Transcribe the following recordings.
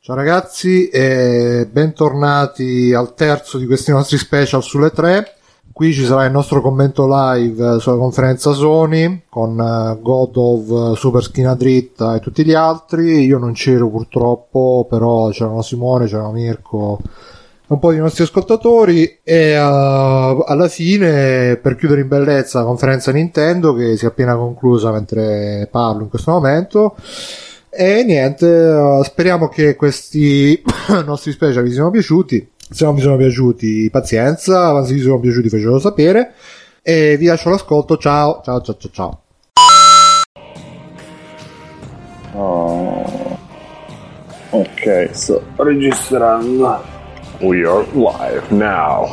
Ciao ragazzi e bentornati al terzo di questi nostri special sulle 3. Qui ci sarà il nostro commento live sulla conferenza Sony con God of Super Schina Dritta e tutti gli altri. Io non c'ero purtroppo, però c'erano Simone, c'era Mirko e un po' di nostri ascoltatori e alla fine, per chiudere in bellezza la conferenza Nintendo che si è appena conclusa mentre parlo in questo momento. E niente, speriamo che questi nostri special vi siano piaciuti. Se non vi sono piaciuti, pazienza, ma se vi sono piaciuti facciamelo sapere. E vi lascio l'ascolto, ciao, ciao, ciao, ciao, ciao. Oh. Ok, sto registrando. We are live now.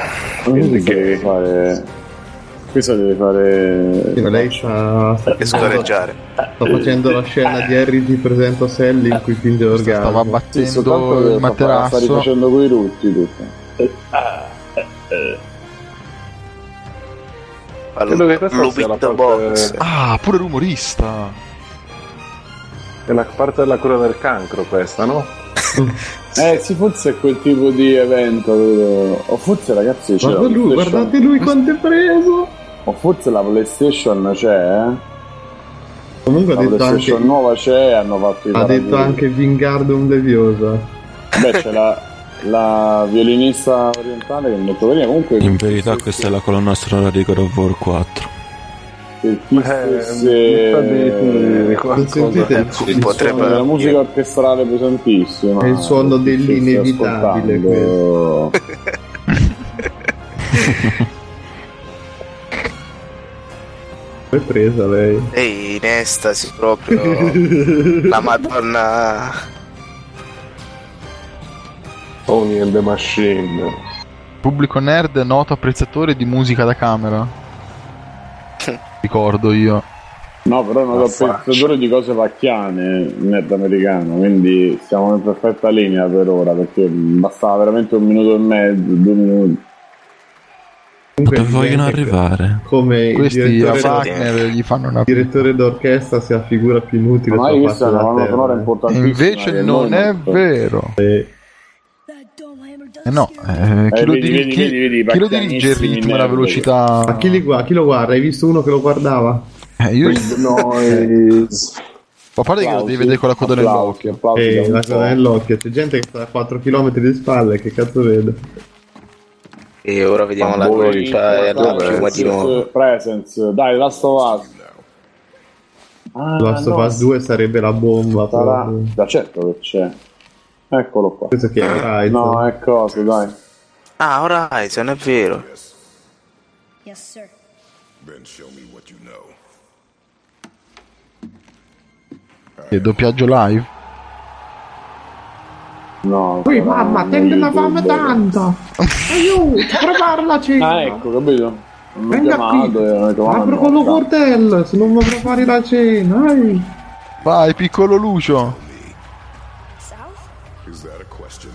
Questo deve fare. Lei sta scorreggiare. Sta facendo la scena di Harry ti presento Sally in cui finge l'orgasmo. Stava battendo il materasso. Sta rifacendo quei rutti tutto. Credo che questa sia la parte... Ah, pure rumorista. È la parte della cura del cancro questa, no? Sì, forse è quel tipo di evento. O forse ragazzi c'è guardate lui quanto è preso. O forse la PlayStation c'è, Comunque la ha detto PlayStation anche nuova c'è, hanno fatto i ha detto anche Wingardium Leviosa. Beh, c'è la violinista orientale che è molto carina. Comunque in verità questa è la colonna sonora di God of War 4. Potrebbe la musica orchestrale pesantissima. È il suono dell'inevitabile. È presa lei. Ehi, in estasi proprio. La Madonna. Tony and the Machine. Pubblico nerd noto apprezzatore di musica da camera. Ricordo io. No, però non apprezzatore di cose pacchiane, nerd americano, quindi siamo in perfetta linea per ora, perché bastava veramente 1 minuto e mezzo, 2 minuti. Dove vogliono arrivare? Come questi il Wagner gli fanno una direttore d'orchestra sia la figura più inutile. Ma questa è una colonna sonora importantissima. Invece non è vero. No, chi lo dirige il ritmo e la velocità? Ma chi lo guarda? Hai visto uno che lo guardava? Io a parte che lo devi vedere con la coda nell'occhio. La coda nell'occhio. C'è gente che sta a 4 km di spalle, che cazzo vede? E ora vediamo la goccia e la piuma di nuovo. Presence, dai, Last of Us. Last of Us 2 sarebbe la bomba. Da certo che c'è. Eccolo qua. Questo che è Horizon. No, è cosa, dai. Ah, Horizon, è vero. Yes, sir. Then show me what you know. E doppiaggio live? No. Poi mamma, tende la fame tanto. Aiuto, prepara la cena. Ah, ecco, capito? Venga qui. Apro con lo cortello, se non mi prepari la cena. Vai, piccolo Lucio. Is that a question?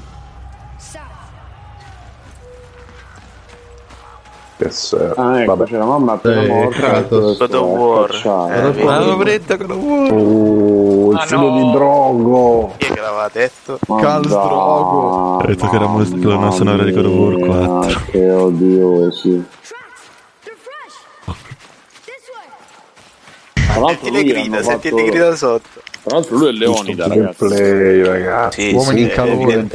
Ah, ecco, c'è la mamma appena morta. God of War. L'avevo detto God of War. Il figlio di Drogo. Chi è che l'aveva detto? Khal Drogo. Ha detto che era la colonna sonora di God of War 4. Che odiosi. Senti le grida, senti le grida sotto. Tra l'altro lui è Leonida, ragazzi. Play, ragazzi. Sì, Uomini in calore.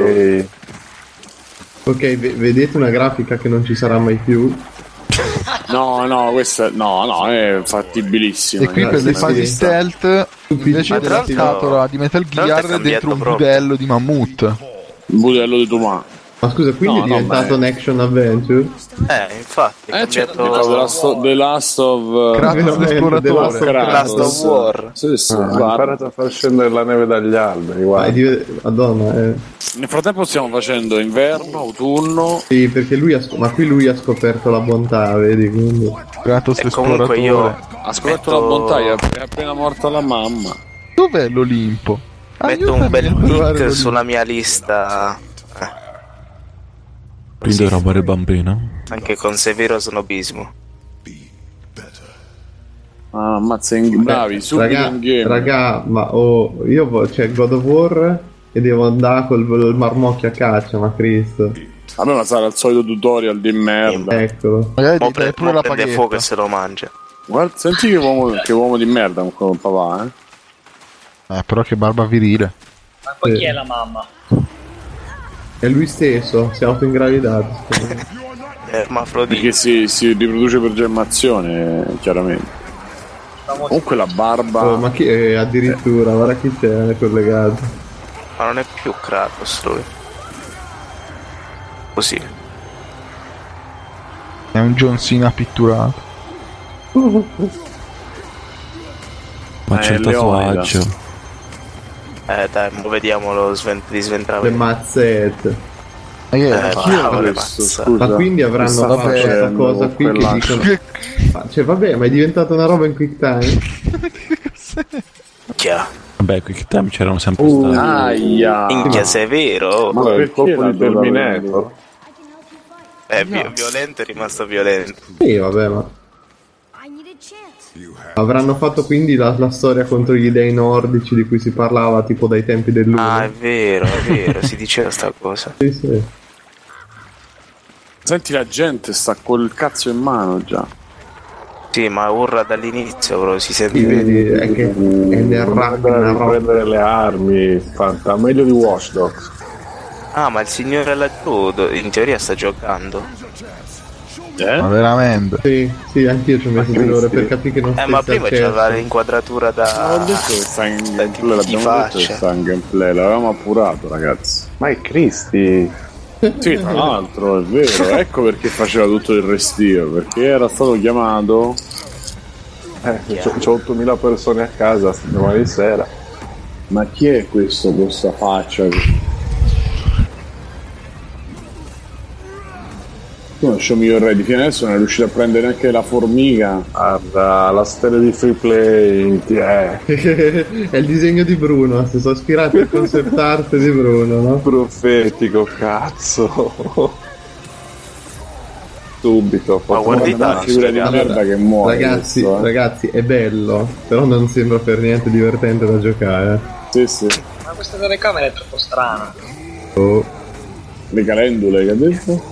Ok, vedete una grafica che non ci sarà mai più. No, questa no, è fattibilissima. E qui per le fasi stealth invece della scatola di Metal Gear dentro un budello di mammut. Un budello di Tomà. Ma scusa, quindi è diventato un action adventure? Infatti c'è The Last of Kratos l'esploratore. The Last of War. Sì, Imparate a far scendere la neve dagli alberi, guarda. Madonna, Nel frattempo stiamo facendo inverno, autunno. Sì, perché ma qui lui ha scoperto la bontà, vedi, quindi. Kratos l'esploratore. Io ha scoperto la bontà, è appena morta la mamma. Dov'è l'Olimpo? Metto un bel link sulla mia lista. Quindi roba il bambino. Anche con severo snobismo. Ammazza, bravi, subito in game. Raga, ma c'è God of War e devo andare col marmocchio a caccia, ma Cristo. Vabbè, ma sarà il solito tutorial di merda. Eccolo. Magari dai pure la paghetta. Fuoco e se lo mangia. Guarda, senti che uomo di merda con papà, però che barba virile. Ma poi chi è la mamma? È lui stesso, si è autoingravidato. Perché si riproduce per gemmazione, chiaramente. Comunque la barba. Oh, ma chi è addirittura? Guarda chi c'è collegato. Ma non è più Kratos lui. Così. È un John Cena pitturato. Ma c'è il tatuaggio. Dai, vediamolo di sventrare. Le mazzette. Ma quindi avranno questa cosa qui che dicono. Cioè vabbè, ma è diventata una roba in quick time. Vabbè, quick time c'erano sempre stati. Minchia, se è vero. Ma per colpo di Terminator. Violento è rimasto violento. Sì, vabbè, ma avranno fatto quindi la storia contro gli dei nordici di cui si parlava tipo dai tempi dell'1. Ah, è vero, si diceva sta cosa. Sì. Senti, la gente sta col cazzo in mano già. Sì, ma urla dall'inizio, però si sente. Sì, vedi, è che è nel prendere le armi, fatta meglio di Watch Dogs. Ah, ma il signore laggiù in teoria sta giocando. Ma veramente? Sì, anch'io ci ho messo 2 ore per capire che non ma prima c'era l'inquadratura da. Ho detto che sta in gameplay, l'abbiamo detto che sta in gameplay, l'avevamo appurato, ragazzi. Ma è Cristi. Sì, tra l'altro, è vero, ecco perché faceva tutto il restio, perché era stato chiamato. C'ho 8000 persone a casa domani sera. Ma chi è questo con questa faccia? Show me your ready, fino adesso non è riuscito a prendere neanche la formica. Guarda, la stella di free play è il disegno di Bruno, si sono ispirati al concept art di Bruno, no? Profetico, cazzo. Subito, ma guarda di merda che muore. Ragazzi, è bello, però non sembra per niente divertente da giocare. Sì. Ma questa telecamera è troppo strana. Le calendule che ha detto?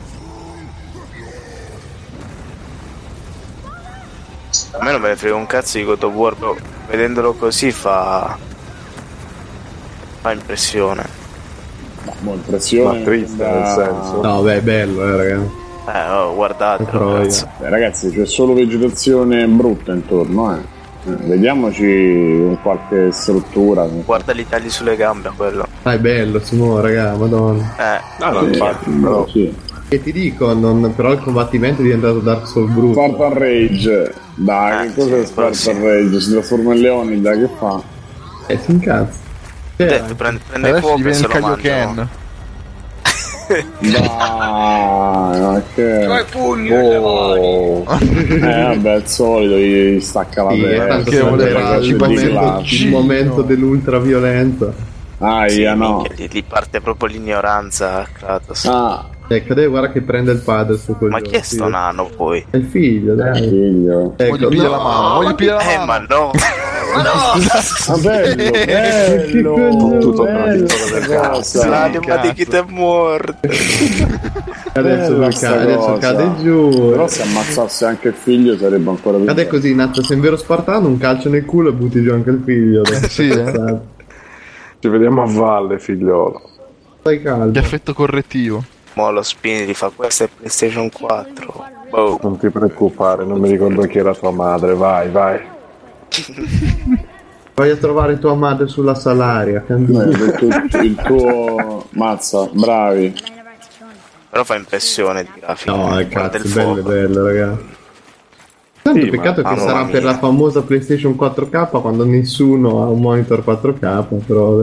A me non me ne frega un cazzo di God of War, però vedendolo così fa impressione. Ma impressione? Ma triste nel senso. No, beh, è bello, ragazzi. Guardatelo, ragazzi, c'è solo vegetazione brutta intorno, Vediamoci con qualche struttura. Guarda gli tagli sulle gambe a quello. Ah, è bello, Simone, raga, madonna. Infatti, però sì. E ti dico, però il combattimento è diventato Dark Souls brutto. Spartan Rage, dai, che cos'è Spartan Rage? Si trasforma in Leonida, che fa? Si incazza. Prende fuoco e se lo mangia. Dai, ma che... C'ho i pugni nelle mani. Vabbè, al solito gli stacca la testa. Il momento dell'ultraviolenza. No. Lì parte proprio l'ignoranza, Kratos. Ecco, guarda che prende il padre su quel. Ma chi è sto nano poi? È il figlio, dai. Figlio. Ecco, voglio pigliare la mano, ma no. bello. Tutto traditore del cazzo. L'anima di chi è morto. Adesso cade giù. Però se ammazzasse anche il figlio sarebbe ancora più. Cade così, Nato, sei un vero spartano, un calcio nel culo e butti giù anche il figlio. Sì, Ci vediamo a valle, figliolo. Stai caldo. Che effetto correttivo. Mo lo spin gli fa questa è PlayStation 4. Boh. Non ti preoccupare, non mi ricordo chi era tua madre, vai. Vai a trovare tua madre sulla Salaria. Il tuo mazza, bravi. Però fa impressione di grafica. No, cazzo, bello, ragazzi. Tanto peccato che sarà per la famosa PlayStation 4K quando nessuno ha un monitor 4K, però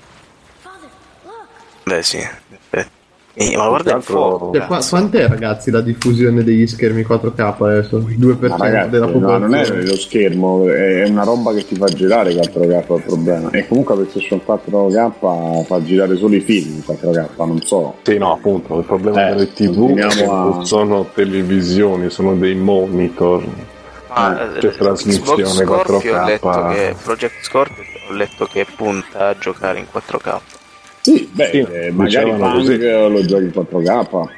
beh sì. Ma guarda il fuoco. Quant'è, ragazzi, la diffusione degli schermi 4K adesso? 2% della popolazione. No, non è lo schermo, è una roba che ti fa girare 4K il problema. E comunque la PlayStation 4K fa girare solo i film 4K, non so. Sì, no, appunto, il problema delle TV non sono televisioni, sono dei monitor. C'è trasmissione Xbox Scorpio 4K. ho letto che Project Scorpio ho letto che punta a giocare in 4K. Sì, magari dicevano così. lo giochi in 4K.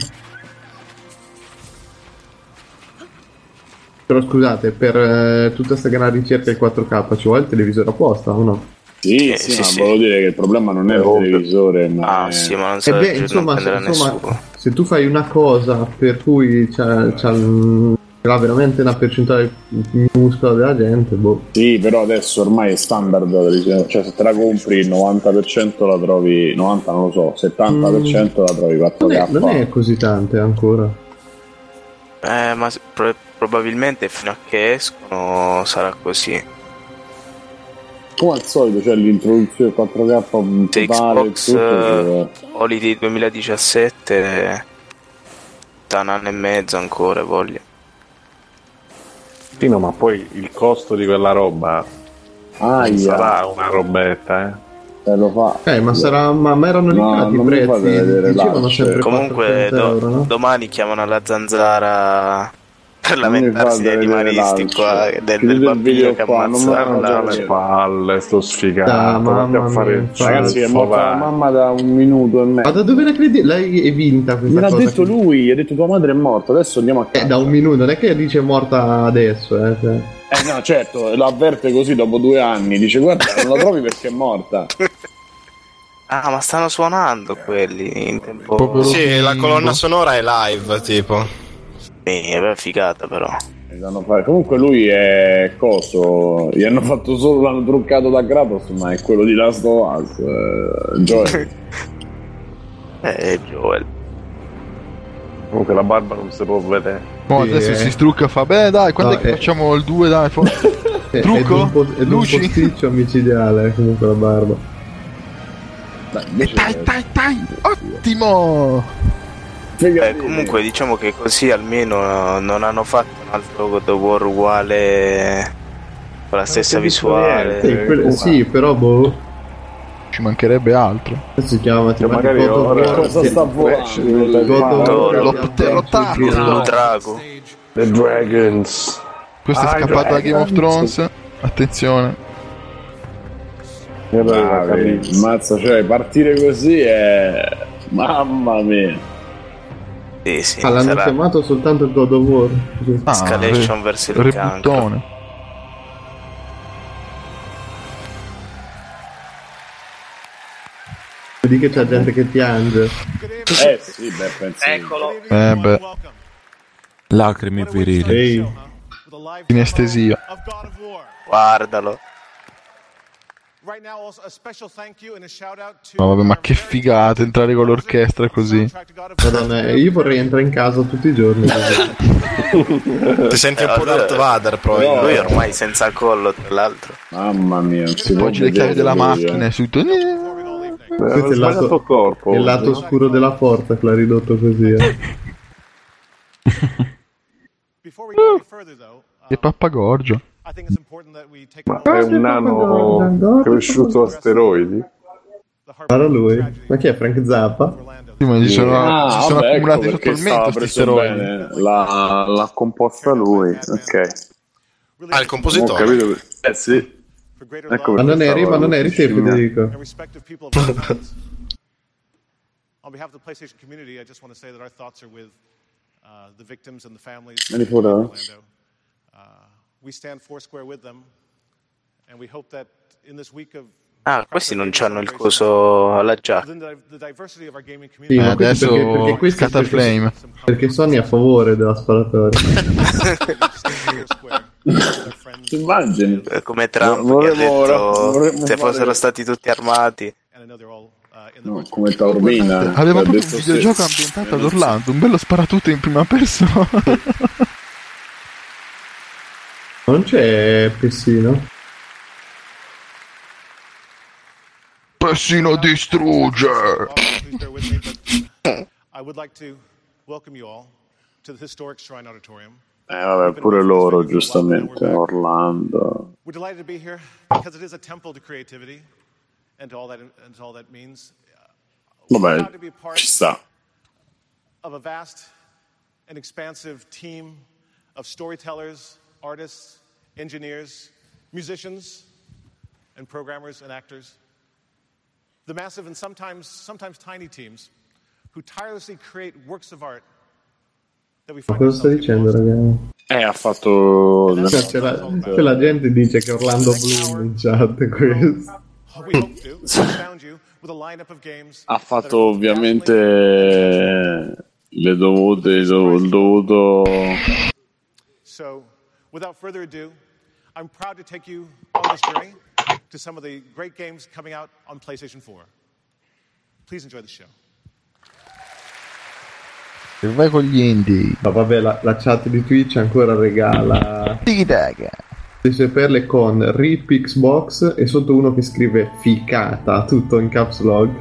Però scusate, per tutta questa gran ricerca del 4K ci vuole il televisore apposta o no? Sì, ma volevo dire che il problema non è il televisore, ma ma non so, insomma, se tu fai una cosa per cui c'ha veramente una percentuale minuscola della gente, Sì, però adesso ormai è standard, cioè se te la compri il 90% la trovi, 90 non lo so, 70% la trovi 4K. Non è così tante ancora. Ma probabilmente fino a che escono sarà così. Come al solito, cioè l'introduzione 4K totale, Xbox Holiday 2017 da un anno e mezzo ancora voglio. Sì, no, ma poi il costo di quella roba non sarà una robetta, lo fa. Ma sarà, ma erano limitati i prezzi, dicevano sempre comunque €400, no? domani chiamano alla zanzara per lamentarsi dei animalisti qua del bambino che ammazzarono le palle, sto sfigato. Ragazzi, è morta la mamma da 1 minuto e mezzo. Ma da dove la credi? Lei è vinta questa cosa? Me l'ha detto lui, ha detto tua madre è morta, adesso andiamo a casa. Da 1 minuto, non è che dice è morta adesso, no, certo, lo avverte così dopo 2 anni, dice guarda, non la trovi perché è morta. Ma stanno suonando quelli in tempo. Sì, la colonna sonora è live, tipo. È figata però. Comunque lui è coso, gli hanno fatto solo, l'hanno truccato da Kratos, ma è quello di Last of Us, Joel. Joel. Comunque la barba non si può vedere. Adesso si strucca, fa bene dai, quando è che facciamo il 2 dai, forse. Trucco? È un posticcio micidiale comunque la barba. Dai, ottimo! Comunque diciamo che così almeno non hanno fatto un altro God of War uguale con la stessa visuale. Sì, però ci mancherebbe altro. Si chiama magari cosa sta lo drago. The Dragons. Questo è scappato da Game of Thrones. Attenzione. Mazza, cioè partire così è mamma mia. Sì, l'hanno chiamato soltanto il God of War. Escalation verso il cancro. Vedi che c'è gente che piange. Sì, penso. Eccolo. Lacrime virili. Sinestesia. Guardalo. Ma vabbè, ma che figata entrare con l'orchestra così. Madonna, io vorrei entrare in casa tutti i giorni. Ti senti un po' Darth Vader, però. Lui ormai senza collo, tra l'altro. Mamma mia, oggi le chiavi della macchina e tutto. Questo è il lato oscuro della forza che l'ha ridotto così. Che pappagorgio. Ma è un nano cresciuto a steroidi? Guarda lui. Ma chi è Frank Zappa? Sì, ma si sono accumulati sotto il mento questi steroidi. L'ha composta lui, ok. Il compositore? Sì. Ecco, ma non eri te, Federico. On behalf of the PlayStation community, I just want to say that our thoughts are with the victims and the families of Orlando. We stand foursquare with them, and we hope that in this week of questi non c'hanno il coso alla giacca. Sì, ma perché questo Scatta flame. Perché Sony è a favore della sparatoria. Immagini come Trump che ha detto se fossero stati tutti armati. No, come Taormina. Aveva proprio un videogioco ambientato ad Orlando, un bello sparatutto in prima persona. Non c'è Pessino? Pessino distrugge! I would like to welcome you all to the historic Shrine Auditorium. Vabbè, pure loro, giustamente, Orlando. We're delighted to be here because it is a temple to creativity and to all that means. Vabbè, ci sta. Of a vast and expansive team of storytellers, artists, engineers, musicians, and programmers and actors. The massive and sometimes tiny teams who tirelessly create works of art that we find cosa stai dicendo, ragazzi? Ha fatto c'è la gente dice che Orlando Bloom in chat questo. Ha fatto ovviamente il dovuto. So, without further ado, I'm proud to take you on this journey to some of the great games coming out on PlayStation 4. Please enjoy the show. E vai con gli indie. No, vabbè, la chat di Twitch ancora regala le sue perle con RIP Xbox e sotto uno che scrive ficata, tutto in caps lock.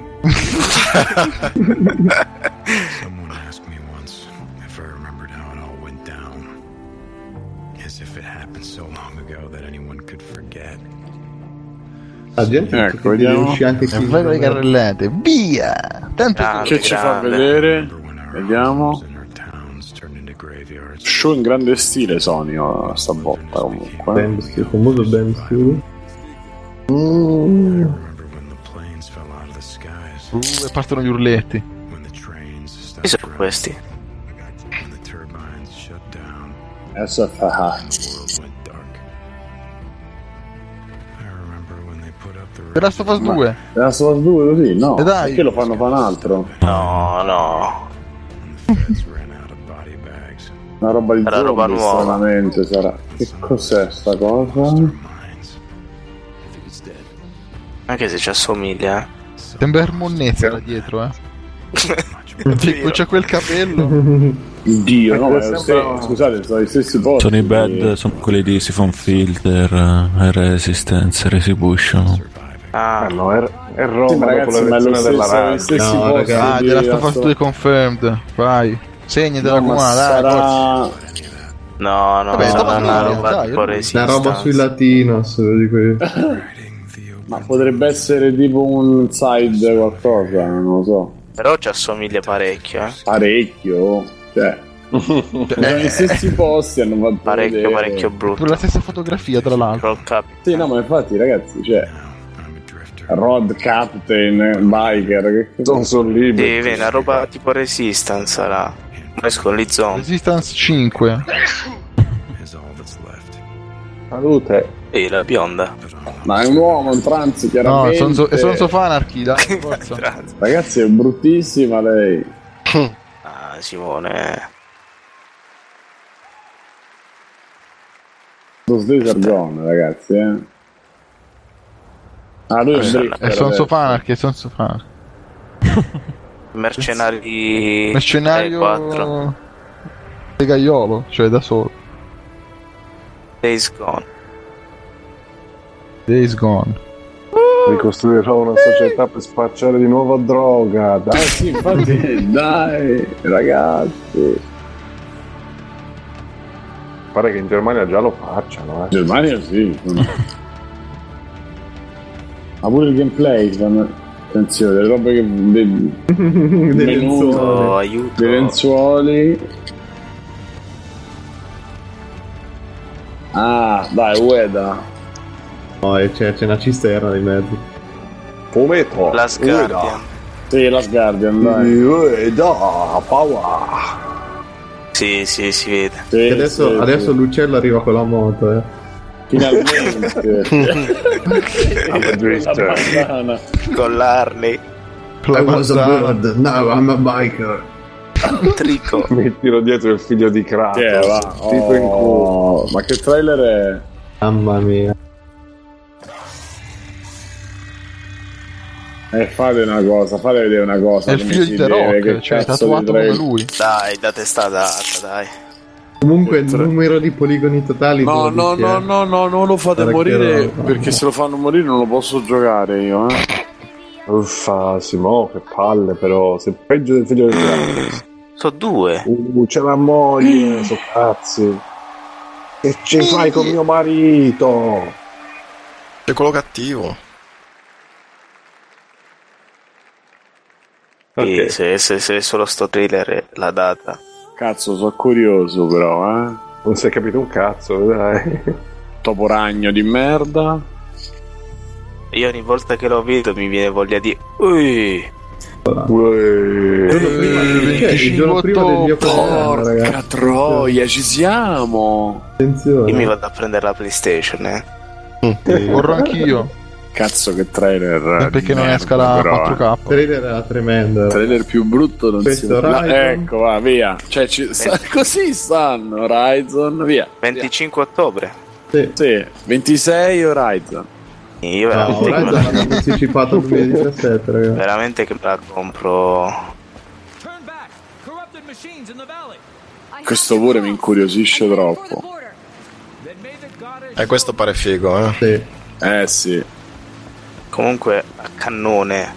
Someone asked me once if I remembered how it all went down. As if it happened so long ago that anyone could forget. La gente riesce anche qui. Vai con le carrellate, via! Tanto che ci fa vedere? Vediamo. Show in grande stile Sony stavolta comunque. Famoso Ben Stile. E partono gli urletti. Chi sono questi? The Last of Us 2. The Last of Us 2 così? No, dai. Perché lo fanno fare un altro? No. Una roba di zombie, roba nuova. Stranamente sarà. Che cos'è sta cosa? Anche se ci assomiglia. Sembra Monnezza da dietro, c'è quel capello. Dio, no, scusate, sono gli stessi posti. Sono i bad, sono quelli di Siphon Filter, Resistance, Retribution. No, è roba, sì, ragazzi, ma è lo stesso, no, ragazzi, The Last of Us 2 confirmed. Vai. Segni della comuna, dai. No, vabbè, una roba tipo Resistance. Una roba sui Latinos di quelli. Ma potrebbe essere tipo un side qualcosa, non lo so. Però ci assomiglia parecchio, Parecchio? Cioè sono gli stessi posti, hanno fatto parecchio brutto. La stessa fotografia, tra l'altro. Sì, no, ma infatti, ragazzi, cioè Rod Captain, Biker, che non sono liberi. Deve una roba tipo Resistance sarà. Escono gli zombie. Resistance 5. Salute. E la bionda. Ma è un uomo, un trans, chiaramente. No, è Sons of Anarchy, dai, forza. Ragazzi, è bruttissima lei. Simone. Lo Slater Gone, ragazzi, lui è Sons of Anarchy, Mercenario 4 Gaiolo, cioè da solo. Days Gone. Ricostruirò una società per spacciare di nuovo droga. Dai, sì, infatti, dai, ragazzi. Pare che in Germania già lo facciano. In Germania sì. Ma pure il gameplay, attenzione, delle robe che aiuto. Dei lenzuoli. Dai, Ueda. No, c'è una cisterna di mezzo. Fumetto. Last Guardian. Sì, Last Guardian, dai. Ueda, power. Sì, si vede. Sì, adesso l'uccello arriva con la moto, Finalmente. Con l'Harley. I was a bird, now I'm a biker. Trico. Mettilo dietro il figlio di Kratos. Tipo in culo. Ma che trailer è? Mamma mia. Fate una cosa, fate vedere una cosa. È il figlio di The Rock, cioè tatuato come lui. Dai, da testata, dai. Comunque il numero di poligoni totali. No, non lo fate morire, perché se lo fanno morire non lo posso giocare io, Uffa, Simo, che palle, però. Sei peggio del figlio di Kratos. Sono 2. C'è la moglie, so cazzi. Che ci fai con mio marito? È quello cattivo. Okay. Se solo sto trailer è la data. Cazzo, sono curioso però, Non si è capito un cazzo, dai. Topo ragno di merda. Io ogni volta che lo vedo mi viene voglia di il giorno prima del mio compleanno, porca troia, ci siamo. Attenzione. Io mi vado a prendere la PlayStation, Vorrò anch'io. Cazzo che trailer. Perché non esca la 4K. Il trailer era tremendo. Il trailer più brutto non si può. Ecco, va, via. Cioè, così stanno Horizon, via. 25 ottobre. Sì, 26 Horizon. Io Horizon l'hanno anticipato al 2017, ragazzi. Veramente che me la compro. Questo pure mi incuriosisce troppo. Questo pare figo, Sì. Sì. Comunque a cannone.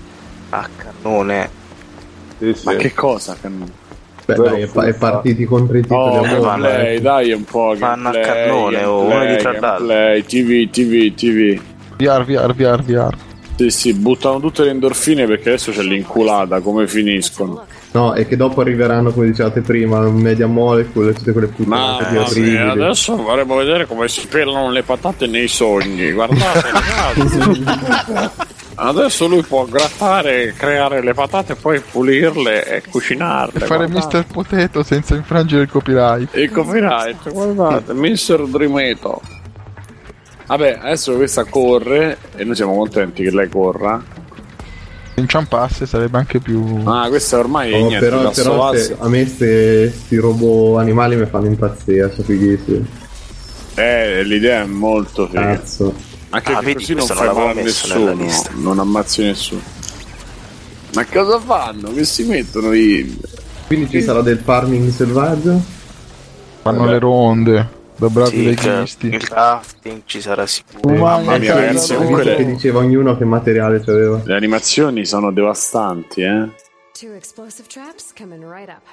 Sì. Ma che cosa cannone? Beh, dai, è partiti contro i titoli. Gameplay, dai un po'. Fanno a cannone, uno dietro all'altro. TV. VR. Sì, buttano tutte le endorfine perché adesso c'è l'inculata, come finiscono? No, e che dopo arriveranno, come dicevate prima, Media Molecule, tutte quelle puttanate di orribili. Adesso vorremmo vedere come si pelano le patate nei sogni. Guardate, ragazzi. Adesso lui può grattare, creare le patate, poi pulirle e cucinarle. E fare Mr. Potato senza infrangere il copyright. Il copyright, guardate, Mr. Dreameto. Vabbè, adesso questa corre e noi siamo contenti che lei corra. Se inciampasse sarebbe anche più... questa ormai è niente. Però a me sti robot animali mi fanno impazzire, sono fighissimi. L'idea è molto figa. Cazzo. Anche che così non fai male a nessuno, non ammazzi nessuno. Ma cosa fanno? Che si mettono lì? Quindi ci sarà del farming selvaggio? Fanno le ronde da bravi leghisti. Il crafting ci sarà sicuro. Mamma mia, ragazzi, comunque che diceva ognuno che materiale c'aveva. Le animazioni sono devastanti, Two explosive traps coming right up.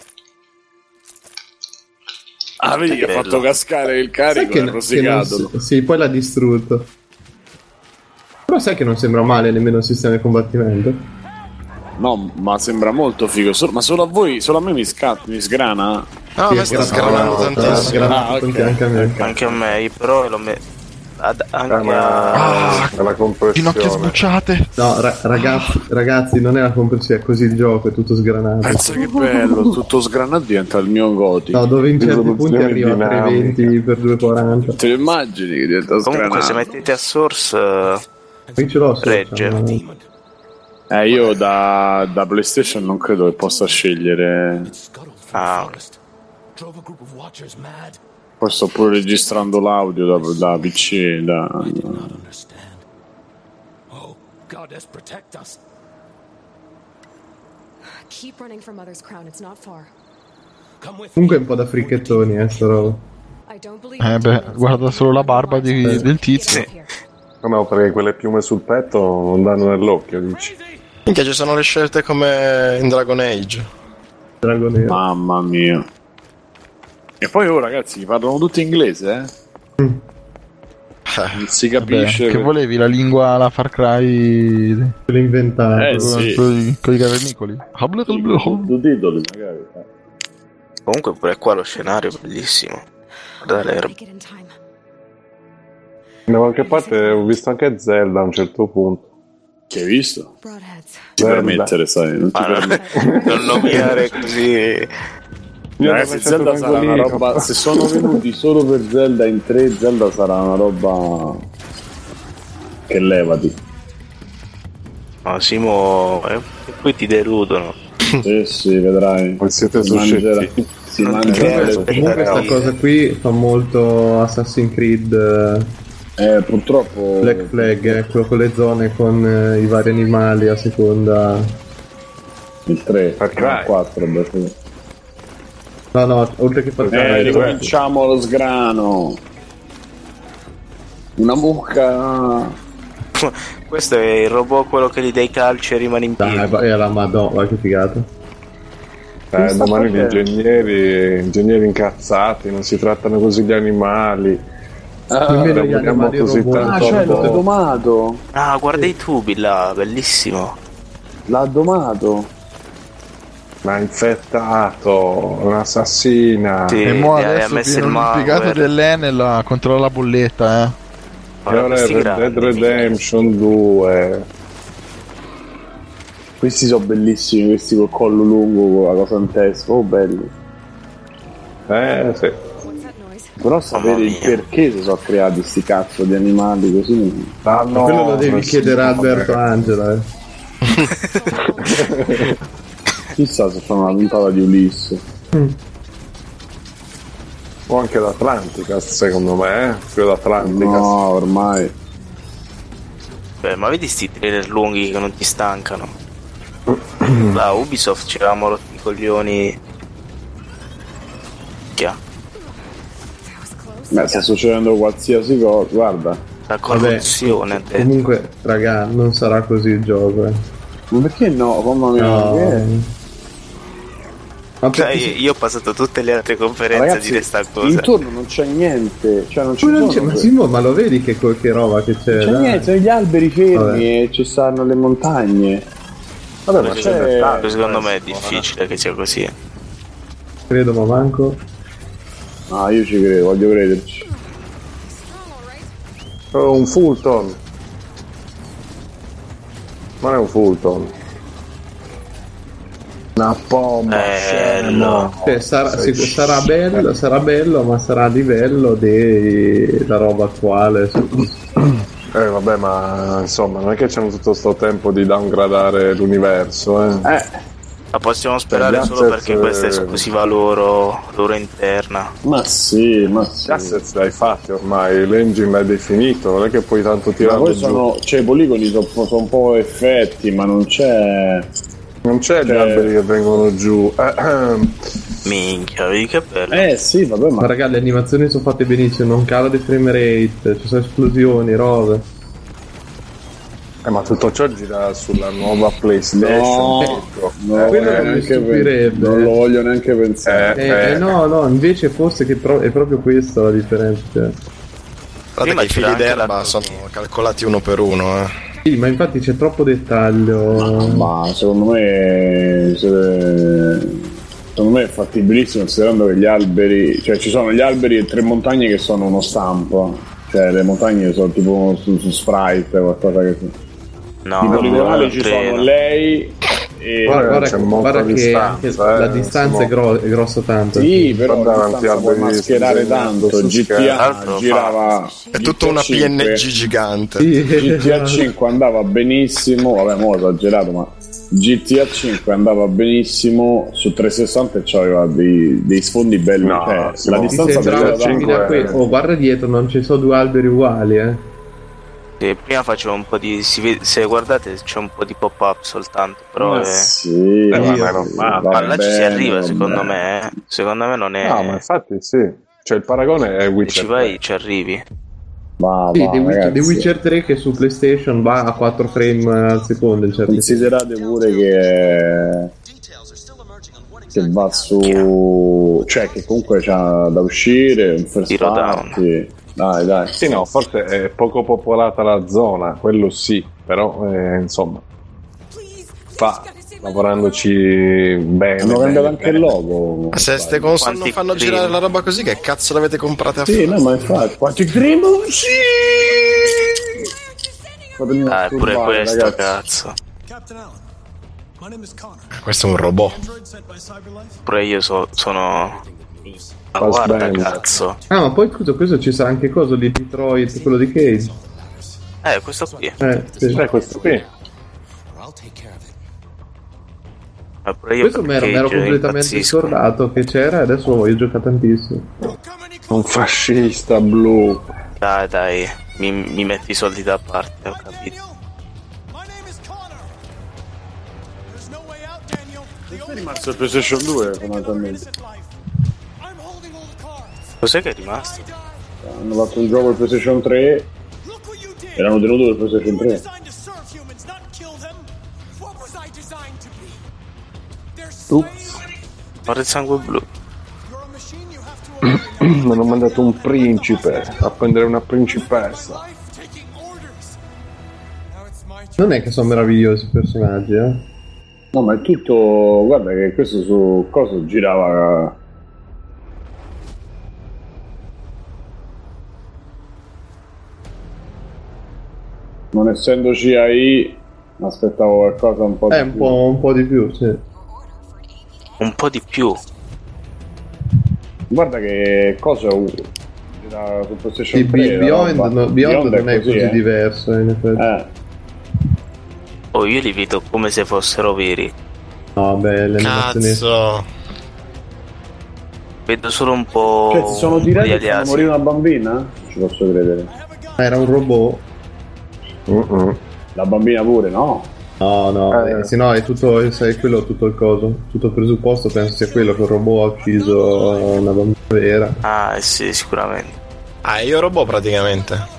Vedi che ha fatto cascare il carico e ha rosicato. Sì, poi l'ha distrutto. Però sai che non sembra male nemmeno il sistema di combattimento? No, ma sembra molto figo. Ma solo a voi, solo a me mi sgrana? No, a me sta sgranando tantissimo. Anche a me, però lo la compressione. Ginocchia sbucciate. No, ragazzi, non è la compressione, è così il gioco, è tutto sgranato. Pensa che bello, tutto sgranato diventa il mio goti. No, dove in certi punti arriva a 320 per 240. Te lo immagini che diventa sgranato? Comunque se mettete a source io ce l'ho regge. Io da PlayStation non credo che possa scegliere. Poi sto pure registrando l'audio da PC. Comunque è un po' da fricchettoni, sto roba. Guarda solo la barba del tizio. No, perché quelle piume sul petto non danno nell'occhio, dici. Minchia, ci sono le scelte come in Dragon Age. Mamma mia. E poi ragazzi, parlano tutti inglese, Non si capisce. Che volevi la lingua alla Far Cry? L'inventare. Sì. Con i cavernicoli. Titoli, magari. Comunque pure qua lo scenario è bellissimo. Guardate l'erba. Da qualche parte ho visto anche Zelda a un certo punto. Che hai visto? Ti permettere, sai, non ti permettere. Non nominare così. Ragazzi, Zelda sarà una roba. Se sono venuti solo per Zelda in 3, Zelda sarà una roba che levati. No, Simo, e poi ti deludono. Sì, vedrai. Poi siete suscettibili. Si mangia. Comunque questa cosa qui fa molto Assassin's Creed. Purtroppo Black Flag, quello con le zone con i vari animali a seconda. Il 3, il 4 No, oltre che Far Cry. Ricominciamo lo sgrano. Una mucca. Questo è il robot, quello che gli dai calci e rimane in piedi. È la madonna, che figata. Domani gli ingegneri incazzati, non si trattano così gli animali. Gli animali così tanto l'ho domato. Guarda i tubi là, bellissimo. L'ha domato. Ma infettato, un'assassina. Sì, e mo adesso viene l'impiegato dell'Enel a controllare la bolletta, E ora è Red Dead Redemption 2. Questi sono bellissimi, questi col collo lungo, con la cosa in testa, belli. Sì. Però sapere il perché si sono creati sti cazzo di animali così. No, quello lo devi chiedere a Alberto Angela. Chissà se fa una puntata di Ulisse. O anche l'Atlantica, secondo me, più l'Atlantica. No, ormai. Beh, ma vedi sti trailer lunghi che non ti stancano. Da Ubisoft ci avevamo rotti i coglioni. Beh, sta succedendo qualsiasi cosa, guarda. La corruzione. Comunque, raga, non sarà così il gioco. Ma perché no? Mamma mia, no. Cioè, io ho passato tutte le altre conferenze, ragazzi, a dire sta cosa. Intorno non c'è niente, cioè non c'è, ma Simo, ma lo vedi che roba che c'è? Non c'è niente, sono gli alberi fermi e ci stanno le montagne. Vabbè, ma secondo me è difficile che sia così. Credo, ma manco. Ah, io ci credo, voglio crederci. Oh, un Fulton. Non è un Fulton. Una pompa. No. Cioè, sarà bello, ma sarà a livello della roba attuale. Vabbè, ma insomma, non è che c'hanno tutto sto tempo di downgradare l'universo, Ma possiamo sperare solo perché questa è esclusiva loro interna. Ma sì. Gli assets l'hai fatti ormai, l'engine l'hai definito, non è che puoi tanto tirare giù. Cioè, i poligoni sono un po' effetti, ma non c'è gli alberi che vengono giù. Minchia, vedi che bello. Sì, vabbè, ma raga, le animazioni sono fatte benissimo, non cala di frame rate, ci sono esplosioni, robe. Ma tutto ciò gira sulla nuova PlayStation. Quello non mi stupirebbe. Non lo voglio neanche pensare. No, invece forse che è proprio questa la differenza. Guarda che i fili d'erba sono calcolati uno per uno. Sì, ma infatti c'è troppo dettaglio. Ma secondo me è fattibilissimo, considerando che gli alberi, cioè ci sono gli alberi e 3 montagne che sono uno stampo. Cioè le montagne sono tipo su Sprite, qualcosa che no, i poligonali ci sono lei e guarda che anche la distanza è grossa tanto. Sì, però puoi mascherare tanto. GTA girava, è tutta una PNG gigante. GTA 5 andava benissimo, vabbè, mo' ho esagerato, ma GTA 5 andava benissimo su 360 e c'aveva dei sfondi belli. La distanza tra 5 guarda dietro, non ci sono 2 alberi uguali, prima facevo un po' di. Se guardate c'è un po' di pop-up soltanto, però ma sì, ma là ci si arriva, secondo me. Secondo me non è. No, ma infatti sì. Cioè il paragone è Witcher. Se ci vai, ci arrivi. The Witcher 3 che su PlayStation va a 4 frame al secondo. Considerate pure che va su, cioè che comunque c'ha da uscire un first party. Dai. Sì, no, forse è poco popolata la zona, quello sì, però insomma fa lavorandoci bene. Hanno cambiato anche il logo. Ma se ste console non fanno girare la roba così, che cazzo l'avete comprata a fare? Sì, no, ma infatti quanti cremosi! Pure questo, ragazzi. Cazzo. Questo è un robot. Pure io sono. Ma guarda, cazzo. Ma poi scusa, questo ci sarà anche cosa di Detroit, quello di Cage. Questo qui. Sì. Questo qui. Questo mi ero completamente scordato che c'era e adesso lo voglio giocare tantissimo. Un fascista blu. Dai, mi metti i soldi da parte, ho capito. È rimasto il PlayStation 2 fondamentalmente. Cos'è che è rimasto? Hanno fatto un gioco al PlayStation 3 e l'hanno tenuto per PlayStation 3. Guarda il sangue blu. Mi hanno mandato un principe a prendere una principessa. Non è che sono meravigliosi i personaggi, No, ma è tutto. Guarda che questo su cosa girava. Non essendoci AI, aspettavo qualcosa un po' di più. Un po' di più, sì. Un po' di più. Guarda che cosa era su PlayStation 3. Beyond non è così diverso, in effetti. Oh, io li vedo come se fossero veri. No, beh, le cazzo. Vedo solo un po'. Cioè, si sono tirati e fanno morire una bambina? Non ci posso credere. Era un robot. La bambina pure, no? No, se no è tutto, è quello tutto il coso. Tutto il presupposto penso sia quello che il robot ha ucciso una bambina vera. Ah, sì, sicuramente. Io robot praticamente.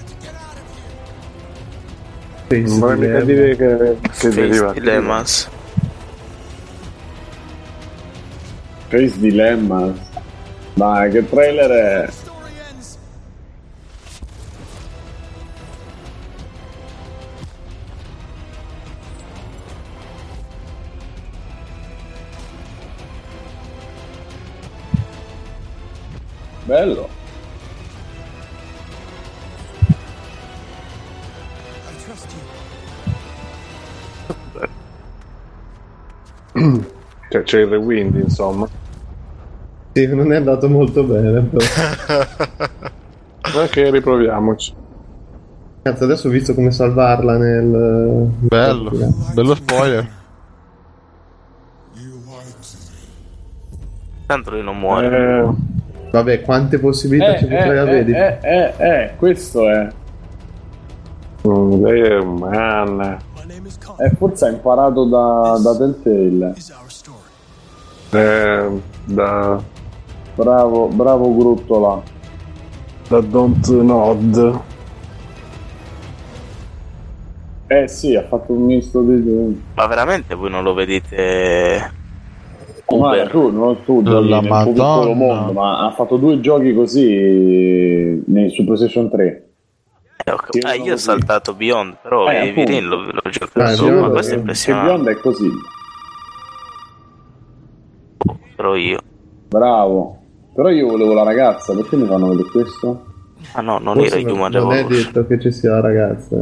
Non vorrei mica dire che deriva Dilemmas. Face Dilemmas. Dai, che trailer è? Bello. Cioè, c'è il rewind, insomma. Sì, non è andato molto bene, però. Ma che riproviamoci. Cazzo, adesso ho visto come salvarla nel... Bello spoiler. Tanto lui non muore. Vabbè, quante possibilità ci potrai avere? Questo è. Lei è un man. Forse ha imparato da Telltale. Bravo Gruttola. Da Don't Nod. Sì, ha fatto un misto di. Ma veramente voi non lo vedete? Ma tu non tu giochi nel tuo piccolo mondo, ma ha fatto 2 giochi così su PlayStation 3. Io ho saltato Beyond, però Virin l'ho giocato solo, ma questo è impressionante. Beyond è così. Però io. Bravo. Però io volevo la ragazza, perché mi fanno vedere questo? Ah no, non era Human Non Revolution. è detto che ci sia la ragazza.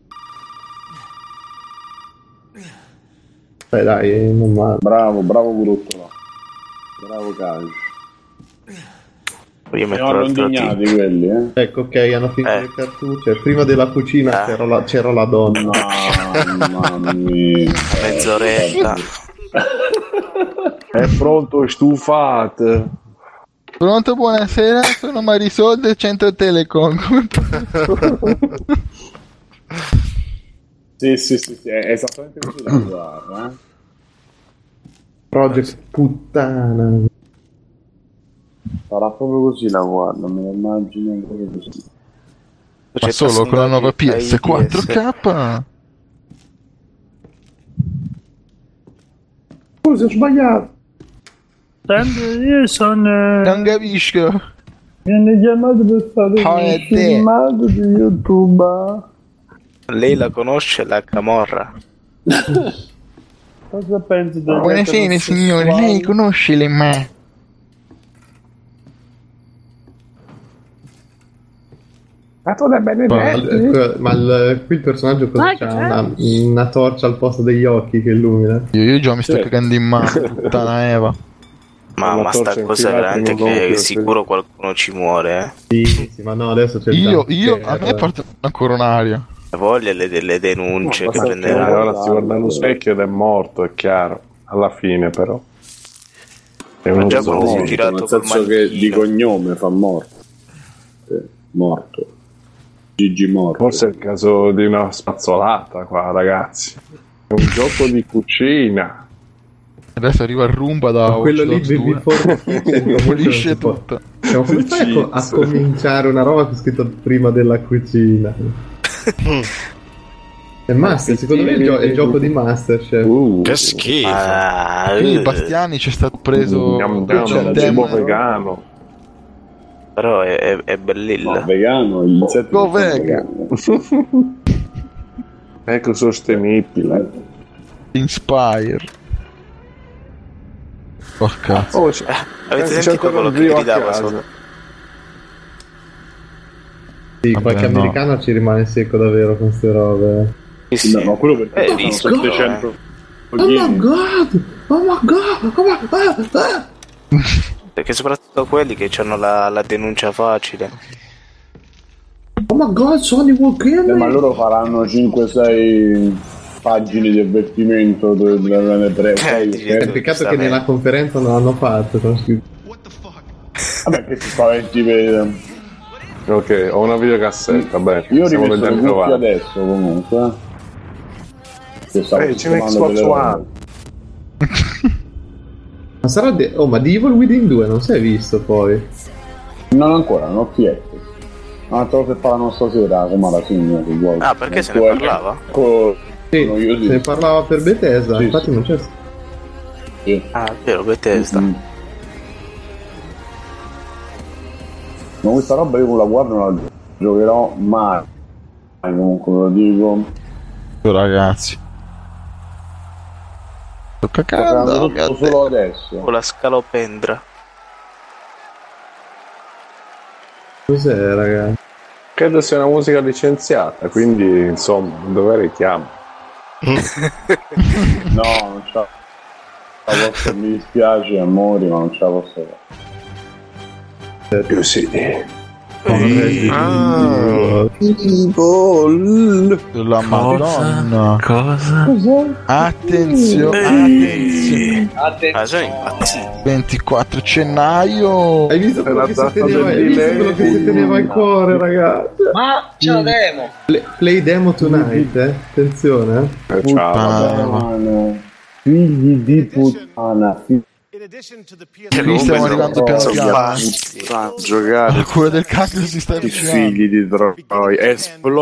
Dai, non male. Bravo Gruttola. Bravo Kai. Io metto erano indignati quelli, Ecco, ok, hanno finito le cartucce. Prima della cucina c'era la donna. Mamma mia. Mezz'oretta. È pronto, stufate. Pronto, buonasera, sono Marisol del centro Telecom. Sì, è esattamente così la guarda, Project puttana. Sarà proprio così la guarda, me lo immagino proprio così. Ma solo con la nuova PS4K? Scusa, ho sbagliato. Io sono... Non capisco. Mi hanno chiamato per fare un filmato di YouTube. Lei la conosce, la Camorra? Cosa pensi del Buonasera signore, lei conosce le me? Ma tu qui il personaggio cosa c'ha? Una torcia al posto degli occhi che illumina. Io già mi sto cagando in mano, puttana Eva. Ma sta cosa è veramente che sicuro qualcuno ci muore, Sì, ma no, adesso c'è io a me parte una coronaria. Voglia le denunce che prenderanno. Ora si guarda allo specchio ed è morto, è chiaro. Alla fine, però. Ma già quando si è tirato nel senso che di cognome fa morto. Morto. Gigi morto. Forse è il caso di una spazzolata qua, ragazzi. È un gioco di cucina. Adesso arriva il Roomba da quello lì pulisce tutto. Come fai a cominciare una roba che è scritto prima della cucina? È Master, secondo me è il gioco di Masterchef. Che schifo. Bastiani c'è stato preso il cibo vegano. Però è bellilla. No, vegano, gli insetti no, vegano. Ecosostenibile. Inspire. Oh cazzo. Avete sentito quello che gridava solo? Sì, qualche americano ci rimane secco davvero con queste robe. Sì. No, quello perché sono 700. Oh my god! Oh my god! Oh my god! Perché soprattutto quelli che hanno la denuncia facile. Oh my god, Sony will kill me! Ma loro faranno 5-6 pagine di avvertimento delle 3. È peccato che nella conferenza non l'hanno fatto. Vabbè, che si spaventi per... Ok, ho una videocassetta, beh. Io ho rimesso le cuffie adesso comunque. C'è un Xbox One. Ma sarà ma di Evil Within 2 non si è visto poi? Non ancora, non ho chiesto. Un'altra cosa che parlano stasera, come alla fine. Ah, perché se ne parlava? Sì, se ne parlava per Bethesda, sì, infatti non c'è. Sì. Ah, vero, Bethesda. Ma questa roba io con la guardo non la giocherò mai. Comunque lo dico. Ragazzi. Sto cagando solo adesso. Con la scalopendra. Cos'è, ragazzi? Credo sia una musica licenziata, quindi insomma, dove richiamo? No, non ce la posso, mi dispiace amori, ma non ce la posso fare. Io sì. La Madonna. Cosa? Attenzione. 24 gennaio. Hai visto quello che si teneva il cuore, ragazzi? Ma c'è la demo. Play demo tonight, attenzione. Ciao. Figli di puttana. Qui stiamo arrivando piano piano. A giocare. La cura del cacchio si sta avvicinando. Figli di Troy. È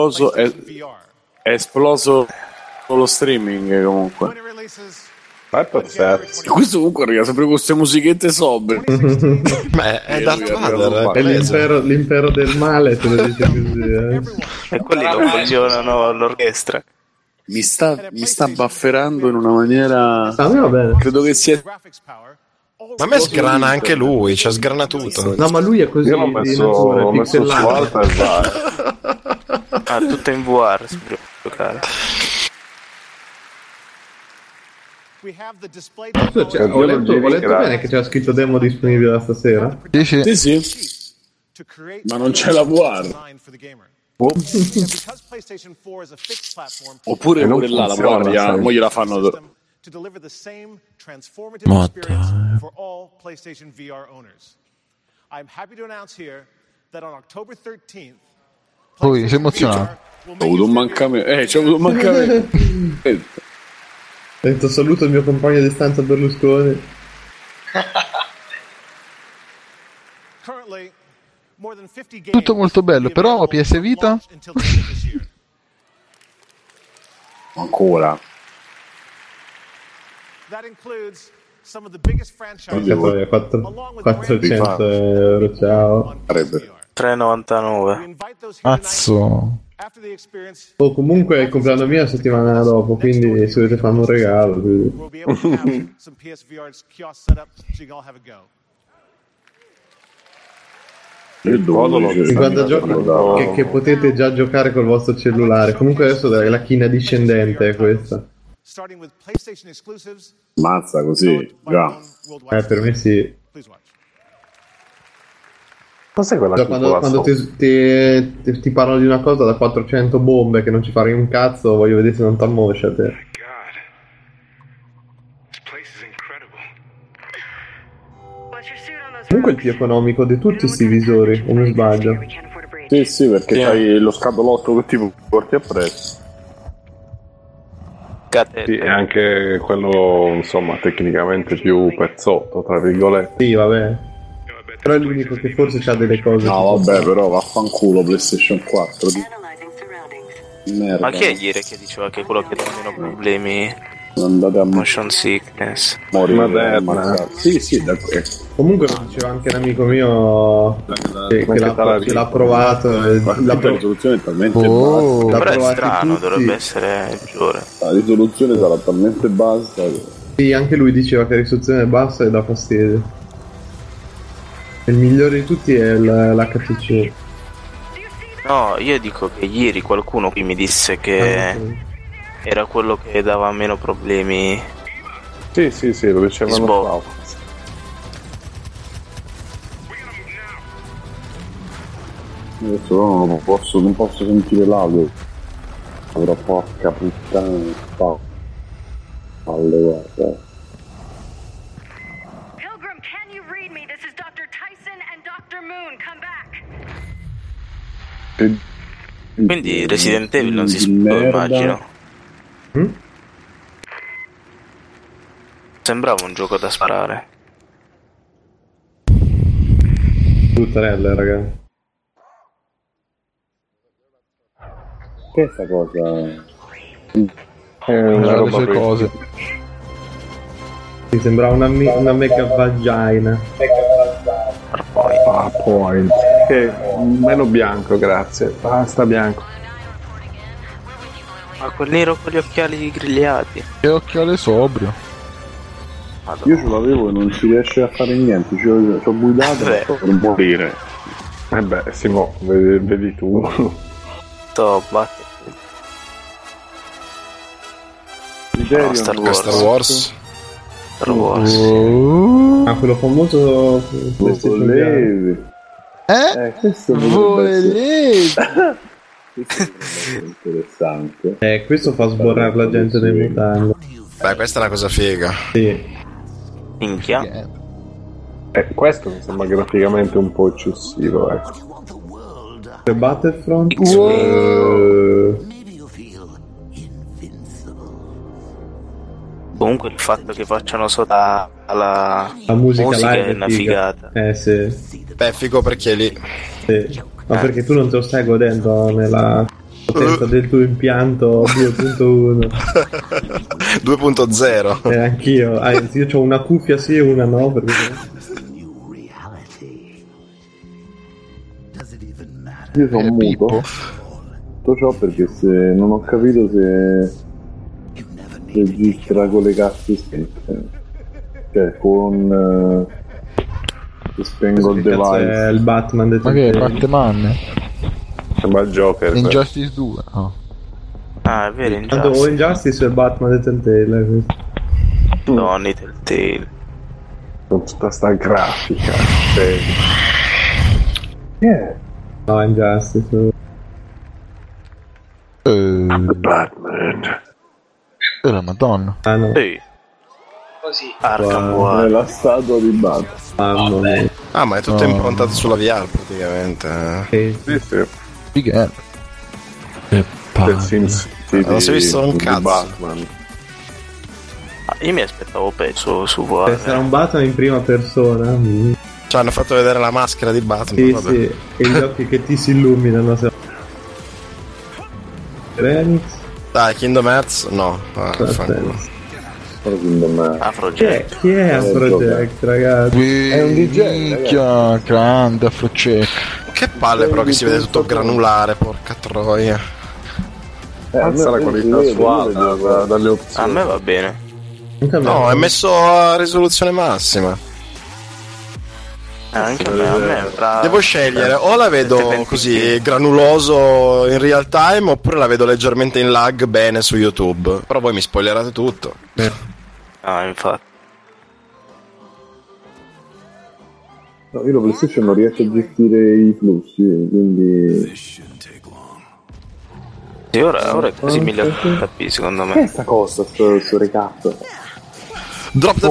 esploso lo streaming comunque. Ma è pazzesco. Questo comunque arriva sempre con queste musichette sobre. Beh, è Darth Vader. È l'impero del male, te lo dice così. E quelli non funzionano all'orchestra. Mi sta bufferando in una maniera. A me va bene. Credo che sia. Ma a me sgrana anche lui, c'ha sgranatutto. No, ma lui è così. Io l'ho messo su alta e va. Ah, tutto in VR si può giocare. Ho letto bene che c'era scritto demo disponibile da stasera. Sì. Ma non c'è la VR. Oppure pure là la guardia, mo gliela fanno. To deliver the same transformative Ma experience dai. for all PlayStation VR owners. I'm happy to announce here that on October 13th, Poi si è emozionato. Ho avuto un mancamento. C'è avuto un mancamento. Ho detto saluto il mio compagno di stanza Berlusconi. currently more than 50 games Tutto molto bello, però PS Vita? Ancora. That includes some of the biggest franchises. 400 euro, ciao. 3,99. Cazzo. Oh, comunque è il compleanno mio la settimana dopo, quindi se volete farmi un regalo. Guarda giochi che potete già giocare col vostro cellulare. Comunque adesso la china discendente è questa. Mazza così, già. Per me sì. Cos'è quella cioè, quando ti parlano di una cosa da 400 bombe che non ci farei un cazzo, voglio vedere se non t'ammoscia te. Comunque è il più economico di tutti sti visori, o mi sbaglio? Sì, perché fai lo scatolotto che ti porti appresso. Sì, è anche quello, insomma, tecnicamente più pezzotto, tra virgolette. Sì, vabbè. Però è l'unico che forse c'ha delle cose. No, vabbè, però vaffanculo PlayStation 4. Merda. Ma chi è ieri che diceva che quello che dà meno problemi andate a motion sickness. morire. Sì, Comunque lo diceva anche un amico mio che l'ha provato e la risoluzione è talmente Però bassa. è strano, dovrebbe essere peggiore. La risoluzione sarà talmente bassa che... Sì, anche lui diceva che la risoluzione è bassa e dà fastidio. Il migliore di tutti è l'HTC. No, io dico che ieri qualcuno qui mi disse che era quello che dava meno problemi. Sì, lo dicevano. Adesso non posso sentire l'audio. Però porca puttana, palle, guarda. Pilgrim, can you read me? This is Dr. Tyson and Dr. Moon. Come back. Quindi Resident Evil non si può, immagino. Sembrava un gioco da sparare. Buttarelle, raga. Che è sta cosa? Una roba le sue cose. Mi sembra una mega vagina. Point. Che meno bianco, grazie. Basta bianco. Ma quel nero con gli occhiali grigliati. Che occhiale sobrio. Io ce l'avevo e non si riesce a fare niente. Ci ho guidato per non morire. Simo, vedi tu. Top, Star Wars. Ah, quello famoso volevi. Questo volevi. Interessante. Questo fa sborrare la gente nel mutande. Beh, questa è una cosa figa. Sì. Minchia. Questo mi sembra graficamente un po' eccessivo, The Battlefront. Comunque il fatto che facciano sotto la musica live è una figata. Sì. Beh, figo perché lì. Sì. Ma perché tu non te lo stai godendo nella potenza del tuo impianto 2.1. 2.0. Anch'io. Io ho una cuffia sì e una no, perché... Io sono muto. Tutto ciò perché se non ho capito se registra con le casse spente, cioè con se spengo il device. È il Batman. Ma che è Batman? Sembra il Joker. Injustice 2. No. Ah, è vero, Injustice. O Injustice è Batman The Telltale. Donny Telltale. Con tutta sta grafica. No, Injustice. Batman. La Madonna. Ah no. Sì. Così. È la statua di Batman. Ah, ma è tutto improntato sulla VR praticamente. Sì. Fighetto. Del Sims City, non si è visto un cazzo. Batman. Io mi aspettavo peggio su VR. Sarà un Batman in prima persona. Cioè hanno fatto vedere la maschera di Batman. Sì, vabbè. sì. E gli occhi che ti si illuminano. Remix. Dai, Kingdom Hearts? No. Afrojack. Chi è Afrojack, ragazzi? È un DJ. Minchia, grande Afrojack. Che palle però che si vede tutto granulare, porca troia. Alza la qualità suata dalle opzioni. A me va bene. No, è messo a risoluzione massima. Anche a me devo scegliere, o la vedo così granuloso in real time oppure la vedo leggermente in lag bene su YouTube. Però voi mi spoilerate tutto. Ah, infatti. No, io la PlayStation non riesco a gestire i flussi, quindi Sì, ora è quasi 1080p secondo me. che è sta cosa, sto recap? Drop the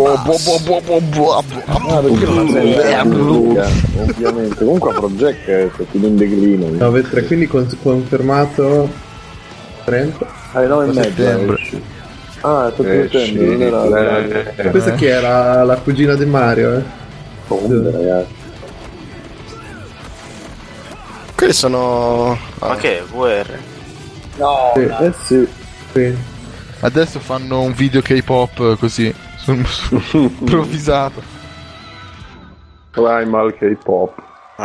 perché non ha ovviamente. Comunque a Project è tutto in declino. 9-3, quindi confermato 30. Alle 9:30. Ah, è tutto settembre. Questa chi era? La cugina di Mario, Comunque, ragazzi. Quelli sono... Ma che è VR? No, sì. Sì. Adesso fanno un video K-pop così, improvvisato. Primal K-pop.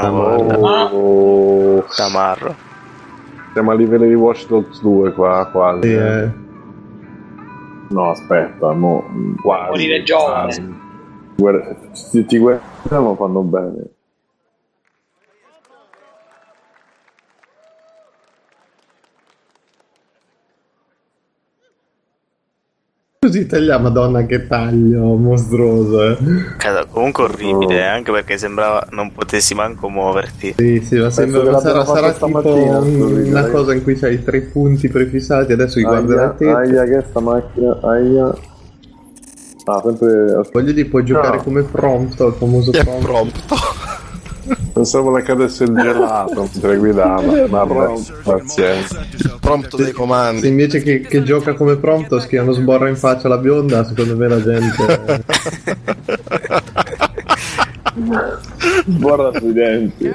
Tamarro. Siamo a livello di Watch Dogs 2 qua, quasi. Sì, No, aspetta, quasi. Morire giovane. Se ti guardano fanno bene. Così taglia, madonna che taglio mostruoso. Comunque orribile, anche perché sembrava non potessi manco muoverti. Sì, ma sembra sarà tipo una cosa in cui c'hai 3 punti prefissati, adesso li guarda la testa. Aia, che sta macchina, aia. Sempre... Voglio dire, puoi giocare come prompto, il famoso prompto. Pensavo che cadesse il gelato mentre guidava. Vabbè, pazienza. Il prompto dei comandi. Se invece che gioca come prompto scrivono sborra in faccia la bionda, secondo me la gente sborra sui denti.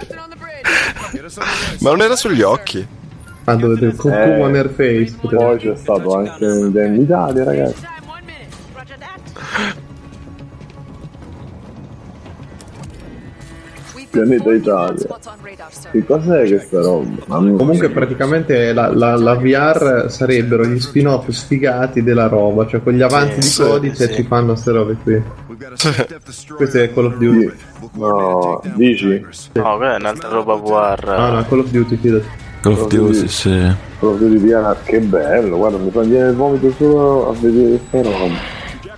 Ma non era sugli occhi? Ah, dovete Cucù on her face. Poi c'è stato anche in Italia, ragazzi. Pianeta Italia. Che cos'è questa roba? Comunque praticamente la VR sarebbero gli spin-off sfigati della roba, cioè con gli avanti di codice ci fanno queste robe qui. Questo è Call of Duty. No, dici? No, quella è un'altra roba VR. No, Call of Duty, fidati. Call of Duty, sì. Call of Duty VR, che bello, guarda, mi fa venire il vomito solo a vedere questa roba.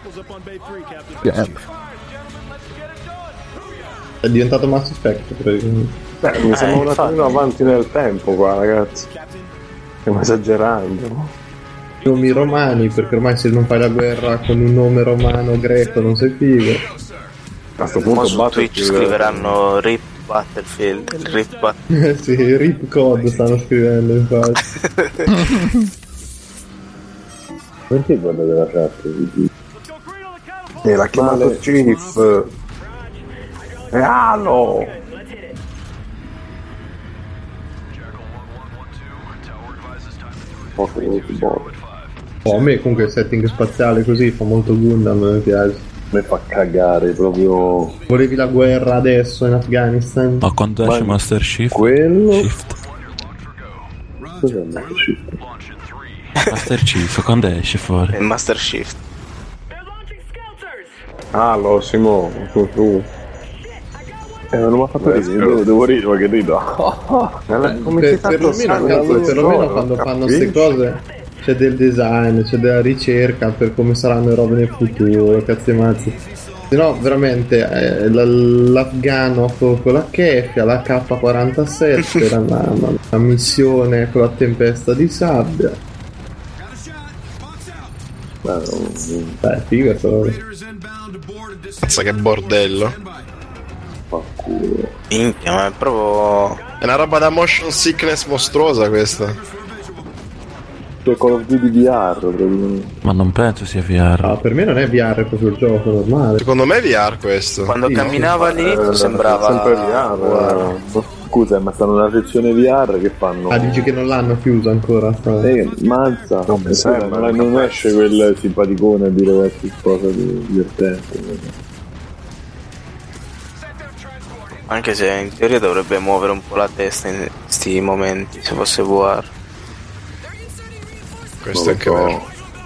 È diventato Mass Effect praticamente. Mi sembra un attimino avanti nel tempo qua, ragazzi. Stiamo esagerando. Nomi romani, perché ormai se non fai la guerra con un nome romano greco non sei figo. A sto punto su Twitch scriveranno RIP Battlefield, il RIP Battlefield. Sì, RIP Code stanno scrivendo infatti. Perché guardate la chat? L'ha chiamato Chief. Halo! A me comunque il setting spaziale così fa molto Gundam, mi piace. Mi fa cagare proprio. Volevi la guerra adesso in Afghanistan? Ma quando esce Master Chief? Quello? Shift. Cos'è Master Chief? Master Chief, quando esce fuori? Il Master Shift. Halo, Simo, tu. Non mi ha fatto ridere, devo ridere, ma che rido. Perlomeno quando fanno queste cose c'è del design, c'è della ricerca per come saranno le robe nel futuro, cazzi mazzi. Se no veramente l'afgano con la keffia, la K-47 era una missione con la tempesta di sabbia. Beh, figa sta roba. Pensa che bordello. Minchia, ma è proprio... È una roba da motion sickness mostruosa questa. Cioè Call of Duty VR praticamente. Ma non penso sia VR. No, per me non è VR, è proprio il gioco normale. Secondo me è VR questo. Quando camminava all'inizio sembrava... Sempre VR. Scusa, ma stanno nella sezione VR che fanno... Ah, dici che non l'hanno chiusa ancora? Mazza, non mi sembra, non esce quel simpaticone a dire qualche cosa di divertente. Anche se in teoria dovrebbe muovere un po' la testa in questi momenti, se fosse VR. Questo è anche vero.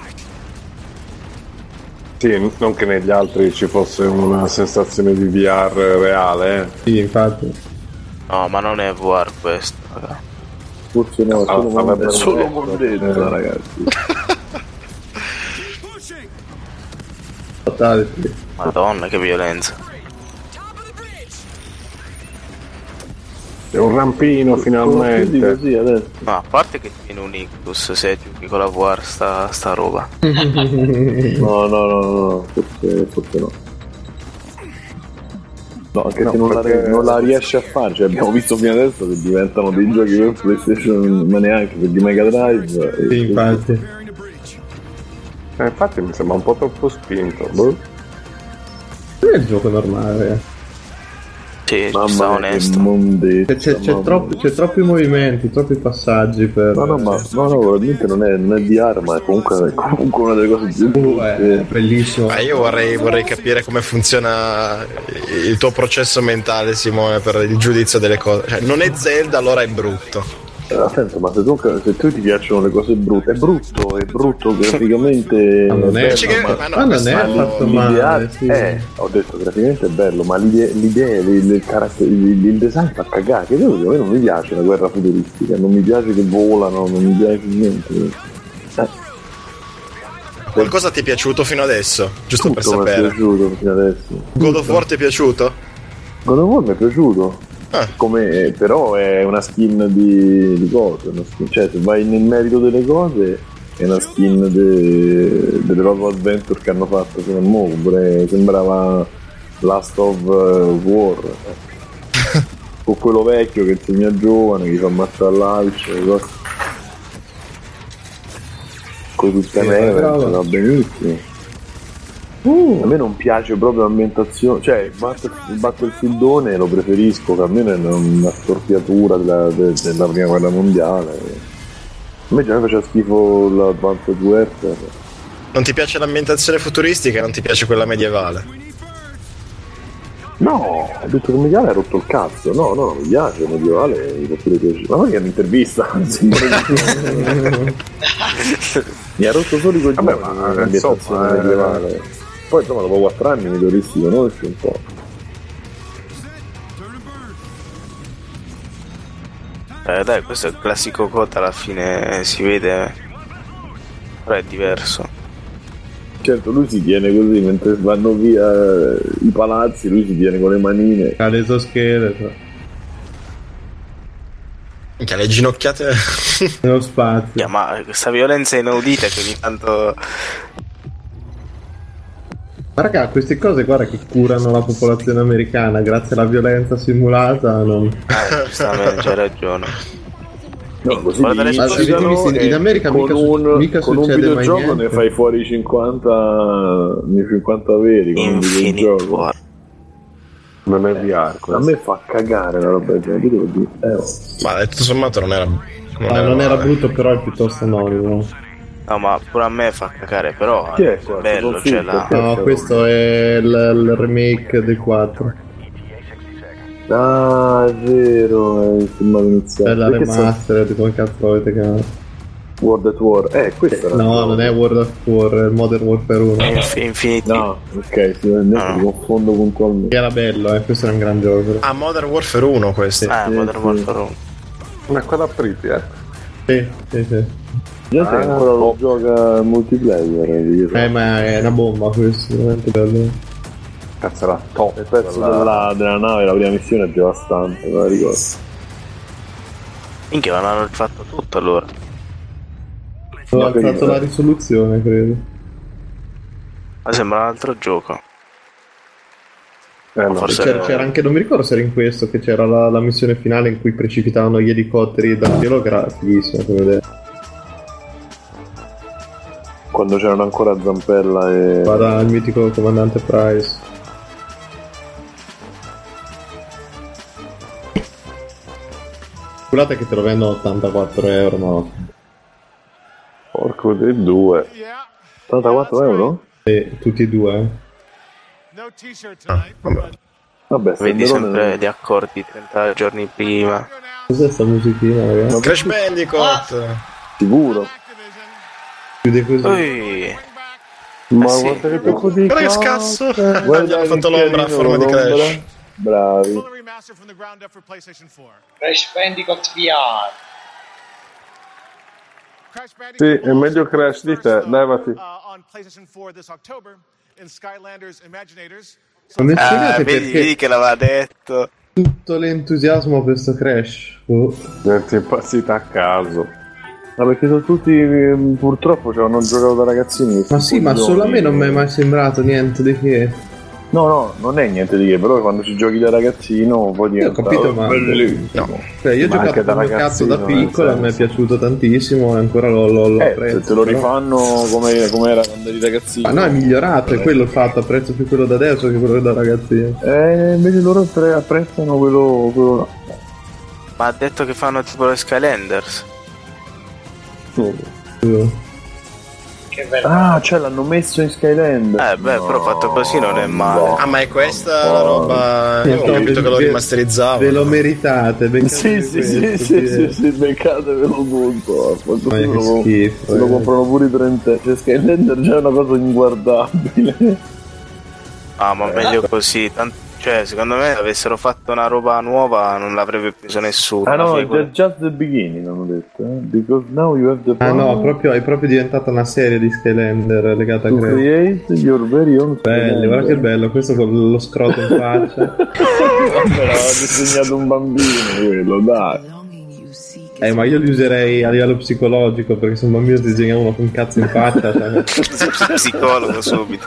Sì, non che negli altri ci fosse una sensazione di VR reale. Sì, infatti. No, ma non è VR questo, raga. Forse no, solo mordetta, ragazzi. Madonna, che violenza. È un rampino finalmente. Così adesso. No, a parte che tiene un ictus se giochi con la VR sta roba. No, forse no. No, anche se non la riesce a fare, cioè abbiamo visto fino adesso che diventano dei giochi per PlayStation, ma neanche per di Mega Drive. Sì, infatti. Infatti mi sembra un po' troppo spinto. È il gioco normale. Sì, sta onesto. C'è troppi movimenti, troppi passaggi per... No, probabilmente non è VR, ma è comunque una delle cose più è bellissimo. Io vorrei capire come funziona il tuo processo mentale, Simone, per il giudizio delle cose. Cioè, non è Zelda, allora è brutto. Attento, ma se tu ti piacciono le cose brutte, è brutto graficamente. Non è fatto male. Sì. Ho detto graficamente è bello, ma l'idea, il design fa cagare. Che a me non mi piace la guerra futuristica, non mi piace che volano, non mi piace niente. Qualcosa ti è piaciuto fino adesso? Giusto Tutto per sapere. Mi è piaciuto fino adesso. God of War ti è piaciuto? God of War mi è piaciuto. Però è una skin di cose, cioè se vai nel merito delle cose è una skin delle Love Adventure che hanno fatto fino a mo', pure sembrava Last of War con quello vecchio che insegna giovane, che fa ammazzare l'altro con tutte le neve, va benissimo. A me non piace proprio l'ambientazione, cioè il Battlefieldone lo preferisco, che almeno è una storpiatura della prima guerra mondiale. A me già faceva schifo l'Advanced Warfare. Non ti piace l'ambientazione futuristica e non ti piace quella medievale? No, ho detto che medievale ha rotto il cazzo. No, mi piace, medievale mi può pure piacere. Ma che è un'intervista? Mi ha rotto solo i coglioni l'ambientazione medievale. Poi insomma dopo 4 anni mi dovresti conoscere un po'. Dai, questo è il classico COD, alla fine si vede, però è diverso. Certo, lui si tiene così mentre vanno via i palazzi, lui si tiene con le manine. All'esoscheletro. Minchia, le ginocchiate nello spazio. Ma questa violenza inaudita che ogni tanto... Ma raga, queste cose guarda che curano la popolazione americana grazie alla violenza simulata. Giustamente, c'hai ragione. No, così in America mica con un succede mai videogioco niente. ne fai fuori 50 veri con un videogioco. Non è VR. A me fa cagare la roba del genere. Ma tutto sommato non era brutto, però è piuttosto anonimo. No, ma pure a me fa cagare, però è bello, c'è la... No, questo è il remake del 4. Ah, è vero, è il film iniziale. È la remastered, come cazzo avete chiamato? World at War, questa era non è World at War, è il Modern Warfare 1. Infinity. No, ok, mi confondo puntualmente. Era bello, questo era un gran gioco. Ah, Modern Warfare 1 questo. Modern Warfare 1. Ma quella Pripyat. Sì. Gente che ancora lo gioca multiplayer. Ma è una bomba questo, veramente bello. Cazzo, era top. Il pezzo della nave, la prima missione è devastante, me la ricordo. Minchia, ma hanno fatto tutto allora. Ho alzato la risoluzione, credo. Ma sembra un altro gioco. No, forse c'era anche, non mi ricordo se era in questo, che c'era la missione finale in cui precipitavano gli elicotteri dal cielo, che era fighissimo come vedere. Quando c'erano ancora Zampella e... Vada il mitico comandante Price. Scusate che te lo vendo 84 euro, no? Porco dei due. 84 euro? Sì, tutti e due. Vabbè, vedi sempre gli accordi 30 giorni prima. Cos'è sta musichina, ragazzi? Crash Bandicoot! Sicuro? Chiude così. Ui. Ma guarda che tocco di guarda che scasso! Hanno fatto l'ombra a forma di Crash. Bravi. Crash Bandicoot VR. Sì, è meglio Crash di te, levati. Vedi che l'aveva detto. Tutto l'entusiasmo per questo Crash. Ti è impazzita a caso. Ma perché sono tutti, purtroppo, ci hanno giocato da ragazzini. Ma sì, ma solo a me non mi è mai sembrato niente di che. No, non è niente di che, però quando ci giochi da ragazzino poi diventa... Ho capito, ma bellissimo. Cioè, io ho giocato come cazzo da piccolo, mi è piaciuto tantissimo e ancora lo apprezzo. Se te lo rifanno come era quando eri ragazzino. Ma no, è migliorato, è quello il fatto, apprezzo più quello da adesso che quello da ragazzino. Invece loro apprezzano quello là. Ma ha detto che fanno tipo le Skylanders. Cioè l'hanno messo in Skylander. Però fatto così non è male. Ah, ma è questa la roba? Io ho capito che lo rimasterizzavo. Ve lo meritate, Sì, beccatevelo tutto. Se lo comprano pure i 30. Cioè Skylander già è una cosa inguardabile. Ah, ma meglio così. Cioè, secondo me avessero fatto una roba nuova non l'avrebbe preso nessuno. Ah no, it's just the beginning, hanno detto. Because now you have the power. Ah no, è proprio diventata una serie di Skylander legata a create your very own Skylander. Guarda che bello, questo con lo scroto in faccia. Però ha disegnato un bambino quello, dai. Ma io li userei a livello psicologico, perché se un bambino ti disegna uno con un cazzo in faccia, psicologo subito.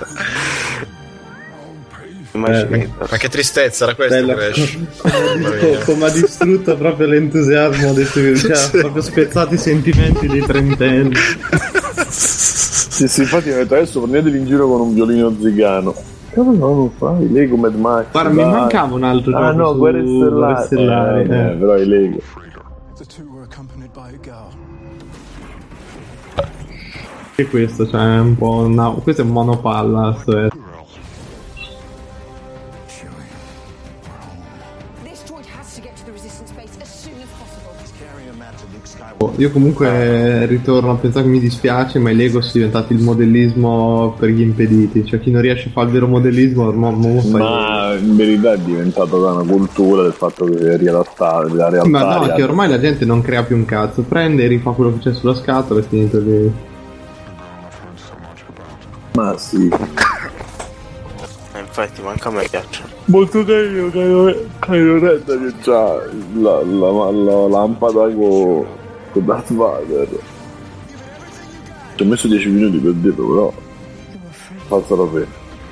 Ma che tristezza era questa. Come ha distrutto proprio l'entusiasmo cioè, proprio spezzato i sentimenti dei trentenni. Sì, infatti adesso prendetevi in giro con un violino zigano. Come no, non fai Lego Mad Max? Guarda, mi mancava un altro gioco. Ah no, Guerre Stellari. Però è Lego. E questo, cioè, è un po' questo è un monopalla, Io comunque ritorno a pensare che mi dispiace, ma i Lego sono diventati il modellismo per gli impediti. Cioè chi non riesce a fare il vero modellismo ma in verità è diventata una cultura del fatto che è riadattata la realtà. Ma no, che ormai la gente non crea più un cazzo, prende e rifà quello che c'è sulla scatola e finito lì. Ma sì, infatti manca a me piacciono. molto carino Kylo Ren che c'ha la lampada con Darth Vader. Ci ho messo 10 minuti per dirlo, però falsa la pena.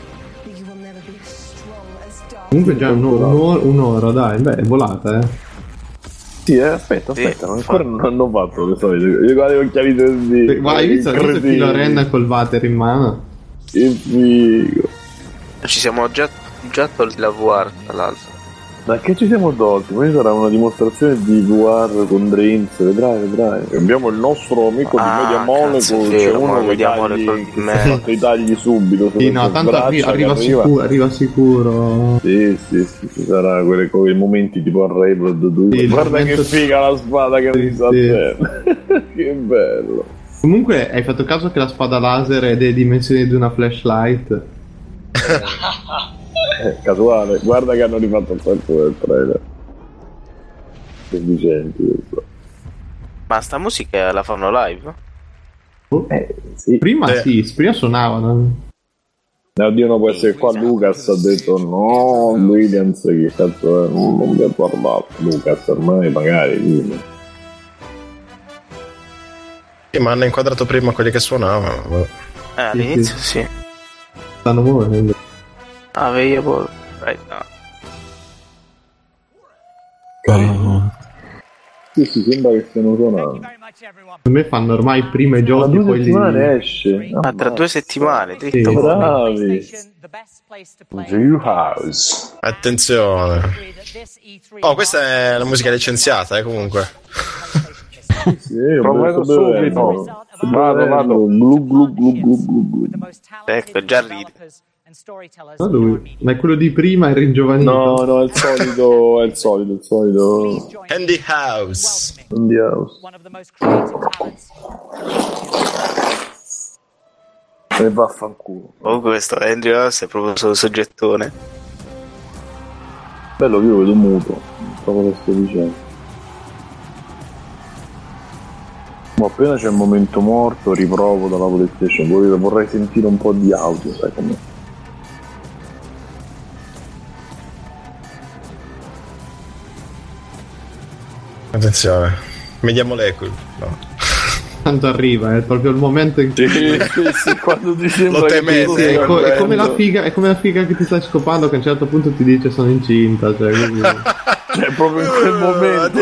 Comunque già un'ora, dai, beh, è volata, Sì, aspetta, ancora non hanno fatto le solite. Io guardo gli occhiali 3D. Ma hai visto Kylo Ren col Vader in mano? Che figo. Ci siamo già tolti la VR tra l'altro. Ma che ci siamo tolti? Poi sarà una dimostrazione di VR con Dreams, vedrai. Abbiamo il nostro amico di Media Molecule, c'è uno che fa i tagli subito. Sì, no, tanto arriva sicuro. Sì, sarà quei momenti tipo Unraveled 2. Sì, guarda che figa la spada che mi sta che bello. Comunque hai fatto caso che la spada laser è delle dimensioni di una flashlight? Casuale, guarda che hanno rifatto il pezzo del trailer. Sedicenti questo. Ma sta musica la fanno live? Sì. Prima suonavano. Oddio, non può essere qua. Lucas ha detto no, Williams che cazzo è, non mi ha parlato. Lucas ormai magari dimmi. Sì, ma hanno inquadrato prima quelli che suonavano. All'inizio sì. Stanno muovendo. Available right now. Sì, sembra che stiano suonando. Per me fanno ormai prima i giochi, poi esce. Tra 2 settimane, sì, bravi. House. Attenzione. Oh, questa è la musica licenziata, comunque. Sì, prometto subito. Vado. Glu. Ecco, già ride. Ma lui, ma è quello di prima, è ringiovanito. No, è il solito. Andy House. E vaffanculo. Oh, questo Andy House è proprio soggettone. Bello che io vedo muto. Proprio che sto dicendo. Ma appena c'è il momento morto riprovo dalla PlayStation. Vorrei sentire un po' di audio, sai com'è. Attenzione, Media Molecule. No. Tanto arriva, è proprio il momento in cui quando ti sembra lo temete. è come la figa che ti stai scopando, che a un certo punto ti dice sono incinta, cioè così. Cioè proprio in quel momento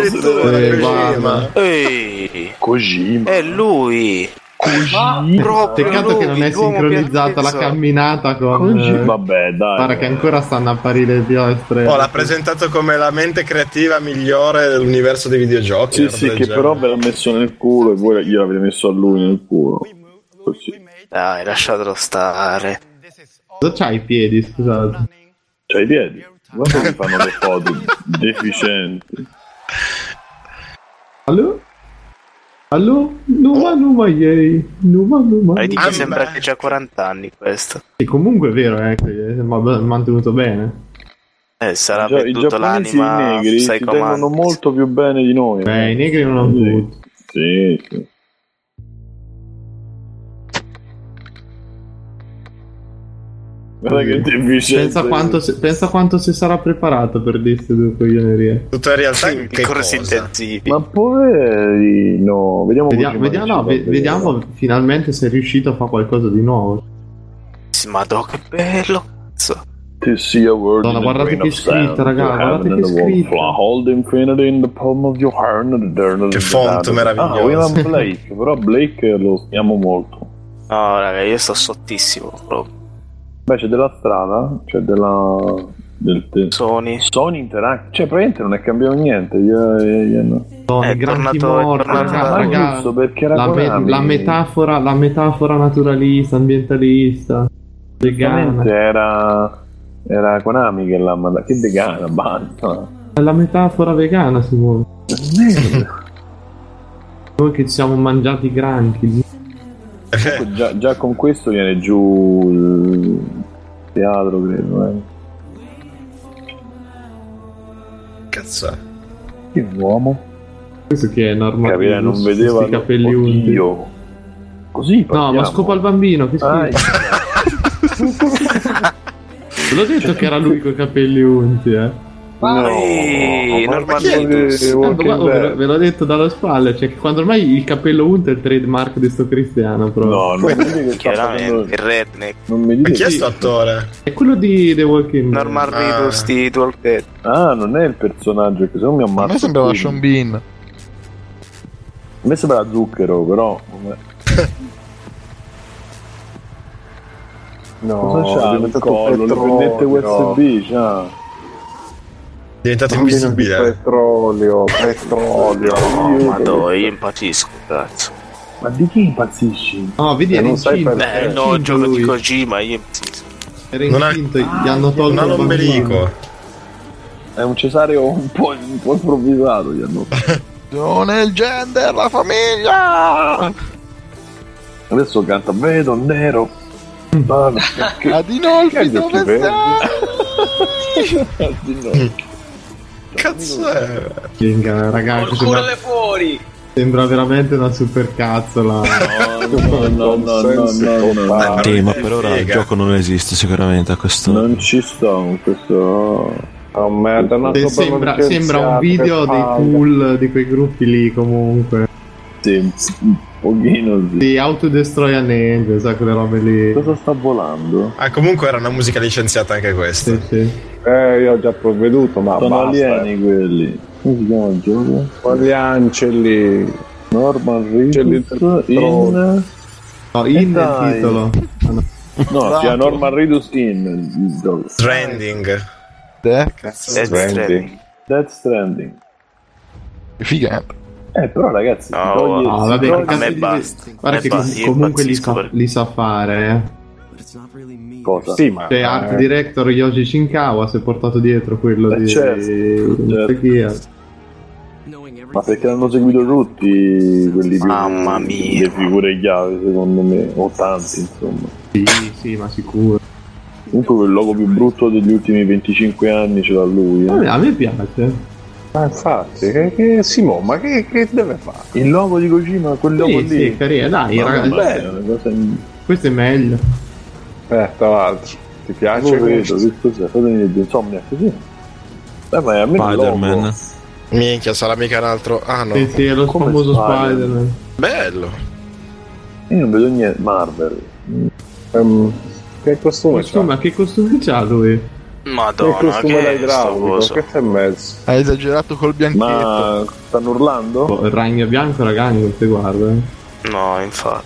Kojima. È lui. Peccato che non è sincronizzata la camminata con vabbè, dai. Guarda che ancora stanno a apparire le piastre. L'ha presentato come la mente creativa migliore dell'universo dei videogiochi. Sì, che però ve l'ha messo nel culo e voi gliel'avete messo a lui nel culo. Così. Dai, lasciatelo stare. Cosa c'hai i piedi, scusate? C'hai i piedi? Guarda che fanno le foto deficienti. Allo? Numa yay. Numa. Mi sembra che c'ha 40 anni questo. E comunque è vero, che è mantenuto bene. Sarà venduto l'anima. I negri si tengono molto più bene di noi. I negri non hanno tutti. Sì. Che pensa quanto si sarà preparato per queste due coglionerie. Tutto in realtà che corsi intensivi. Ma poverino. Vediamo finalmente se è riuscito a fare qualcosa di nuovo. Madò, che bello. Madonna, guardate che scritta, raga, guardate che scritta. Hold infinity in the palm of your hand. Che font meraviglioso. William Blake, però Blake lo stiamo molto. No, raga, io sto sottissimo proprio. Beh, c'è della strada, c'è Sony Interact, cioè praticamente non è cambiato niente. È tornato raga, perché era la metafora naturalista, ambientalista, vegana. Era Konami che l'ha mandata. Che vegana, basta. È la metafora vegana, Simone. Noi che ci siamo mangiati i granchi. Già con questo viene giù il teatro, credo. Cazzo è? Che uomo? Questo che è normale. Capire, non vedeva i capelli unti. Così partiamo. No, ma scopa il bambino, che schifo. Ve l'ho detto che era lui con i capelli unti, ve l'ho detto dalle spalle, cioè che quando ormai il capello unto è il trademark di sto cristiano, però. No, non mi dite che chiaramente il redneck. Non mi dite chi è sto attore? È quello di The Walking Dead. Norman Reedus di The Walking Dead. Non è il personaggio, che se non mi ammazza. A me sembrava Sean Bean. A me sembra Zucchero, però. No, cosa c'ha il collo? Le prendette USB, c'ha. È diventato invisibile. Petrolio. Madonna, io impazzisco, cazzo. Ma di chi impazzisci? No, vedi, non sai no, il gioco di Kojima, io impazzisco. Era infinito, gli hanno tolto. Non ha l'ombelico. È un cesareo un po' improvvisato, gli hanno. Non è il gender, la famiglia. Adesso canta vedo nero. Adinolfi, dove stai? Cazzo è? Ragazzi, curle fuori. Sembra veramente una super cazzola. No. Sì, ma per ora il gioco non esiste sicuramente a questo. Non ci sto con questo. Sembra un video dei cool di quei gruppi lì, comunque. Sì, un pochino sì. Di How to Destroy an Angel, sai, quelle robe lì. Cosa sta volando? Comunque era una musica licenziata anche questa. Sì. Io ho già provveduto, ma sono basta. alieni quelli. Come si chiama il gioco? Quali anceli? Norman Reedus in il titolo. No, si chiama Norman Reedus in il gioco. Stranding. Death Stranding. Figata. Però ragazzi, vabbè, a me basta. Guarda che comunque li sa fare, Cosa? Sì, ma art director Yoshi Shinkawa si è portato dietro quello di certo. Ma perché l'hanno seguito tutti quelli più, mamma mia, le figure chiave, secondo me, o tanti, insomma. Sì, ma sicuro. Comunque quel logo più brutto degli ultimi 25 anni ce l'ha lui. A me piace. Ma infatti, che Simone, ma che deve fare? Il logo di Kojima, quel logo lì. Sì, carino, dai, ragazzi. Questo è meglio. Tra l'altro, ti piace questo? Che cos'è? Fatemi di Insomnia, così. Ma a me Spider-Man. Minchia, sarà mica un altro. Ah no. Sì, è lo famoso Spider-Man. Bello. Io non vedo niente. Marvel. Che costume c'ha? Ma che costume c'ha lui? che Madonna, costume da che idraulico, che c'è in mezzo? Ha esagerato col bianchetto. Ma stanno urlando? Il ragno bianco, ragazzi, se guarda. No, infatti.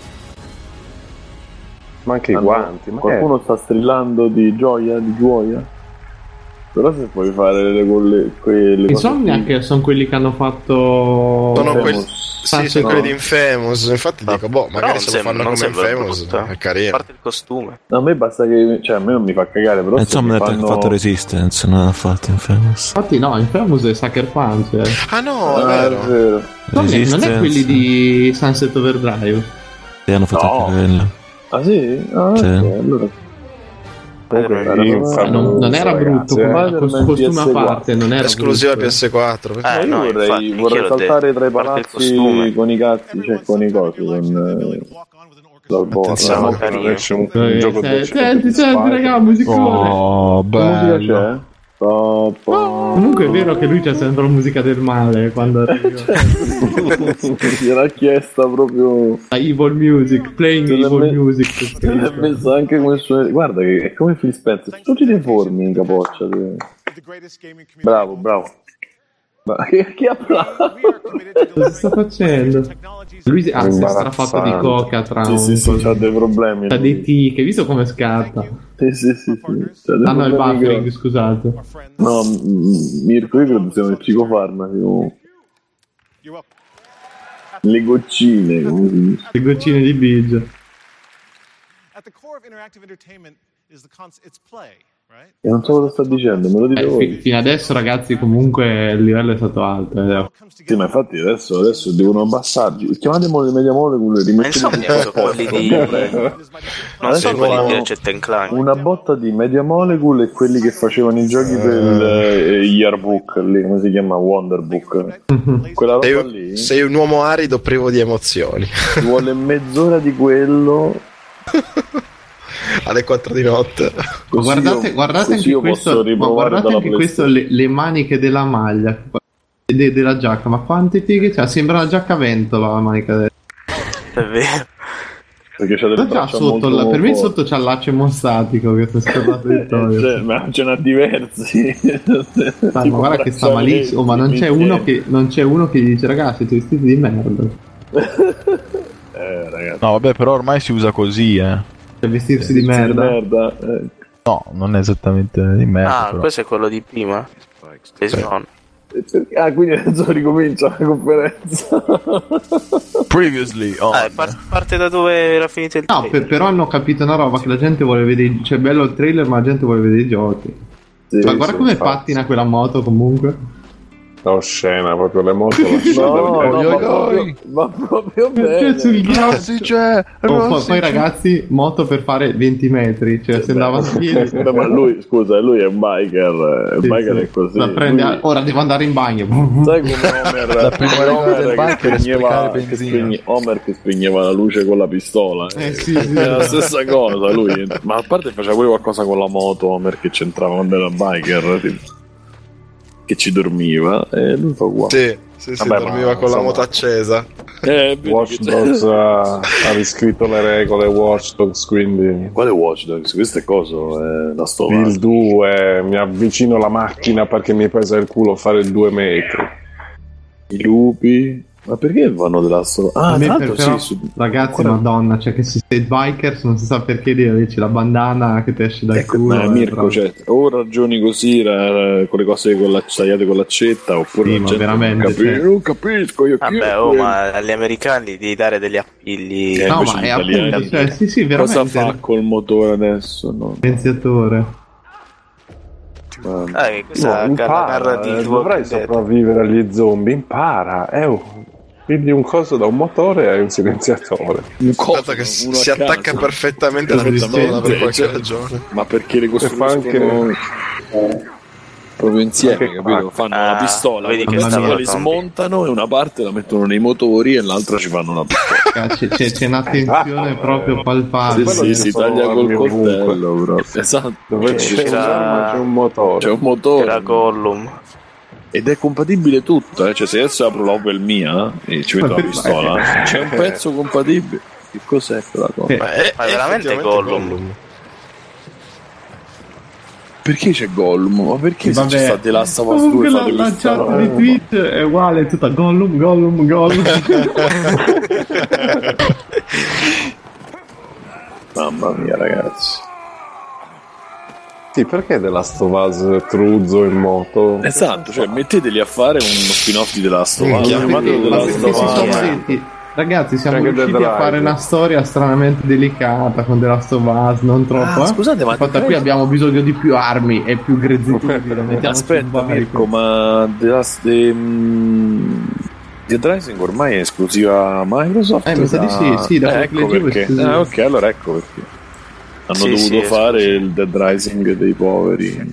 Ma anche i guanti. Ma qualcuno sta strillando di gioia? Però se puoi fare quelle Insomnia che sono quelli che hanno fatto. Sono quelli di Infamous. Infatti dico, magari se lo fanno come Infamous è carino. A parte il costume. A me basta che. Cioè, a me non mi fa cagare, però. Insomma, ha fatto Resistance, non ha fatto Infamous. Infatti, no, Infamous è Sucker Punch. Ah, no, è vero. Non è quelli di Sunset Overdrive. E hanno fatto anche quello. Ah, sì? Ah, sì. Okay, allora. Non era brutto, costume a parte, non era esclusiva brutto. PS4. No, io vorrei saltare tra i palazzi con i cazzi, cioè con i cosi, c'è un gioco senti raga, musicone. Oh, bello. Comunque è vero che lui c'ha sempre la musica del male quando arriva. Gliel'ha chiesta proprio la Evil Music, playing Evil Music. L'ha messo anche come suono. Guarda che è come Phil Spencer, tutti dei formi in capoccia. Bravo. Ma che applauso? Cosa sta facendo? Lui si è strafatto di coca tra sì, c'ha dei problemi. C'ha dei tic, hai visto come scatta? Sì. Ah no, il buffering, scusate. No, Mirko, io credo siano i psicofarmaci. Le goccine. Le goccine di Biggio. E non so cosa sta dicendo, me lo dite voi. Fino adesso, ragazzi, comunque il livello è stato alto. Sì, ma infatti adesso devono abbassarci. Chiamatemi le Media Molecule, rimettete quelli di non so quelli di Ratchet & Clank. Una botta di Media Molecule e quelli che facevano i giochi per Yearbook, lì come si chiama? Wonderbook. Quella roba lì. Sei un uomo arido privo di emozioni. Ci vuole mezz'ora di quello. Alle 4 di notte. Guardate anche questo, guardate anche questo le maniche della maglia della giacca, ma quante tighe c'ha? Sembra una giacca a ventola la manica è vero, perché c'è delle braccia molto per me sotto c'ha il laccio emostatico che sto scordato Vittorio. Ma ce n'ha diversi. Ma guarda che sta malissimo, ma non c'è uno che gli dice ragazzi siete vestiti di merda. Ragazzi. No vabbè, però ormai si usa così per vestirsi di merda. No, non è esattamente di merda. Però. Questo è quello di prima. Quindi adesso ricomincia la conferenza. Previously parte da dove era finito il trailer. No, però hanno capito una roba che la gente vuole vedere. Cioè, bello il trailer, ma la gente vuole vedere i giochi. Sì, ma guarda come pattina quella moto comunque. Scena, proprio le moto ma proprio bene. Sul ghiaccio, poi ragazzi, moto per fare 20 metri, cioè se andava a piedi. Ma lui, scusa, lui è un biker, è così. La prende, ora devo andare in bagno. Sai come Homer, la prima regola del biker è sprecare benzina. Homer che spegneva la luce con la pistola. Sì. È la stessa cosa lui. Ma a parte faceva pure qualcosa con la moto, Homer che c'entrava quando era biker, che ci dormiva e lui fa uguale. Sì, dormiva con la moto accesa. Watch Dogs ha riscritto le regole Watch Dogs, quindi quale Watch Dogs? Questo è coso? La storia. Il 2 mi avvicino la macchina perché mi pesa il culo fare il 2 metri. I lupi. Ma perché vanno della storia? Ragazzi, madonna, cioè che si sei bikers non si sa perché dici la bandana che ti esce dal culo. Mirko, cioè, o ragioni così con le cose tagliate con l'accetta, oppure sì, ma veramente non capisco io. Vabbè, ma agli americani devi dare degli appigli. No, ma è appunto, cioè, sì, veramente. Cosa fa col motore adesso? No? Pensiatore. Impara, dovrai sopravvivere agli zombie, impara. Quindi un coso da un motore e un silenziatore. Un coso che si attacca perfettamente alla pistola per qualche ragione. Ma perché le costruiscono proprio insieme, capito? Fanno la pistola, poi li smontano e una parte la mettono nei motori e l'altra ci fanno una pistola. C'è un'attenzione proprio palpabile. Sì, si taglia col coltello proprio. Esatto. Dove c'è un motore. C'è un motore. Era Gollum. Ed è compatibile tutto, cioè se adesso apro l'Opel mia e ci metto la pistola, c'è un pezzo compatibile. Che cos'è quella cosa? Ma è veramente Gollum. Perché c'è Gollum? Ma perché se c'è sta The Last of Us 2 Comunque fate la questa chat roba? di Twitch è uguale, è tutta Gollum. Mamma mia, ragazzi. Sì, perché The Last of Us truzzo in moto? Esatto, cioè metteteli a fare uno spin-off di The Last of Us. Chiamatelo The Last of Us. Ragazzi, siamo Anche riusciti Dead a fare Rising. una storia stranamente delicata con The Last of Us, non troppo. Scusate, ma infatti qui abbiamo bisogno di più armi e più grezzitudine. Aspetta, Mirko, ma Dead Rising ormai è esclusiva Microsoft? Mi sa di sì, da quello che ecco leggevo è perché. esclusiva. Ok, allora ecco perché. Hanno Sì, dovuto sì, fare il Dead Rising dei poveri.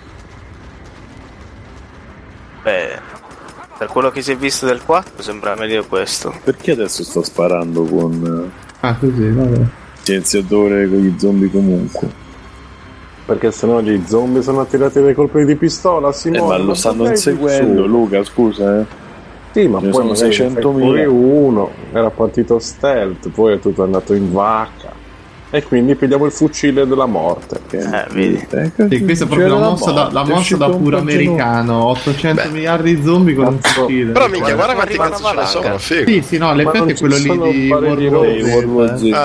Beh, per quello che si è visto del 4 sembra meglio questo. Perché adesso sta sparando con Così, vabbè. scienziatore con gli zombie comunque? Perché sennò gli zombie sono attirati dai colpi di pistola, Simone. Ma lo stanno inseguendo, Luca, scusa, Sì, ma Ce ne poi sono magari 600.000. poi uno era partito stealth, poi è tutto andato in vacca. E quindi pigliamo il fucile della morte. Vedi. Sì, questa è proprio la mossa da puro americano. 800 miliardi di zombie con un fucile. Però minchia, guarda quanti cazzo ce ne sono, figo. Sì, no, l'effetto è quello lì di World War Z.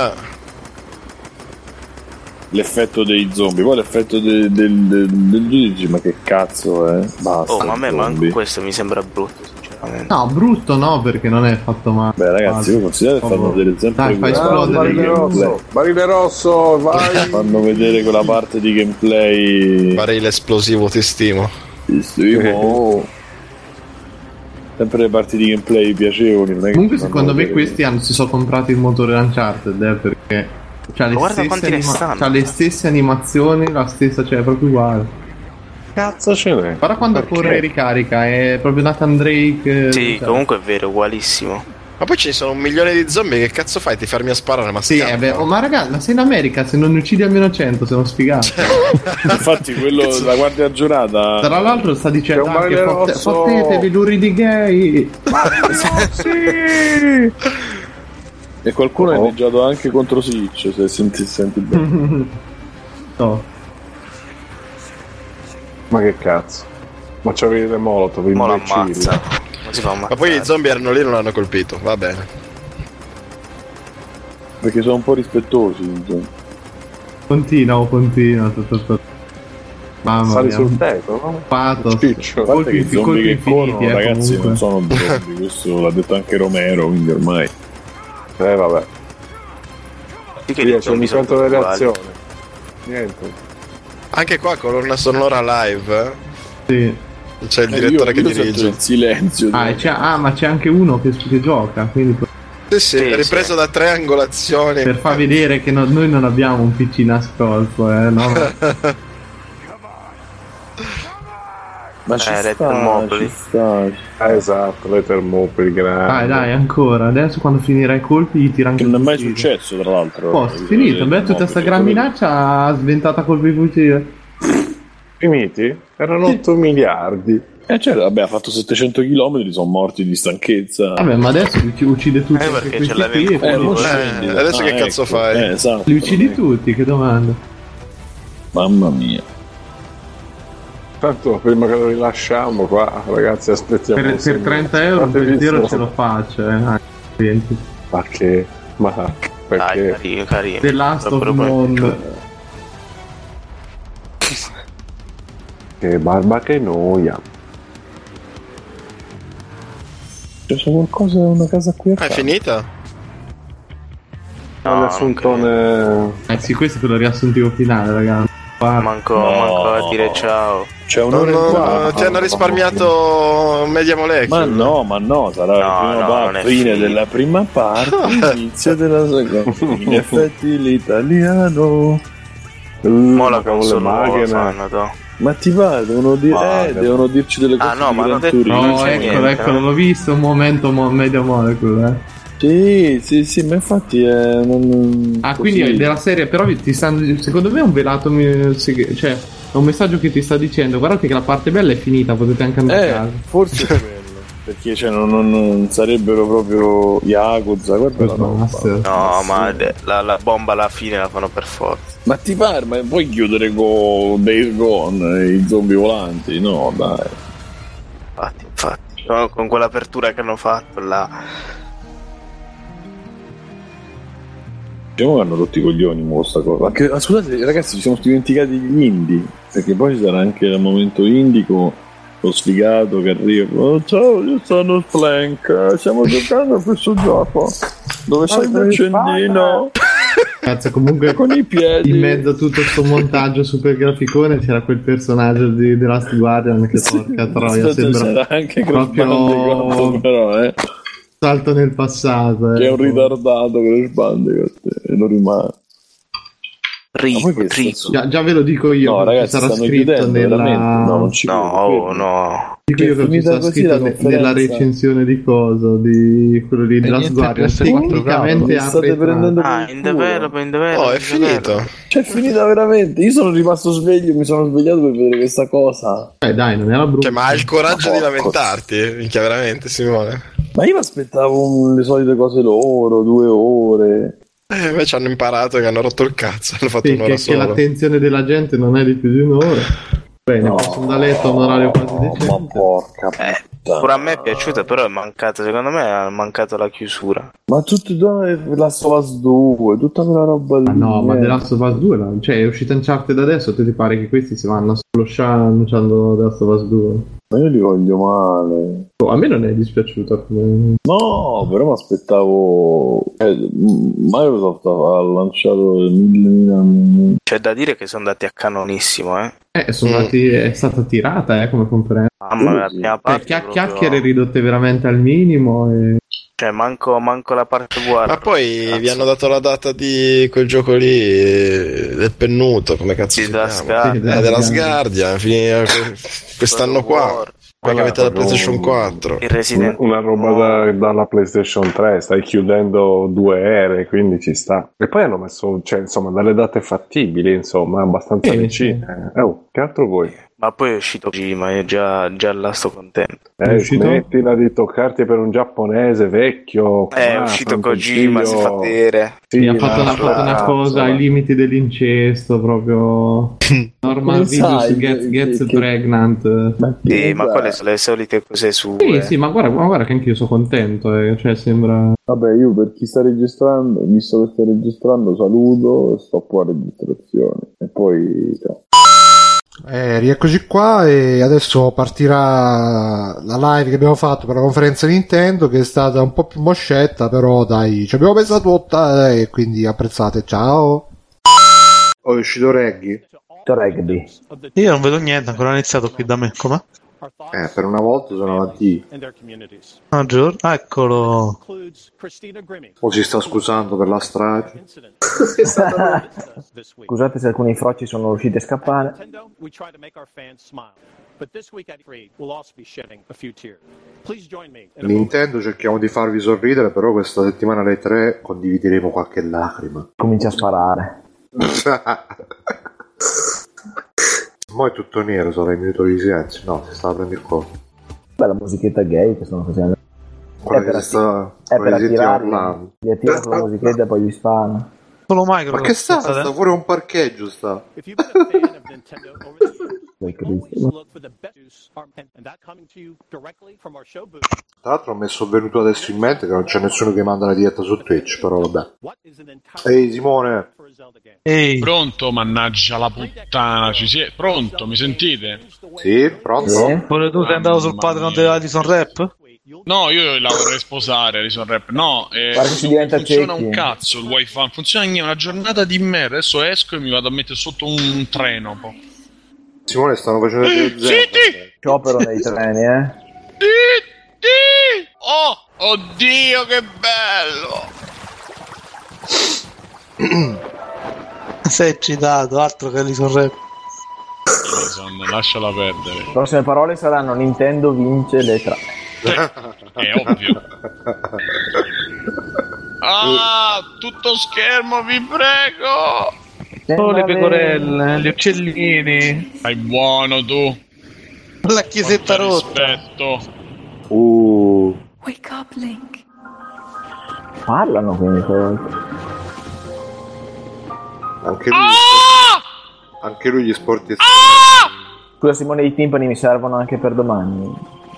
L'effetto dei zombie, poi l'effetto del giudice, ma che cazzo è? Basta. Oh, ma a me manco questo mi sembra brutto, sinceramente. No, brutto no, perché non è fatto male. Beh, ragazzi, voi considerate che fanno vedere sempre Dai, fai esplodere Barile rosso, vai! Fanno vedere quella parte di gameplay. Barile esplosivo, ti stimo. Ti stimo. Sempre le parti di gameplay piacevoli. Non è Comunque che secondo me vedere. questi si sono comprati il motore Uncharted, perché c'ha le stesse animazioni, la stessa, cioè è proprio uguale. Cazzo ce n'è? Guarda quando corre e ricarica, è proprio Nathan Drake. Sì, comunque è vero, ugualissimo. Ma poi ci sono un milione di zombie, che cazzo fai? Ti fermi a sparare? Ma sì, ma raga, ma sei in America, se non ne uccidi almeno 100 sono sfigato. Infatti quello della guardia giurata, tra l'altro sta dicendo anche fottetevi luridi gay. Sì! E qualcuno ha inneggiato anche contro Switch, se senti bene. No. Ma che cazzo? Ma c'avevi le molotov, imbecilli. Ma poi gli zombie erano lì e non l'hanno colpito, va bene. Perché sono un po' rispettosi i zombie. Continua. Mamma Sali mia. sul tetto, no? Pathos. Guarda che i zombie che corrono, ragazzi, comunque. non sono zombie, questo l'ha detto anche Romero, quindi ormai. Vabbè. Che c'è un centro di reazione. Niente. Anche qua colonna sonora live, Sì. C'è il direttore che dirige. Il silenzio. Ma c'è anche uno che gioca, quindi sì, ripreso da triangolazioni. per far vedere che noi non abbiamo un PC nascosto, no? Ma ci le Termopili. Esatto, le Termopili grandi. Dai, ancora. Adesso quando finirà i colpi gli tira anche. Non è mai successo, tra l'altro. Finito, tutta sta gran minaccia ha sventato colpi di fucile. Finiti? Erano 8 miliardi. Cioè, vabbè, ha fatto 700 km, sono morti di stanchezza. Vabbè, ma adesso li uccide tutti. Perché ce l'avevi adesso che cazzo fai? Esatto. Li uccidi tutti, che domanda. Mamma mia. Tanto prima che lo rilasciamo qua, ragazzi, aspettiamo. Per 30 euro un pensiero ce lo faccio, Ma che? Ma perché? Dai, carino. The Last of Us. Che barba, che noia. C'è qualcosa, una casa qui a È finita? No, riassuntone. Sì, questo è quello riassuntivo finale, ragazzi. Manco a dire ciao. C'è un'ora in qua. Ti hanno risparmiato Media Molecule. Ma no, sarà la fine della prima parte, inizio della seconda. In effetti l'italiano. Mola console fanno, ma ti va, devono dirci delle cose. No, ma no, eccolo, l'ho visto un momento Media Molecule, Sì, ma infatti quindi della serie, però ti stanno, secondo me è un velato, cioè è un messaggio che ti sta dicendo guardate che la parte bella è finita, potete anche andare a casa. Forse è quello. Perché cioè, non sarebbero proprio Yakuza, guarda la roba. No, ma la bomba alla fine la fanno per forza. Ma ti pare, ma puoi chiudere con Days Gone i zombie volanti? No, dai. Infatti, con quell'apertura che hanno fatto là. Diciamo che hanno rotto i coglioni con questa cosa. Anche, scusate ragazzi, ci siamo dimenticati gli indie, perché poi ci sarà anche il momento indico, lo sfigato che arriva. Oh, ciao, io sono Splank, stiamo giocando a questo gioco dove c'è il accendino. Cazzo, comunque con i piedi in mezzo a tutto sto montaggio super graficone c'era quel personaggio di The Last Guardian che porca troia, sembra anche proprio però salto nel passato, che è un ritardato Crash Bandicoot e lo rimane. Già ve lo dico io, no, ragazzi, sarà scritto nella no. Dico io che ci sarà scritto nella recensione di cosa, di quello lì della Sguardia. Tecnicamente state prendendo in develop. Oh, è finito. Cioè è finita veramente. Io sono rimasto sveglio, mi sono svegliato per vedere questa cosa. Dai, non era brutto. Cioè, ma hai il coraggio di lamentarti? Minchia, veramente, Simone. Ma io mi aspettavo le solite cose loro, 2 ore. Invece hanno imparato che hanno rotto il cazzo. Hanno fatto un'ora che l'attenzione della gente non è di più di un'ora. Bene, sono da letto a un orario quasi decente. Ma porca pure a me è piaciuta, però è mancato, secondo me è mancato la chiusura. Ma tutto The Last of Us 2, tutta quella roba lì. No, ma The Last of Us 2 cioè è uscita Uncharted adesso, te ti pare che questi si vanno a splosciare annunciando The Last of Us 2? Ma io li voglio male. A me non è dispiaciuta come... No, però mi aspettavo. Microsoft ha lanciato il C'è da dire che sono andati a canonissimo, sono andati, è stata tirata come conferenza. Mamma mia, la prima parte chiacchiere ridotte veramente al minimo e... Cioè manco la parte buona. Ma poi vi hanno dato la data di quel gioco lì del pennuto, come cazzo si chiama? Della Sguardia, quest'anno qua. Poi che avete la PlayStation 4. Una roba dalla PlayStation 3, stai chiudendo 2 ere, quindi ci sta. E poi hanno messo, cioè, insomma, delle date fattibili, insomma, abbastanza vicine. Che altro vuoi? Ma poi è uscito Kojima e già là sto contento. Smettila di toccarti per un giapponese vecchio. È uscito Kojima, si fa vedere. Sì, ha fatto una cosa ai limiti dell'incesto, proprio normal videos gets pregnant. Sì, ma quelle sono le solite cose sue. Sì, ma guarda che anch'io sono contento, cioè sembra... Vabbè, io per chi sta registrando, visto che sto registrando, saluto e stoppo la registrazione. E poi... Rieccoci qua e adesso partirà la live che abbiamo fatto per la conferenza Nintendo, che è stata un po' più moscetta, però dai, ci abbiamo pensato tutta e quindi apprezzate. Ciao. È uscito Reggie. Io non vedo niente, ancora non è iniziato qui da me. Com'è? Per una volta sono avanti. Eccolo. O si sta scusando per la strage. Scusate se alcuni froci sono riusciti a scappare. Nintendo cerchiamo di farvi sorridere, però questa settimana alle 3 condivideremo qualche lacrima. Comincia a sparare. Ma è tutto nero, sarà il minuto di silenzio. No, si stava prendendo il colpo. Bella musichetta gay che stanno facendo. Quella che sta per attirarli. Li attira con la musichetta e poi gli spara. Solo Microsoft. Ma che sta pure un parcheggio sta. Tra l'altro ho messo venuto adesso in mente che non c'è nessuno che manda la diretta su Twitch, però vabbè. Ehi Simone. Ehi. Pronto, mannaggia la puttana, ci siete? Pronto, mi sentite? Sì, pronto. Pure tu sei andato sul Patreon della Alison Rap? No, io la vorrei sposare Alison Rap. No, non funziona un cazzo il wifi, non funziona niente, una giornata di merda. Adesso esco e mi vado a mettere sotto un treno. Simone, stanno facendo sciopero nei treni, Oh, oddio, che bello! Sei eccitato, altro che Alison Rap. Lasciala perdere. Le prossime parole saranno: Nintendo vince le 3. È ovvio. Tutto schermo, vi prego. Oh, le pecorelle, gli uccellini. Fai buono tu. La chiesetta rotta. Rispetto. Wake up, Link. Parlano quindi stavolta. Anche lui gli sporti Scusa Simone, i timpani mi servono anche per domani.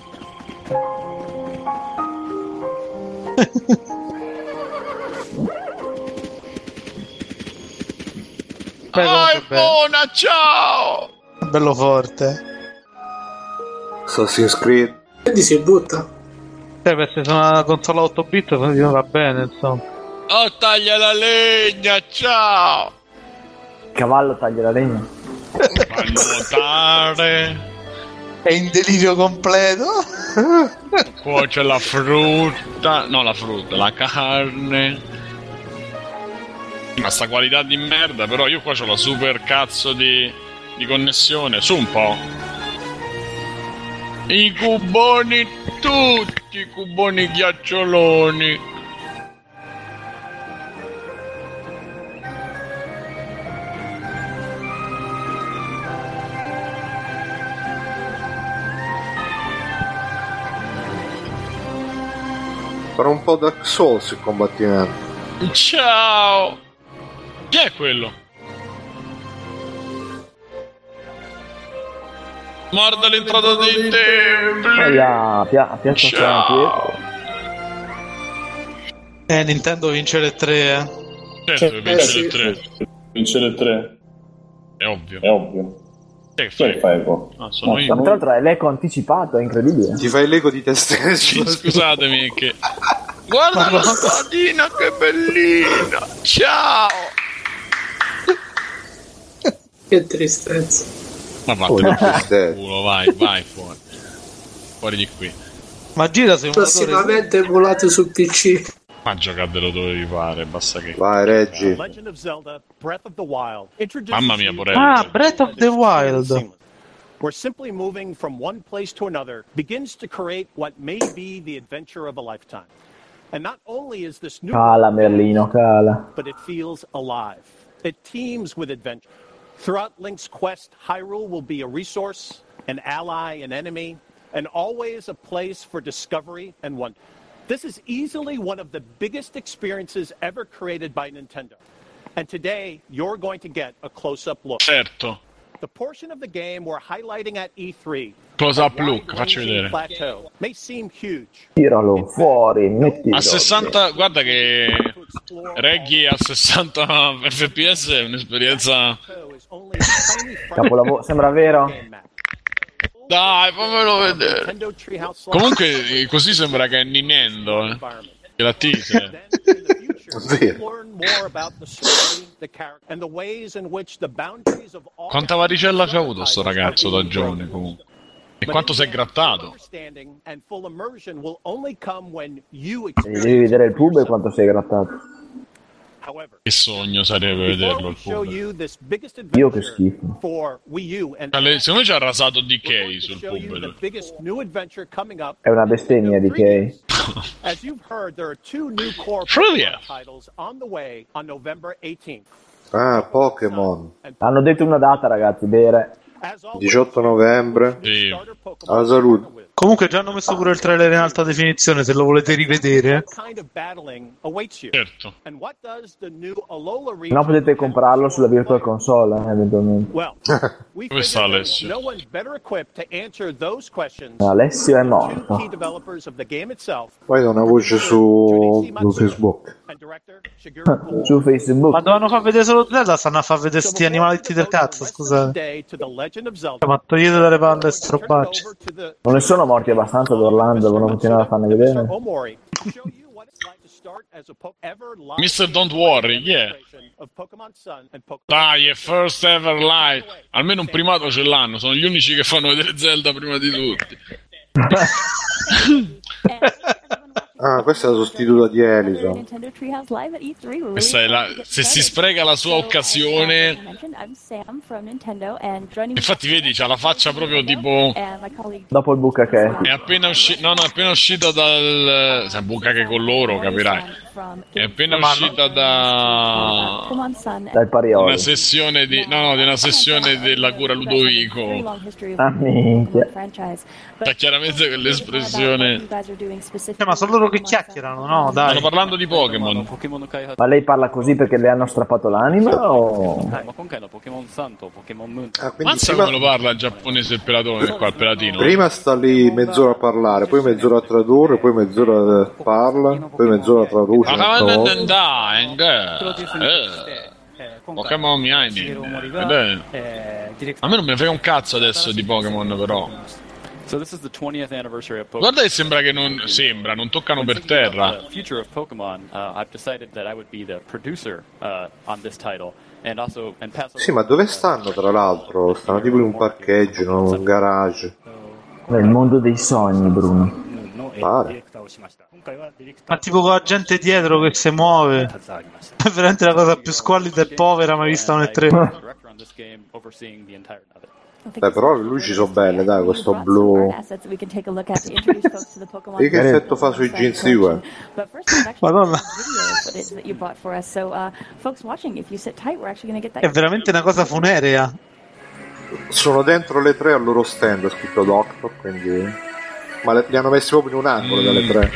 Buona, ciao! Bello forte. Assassin's Creed. Quindi si butta. Perché sono una console 8 bit non va bene, insomma. Oh, taglia la legna, ciao! Il cavallo taglia la legna. Fa nuotare. È in delirio completo. Poi c'è la frutta. No, la carne. Ma sta qualità di merda, però io qua c'ho la super cazzo di connessione. Su un po'. I cuboni tutti, i cuboni ghiaccioloni. Farà un po' Dark Souls il combattimento. Ciao! Chi è quello? Guarda l'entrata dei templi! Piazza Nintendo vince le 3, Certo, vince le 3. Vince le 3. È ovvio. Che fai qua? Sono io. Tra l'altro è l'eco anticipato, è incredibile. Ti fai l'eco di te stesso. Scusatemi che... Guarda la stradina, che bellina! Ciao! Che tristezza. Ma vattene culo, vai fuori. Fuori di qui. Ma gira se prossimamente volate sul PC. Ma giocartelo dovevi fare, basta che... Vai, Reggi. Mamma mia, Borelli. Breath of the Wild. Where simply moving from one place to another begins to create what may be the adventure of a lifetime. And not only is this new... Cala, Merlino, cala. But it feels alive. It teems with adventure. Throughout Link's quest, Hyrule will be a resource, an ally, an enemy, and always a place for discovery and wonder. This is easily one of the biggest experiences ever created by Nintendo. And today, you're going to get a close-up look. Certo. The portion of the game we're highlighting at E3, close-up look, faccio vedere. Plateau, may seem huge. Tiralo fuori, mettilo. A 60, guarda che Reggie a 60 fps è un'esperienza... Capolavoro, sembra vero? Dai, fammelo vedere. Comunque così sembra che è Nintendo, che la teaser. Quanta varicella c'ha avuto sto ragazzo da giovane comunque. E quanto si è grattato. Devi vedere il pub e quanto sei grattato. Che sogno sarebbe vederlo il pub. Io che schifo. Secondo me ci ha rasato DK sul pub. È una bestemmia DK. As you've heard, there are two new core titles on the way on November 18th. Pokémon. Hanno detto una data, ragazzi, bere. 18 novembre. Sì. Alla salute. Comunque già hanno messo pure il trailer in alta definizione, se lo volete rivedere. Certo. No, potete comprarlo sulla Virtual Console, eventualmente. Dove sta Alessio? Alessio è morto. Poi da una voce su Facebook. Su Facebook. Ma dovevano far vedere solo Zelda, stanno a far vedere sti animaletti del cazzo, scusate. Ma togliete dalle palle strobacce. Non ne sono morti abbastanza ad Orlando, devono continuare a farne vedere. Mr. Don't Worry, yeah. Dai, è first ever live. Almeno un primato ce l'hanno, sono gli unici che fanno vedere Zelda prima di tutti. Ah, questa è la sostituta di Elison. Questa è se si spreca la sua occasione. Infatti vedi, c'ha la faccia proprio tipo dopo il bucache. È appena uscita dal bucache con loro, capirai. È appena uscita dal Parioli. Una sessione di una sessione della cura Ludovico. Minchia. C'ha chiaramente quell'espressione. Ma sono loro che chiacchierano, no? Dai. Stanno parlando di Pokémon. Ma lei parla così perché le hanno strappato l'anima o... Mazza come lo parla il giapponese il pelatone qua, il pelatino. Prima sta lì mezz'ora a parlare, poi mezz'ora a tradurre, poi mezz'ora parla, poi mezz'ora a traduce. Pokémon Miani. A me non me ne frega un cazzo adesso di Pokémon, però. Guarda che sembra che non toccano per terra. Sì, ma dove stanno tra l'altro? Stanno tipo in un parcheggio, in un garage. Nel mondo dei sogni, Bruno. Pare. Ma tipo con la gente dietro che si muove. È veramente la cosa più squallida e povera mai vista nel 3. Beh, però le luci sono belle, dai, questo blu. E che effetto fa sui jeans di Ue? Madonna. È veramente una cosa funerea. Sono dentro le 3 al loro stand, ho scritto Doctor, quindi... Ma li hanno messi proprio in un angolo dalle 3.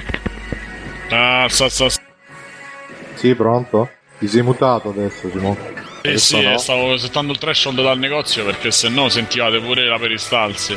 Sì, pronto? Ti sei mutato adesso, Simone? Sì, no? Stavo settando il threshold dal negozio perché se no sentivate pure la peristalsi.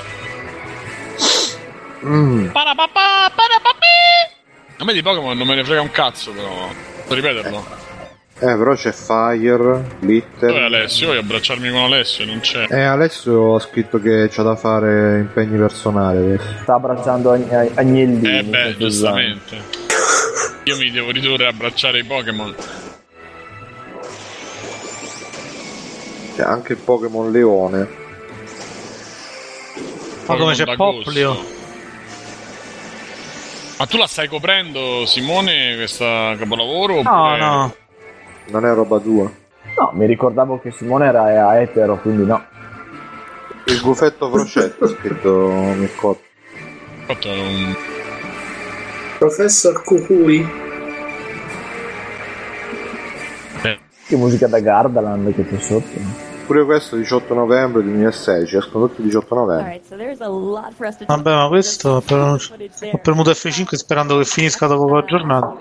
A me di Pokémon non me ne frega un cazzo, però. Posso ripeterlo? Però c'è Fire, Glitter. Dov'è Alessio? Voglio abbracciarmi con Alessio, non c'è. Alessio ha scritto che c'ha da fare impegni personali adesso. Sta abbracciando Agnellini. Giustamente. Io mi devo ridurre a abbracciare i Pokémon. C'è anche il Pokémon Leone. Ma come c'è Poplio? Ma tu la stai coprendo, Simone, questa capolavoro? Oppure... No. Non è roba tua? No, mi ricordavo che Simone era etero, quindi no. Il buffetto Frocetto ha scritto Mircotto. Professor Cucui. Che musica da Gardaland che c'è sotto. Pure questo 18 novembre 2016, escono tutti 18 novembre. Vabbè, ma questo ho premuto F5 sperando che finisca dopo la giornata.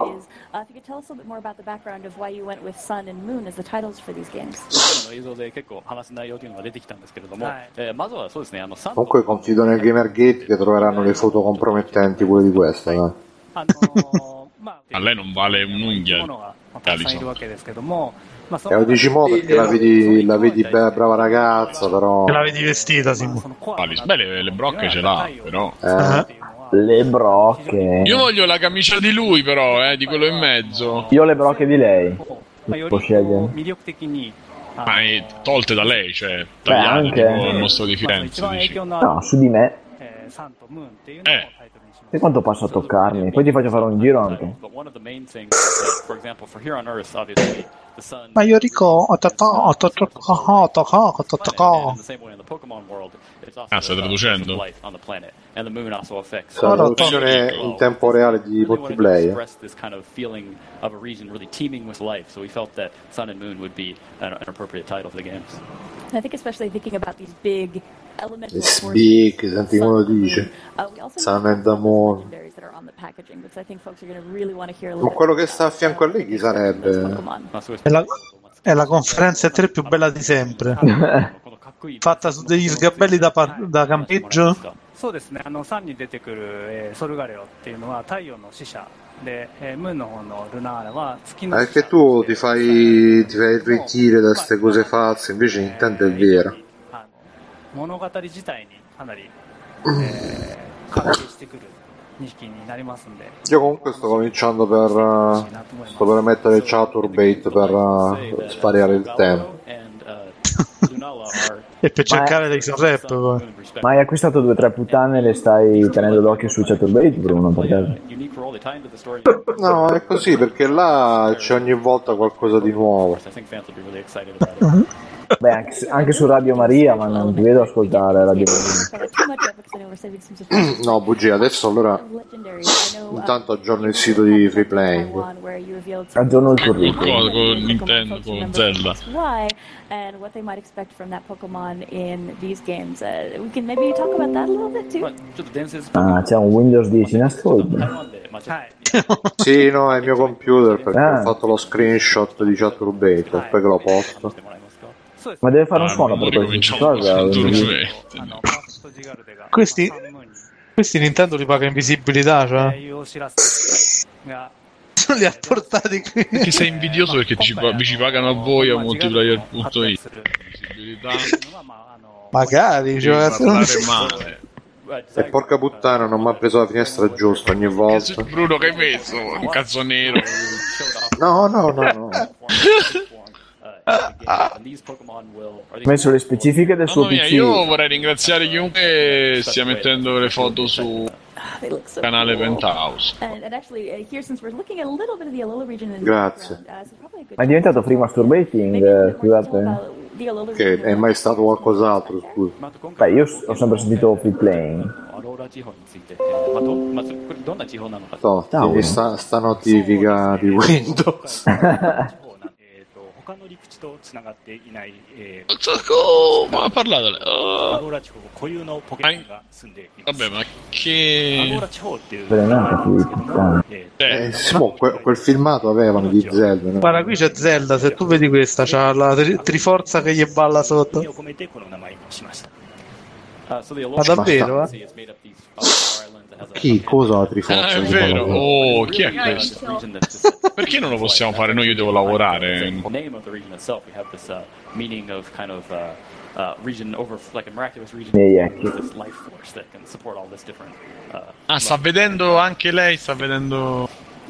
Comunque confido nel Gamergate che troveranno le foto compromettenti pure di questa, no? A lei non vale un'unghia. Lo dici mo perché la vedi brava ragazza, però. La vedi vestita, Simone. Beh, le brocche ce l'ha, però. Le brocche. Io voglio la camicia di lui, però, di quello in mezzo. Io le brocche di lei. Può scegliere. Ma tolte da lei, cioè tagliate tipo il mostro di Firenze, dici. No, su di me. E quanto passo a toccarmi? Poi ti faccio fare un giro anche. Ma io ricordo. Stai traducendo? La traduzione in tempo reale di multiplayer. Big, senti come lo dice. Sun and the Moon. Ma quello che sta a fianco a lei chi sarebbe? È la conferenza 3 più bella di sempre. Fatta su degli sgabelli da campeggio. Anche tu ti fai il ritiro da queste cose false, invece Nintendo è vera. Io comunque sto cominciando per mettere il Chaturbate per spariare il tempo. E per cercare dei rap poi. Ma hai acquistato 2 o 3 puttane e le stai tenendo d'occhio su Chaturbate, Bruno, per caso? No, è così, perché là c'è ogni volta qualcosa di nuovo. Beh, anche su Radio Maria, ma non ti vedo ascoltare Radio Maria. No, bugia, adesso allora intanto aggiorno il sito di Free Playing. Aggiorno il curriculum. Con Nintendo, con Zelda. And what they might expect from that Pokemon in these games. We can maybe talk about that a little bit too. Ah, c'è un Windows 10 in ascolto. Sì, no, è il mio computer perché ho fatto lo screenshot di Chaturbate e poi che lo posto. Ma deve fare un suono per questa cosa. Questi Nintendo li paga in visibilità, cioè. Li ha portati qui. Perché sei invidioso perché vi ci pagano a voi a multiplayer.it. Visibilità. Magari, cioè, male. E porca puttana, non mi ha preso la finestra giusta ogni volta. Bruno, che hai messo? Un cazzo nero. No. Ho messo le specifiche del suo PC. Io vorrei ringraziare chiunque stia mettendo le foto su canale Penthouse. Grazie. Ma è diventato free masturbating, scusate. Che è mai stato qualcos'altro, scusa. Beh, io ho sempre sentito free playing. No, sta notifica di Windows. Ma parlate vabbè, ma che quel filmato avevano di Zelda, no? Guarda, qui c'è Zelda, se tu vedi questa c'ha la Triforza che gli balla sotto. Ma davvero? Chi? Cosa la Triforza? È vero. Oh, chi è questo? Perché non lo possiamo fare noi? Io devo lavorare. Ah, sta vedendo anche lei, sta vedendo.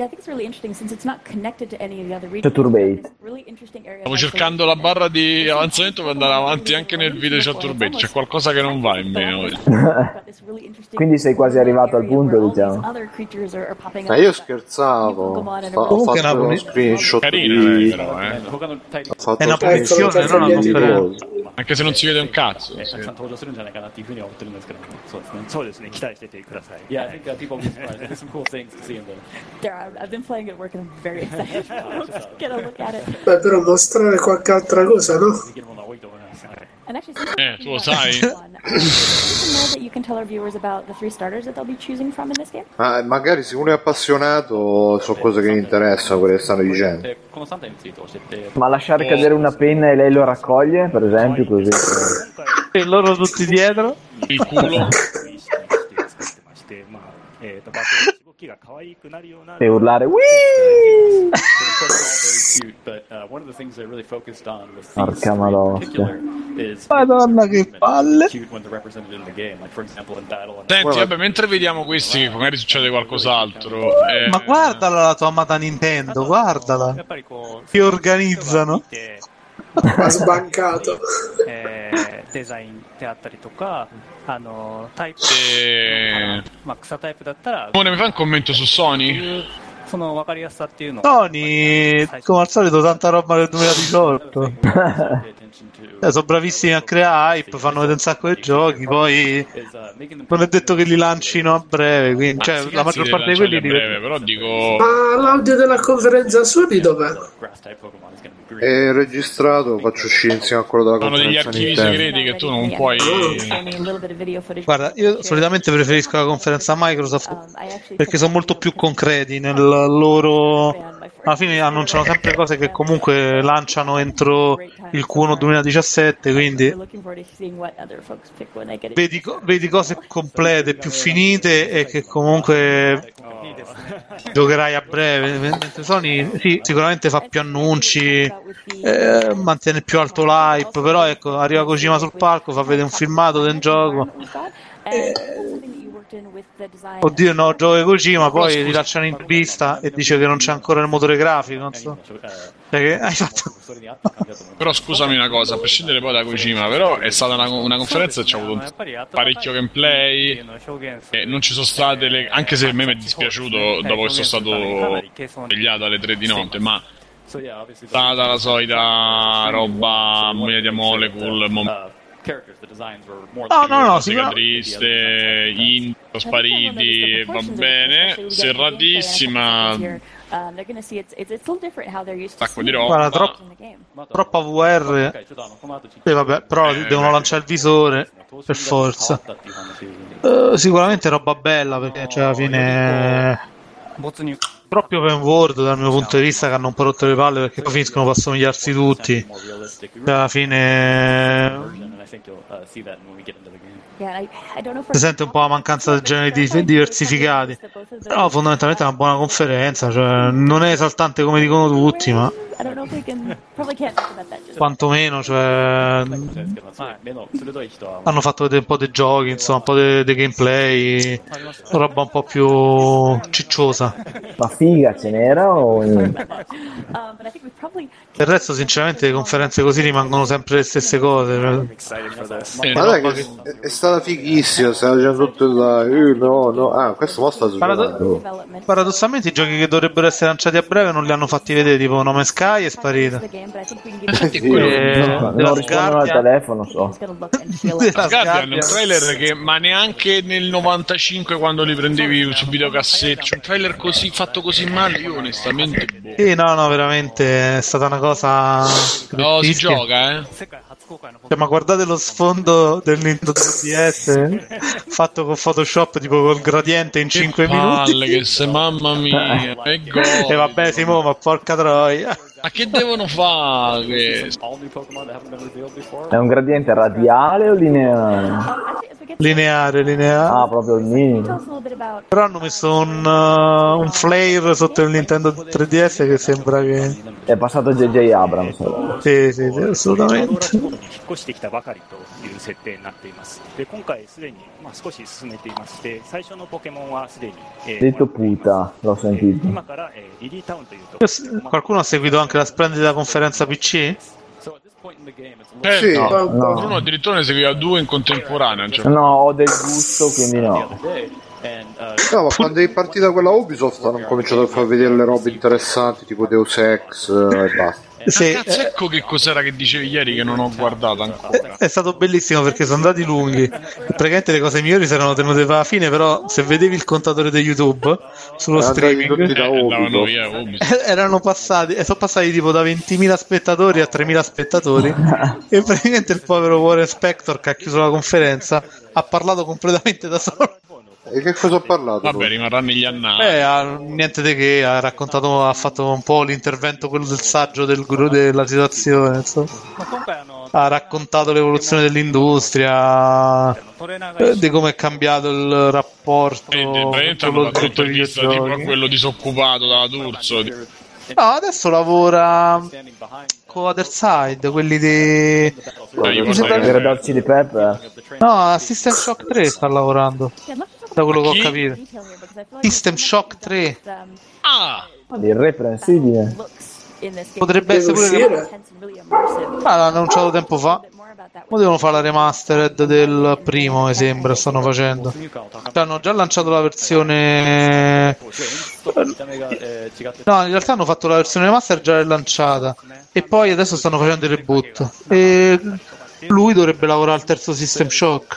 Chaturbate. Stavo cercando la barra di avanzamento per andare avanti anche nel video di Chaturbate. C'è qualcosa che non va in me oggi. Quindi sei quasi arrivato al punto, diciamo. Io scherzavo. Ho fatto uno screenshot carina, però, è una posizione, non una anche se non si vede un cazzo. Sì. I've been playing at work and I'm very excited to get a look at it. Beh, però mostrare qualche altra cosa, no? And actually, tu lo sai? You can tell our viewers about the 3 starters that they'll be choosing from in this game. Magari se uno è appassionato sono cose che gli interessano, quelle che stanno dicendo. Ma lasciare cadere una penna e lei lo raccoglie, per esempio, così. E loro tutti dietro. Il culo. E urlare porca madonna, madonna che palle. Senti, vabbè, mentre vediamo questi magari succede qualcos'altro. Ma guardala la tua amata Nintendo, guardala che organizzano. Ha sbancato. Simone, mi fa un commento su Sony? Sony, come al solito, tanta roba del 2018. Sono bravissimi a creare hype, fanno vedere un sacco di giochi, poi non è detto che li lancino a breve, quindi, cioè, la maggior parte di quelli breve, però dico. Ma l'audio della conferenza Sony dov'è? È registrato, faccio uscire insieme a quello della conferenza. Sono degli archivi Nintendo. segreti che tu non puoi. Guarda, io solitamente preferisco la conferenza Microsoft perché sono molto più concreti nel loro. Alla fine annunciano sempre cose che comunque lanciano entro il Q1 2017, quindi vedi cose complete, più finite e che comunque giocherai a breve. Mentre Sony sì, sicuramente fa più annunci, mantiene più alto l'hype, però ecco, arriva Kojima sul palco, fa vedere un filmato del gioco Oddio, no, gioco di Kojima, poi rilascia un'intervista e dice che non c'è ancora il motore grafico, non so. Perché hai fatto... Però scusami una cosa, a prescindere poi da Kojima, però è stata una conferenza e c'è avuto parecchio gameplay e non ci sono state anche se a me mi è dispiaciuto dopo che sono stato svegliato alle 3 di notte, ma è stata la solita roba Media Molecule, no, triste, spariti, va bene, serratissima, sacco di roba. Guarda, troppa VR. Vabbè, però devono lanciare il visore per forza. Sicuramente roba bella, perché cioè, alla fine proprio open world dal mio punto di vista, che hanno un po' rotto le palle perché poi finiscono per assomigliarsi tutti. Alla fine si sente un po' la mancanza del genere di diversificati, però fondamentalmente è una buona conferenza, cioè non è esaltante come dicono tutti, ma quantomeno cioè, hanno fatto vedere un po' dei giochi, insomma, un po' dei gameplay, roba un po' più cicciosa. Ma figa ce n'era o del resto sinceramente le conferenze così rimangono sempre le stesse cose, guarda che è stata fighissima, stava facendo tutto il questo mo sta paradossalmente i giochi che dovrebbero essere lanciati a breve non li hanno fatti vedere, tipo No Man's Sky è sparita. Non rispondono al telefono, so. Guardian è un trailer che ma neanche nel 95 quando li prendevi su videocassette, c'è un trailer così fatto così male, io onestamente no, veramente è stata una cosa si gioca cioè, ma guardate lo sfondo del Nintendo 3DS fatto con Photoshop tipo col gradiente in 5 minuti che se mamma mia e vabbè Simo, ma porca troia, ma che devono fare? È un gradiente radiale o lineare? Lineare. Ah, proprio il minimo. Però hanno messo un flare sotto il Nintendo 3DS che sembra che è passato J.J. Abrams. Sì, assolutamente. Detto puta, l'ho sentito. Qualcuno ha seguito anche la splendida conferenza PC? Sì, no. Uno addirittura ne seguiva 2 in contemporanea. No, ho del gusto, quindi no. No, ma quando è partita quella Ubisoft hanno cominciato a far vedere le robe interessanti tipo Deus Ex e basta. Sì, ecco che cos'era che dicevi ieri che non ho guardato ancora. È stato bellissimo perché sono andati lunghi. Praticamente le cose migliori si erano tenute per la fine, però se vedevi il contatore di YouTube sullo streaming erano passati, sono passati tipo da 20.000 spettatori a 3.000 spettatori e praticamente il povero Warren Spector che ha chiuso la conferenza ha parlato completamente da solo. E che cosa ha parlato? Vabbè, rimarrà negli annali. Niente di che, ha fatto un po' l'intervento, quello del saggio della situazione, insomma. Ha raccontato l'evoluzione dell'industria, di come è cambiato il rapporto con lo sviluppo di videogiochi. Tipo quello disoccupato dalla D'Urso. No, adesso lavora con Other Side, quelli di Red Hot Chili Pepper. No, System Shock 3 sta lavorando, da quello che ho capito. System Shock 3 irreprensibile. potrebbe essere pure l'hanno annunciato tempo fa. Ora devono fare la remastered del primo, mi sembra, stanno facendo. Cioè, hanno già lanciato la versione. No, in realtà hanno fatto la versione remaster già lanciata. E poi adesso stanno facendo il reboot. E lui dovrebbe lavorare al terzo System Shock.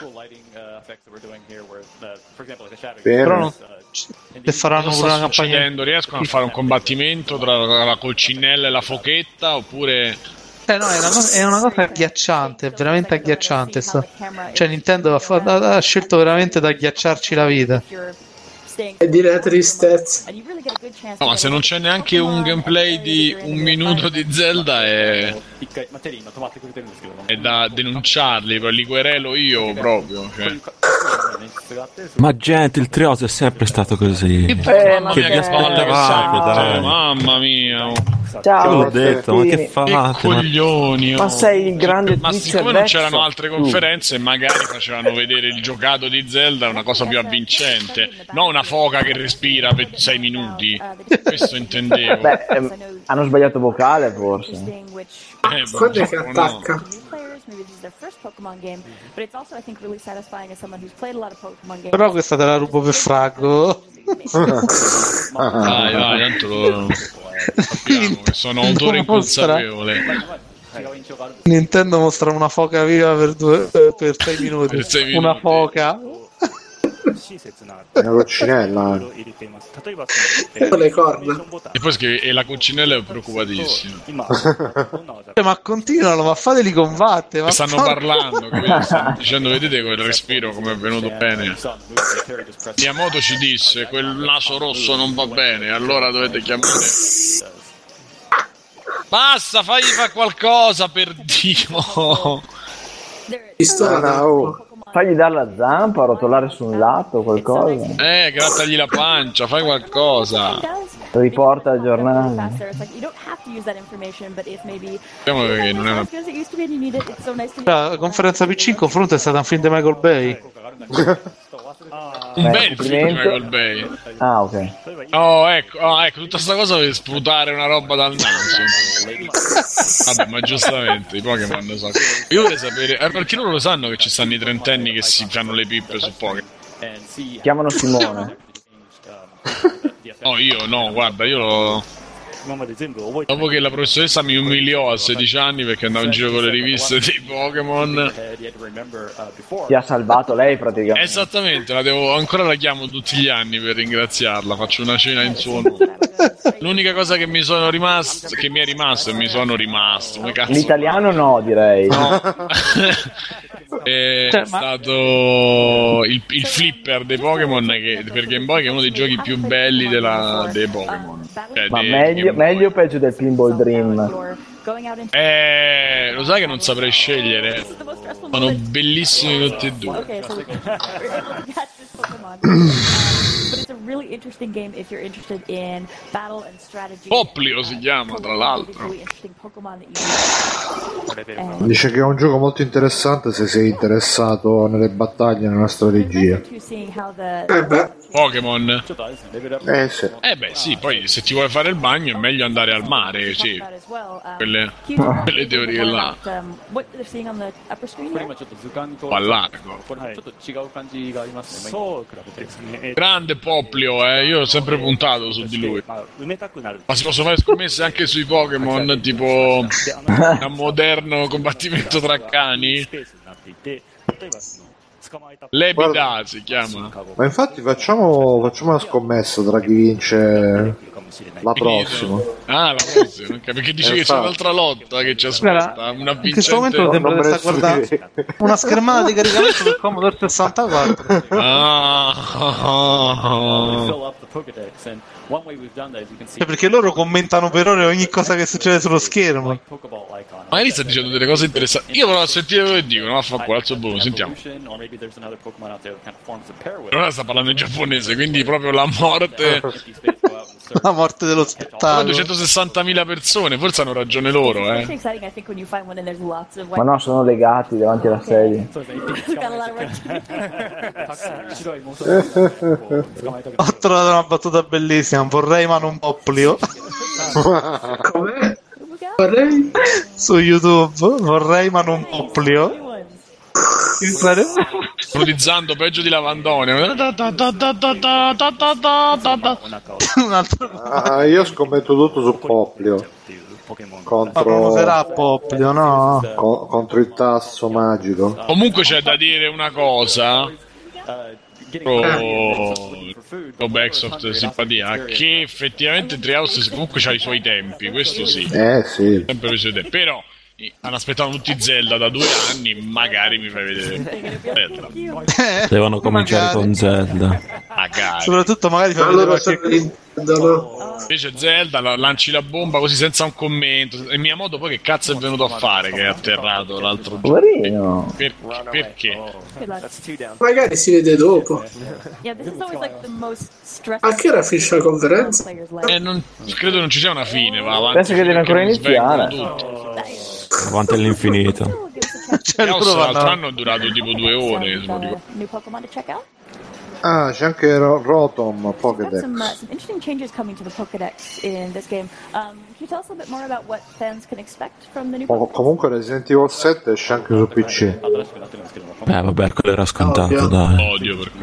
Però non. E faranno pure una campagna. Riescono a fare un combattimento tra la colcinella e la fochetta oppure. No, è una cosa agghiacciante, è veramente agghiacciante. Cioè Nintendo ha scelto veramente da agghiacciarci la vita. E di la tristezza. No, ma se non c'è neanche un gameplay di 1 minuto di Zelda è da denunciarli, li querelo io proprio. Cioè. Ma gente, il Trioso è sempre stato così. Mamma mia, che spalle, mamma mia. Ciao, l'ho detto, ma che fate? Che coglioni. Ma sei il grande ma siccome non c'erano altre conferenze, magari facevano vedere il giocato di Zelda, una cosa più avvincente, non una foca che respira per 6 minuti. Questo intendevo. Beh, hanno sbagliato vocale forse. Quando è che attacca? Però questa te la rubo per Fraggo. Dai, tanto lo sappiamo che sono autore inconsapevole. Nintendo mostra una foca viva per 6 minuti. Per 6 minuti. Una foca. Una coccinella. Con le corna. E poi scrive, e la coccinella è preoccupatissima. Ma continuano, ma fateli combattere. Ma stanno parlando, capito? Stanno dicendo, vedete quel respiro come è venuto bene. Miyamoto ci disse, quel naso rosso non va bene, allora dovete chiamare. Basta, fagli fare qualcosa, per Dio. Fagli dare la zampa, rotolare su un lato, qualcosa. Grattagli la pancia, fai qualcosa. Riporta il giornale. Diciamo che non è una... La conferenza PC in confronto è stata un film di Michael Bay. Un bel film di Michael Bay. Ah, ok. Ecco, tutta sta cosa per sputare una roba dal naso. Vabbè, ma giustamente i Pokémon so. Io vorrei sapere, perché loro lo sanno che ci stanno i trentenni che si fanno le pippe su Pokémon. Chiamano Simone. No, io no, guarda, io dopo che la professoressa mi umiliò a 16 anni perché andavo in giro con le riviste dei Pokémon, ti ha salvato lei praticamente. Esattamente, ancora la chiamo tutti gli anni per ringraziarla, faccio una cena in suo nome. L'unica cosa che mi è rimasto come cazzo. L'italiano no, direi. No. È stato il flipper dei Pokémon per Game Boy, che è uno dei giochi più belli dei Pokémon. Ma meglio o peggio del Pinball Dream? Lo sai che non saprei scegliere. Sono bellissimi tutti e due. Poplio si chiama, tra l'altro. Dice che è un gioco molto interessante se sei interessato nelle battaglie, nella strategia. Pokémon? Sì. Sì, poi se ti vuoi fare il bagno è meglio andare al mare, sì. Quelle teorie là. O al largo. Grande Poplio, io ho sempre puntato su di lui. Ma si possono fare scommesse anche sui Pokémon, tipo un moderno combattimento tra cani? L'Ebida si chiama. Ma infatti facciamo una scommessa tra chi vince la prossima. La prossima, perché dice che c'è un'altra lotta che ci aspetta. Una vincente. In questo momento sembra che sta guardando una schermata di caricamento del Commodore 64. Perché loro commentano per ore ogni cosa che succede sullo schermo. Ma lì sta dicendo delle cose interessanti. Io provo a sentire quello che dicono, ma fa qua, alzo il buono, sentiamo. Ora sta parlando in giapponese, quindi proprio la morte. La morte dello spettacolo. 260.000 persone, forse hanno ragione loro, Ma no, sono legati davanti alla sedia. Ho trovato una battuta bellissima. Vorrei ma non Poplio. Com'è? Vorrei? Su YouTube. Vorrei ma non Poplio. Utilizzando peggio di Lavandone. Io scommetto tutto su Poplio. Contro userà Poplio, no? Contro il tasso magico. Comunque c'è da dire una cosa. Backsoft simpatia, che effettivamente Treehouse comunque c'ha i suoi tempi, questo sì. Sì. Sempre i suoi tempi. Però hanno aspettato tutti Zelda da 2 anni, magari mi fai vedere Zelda. Devono cominciare con Zelda. Magari. Soprattutto magari fai vedere Invece Zelda lanci la bomba così senza un commento. E Miyamoto poi che cazzo è venuto a fare che è atterrato l'altro giorno? Poverino. Perché? Magari si vede dopo. A che ora finisce la conferenza? Credo non ci sia una fine, va avanti. Penso che deve ancora iniziare. Avanti all'infinito. L'altro anno è durato tipo 2 ore. Ah, c'è anche Rotom Pokédex. Some interesting changes coming to the Pokédex in this game. Can you tell us a little bit more about what fans can expect from the new Pokédex? Comunque Resident Evil 7 esce anche su PC. Vabbè, quello era scontato, dai. Odio per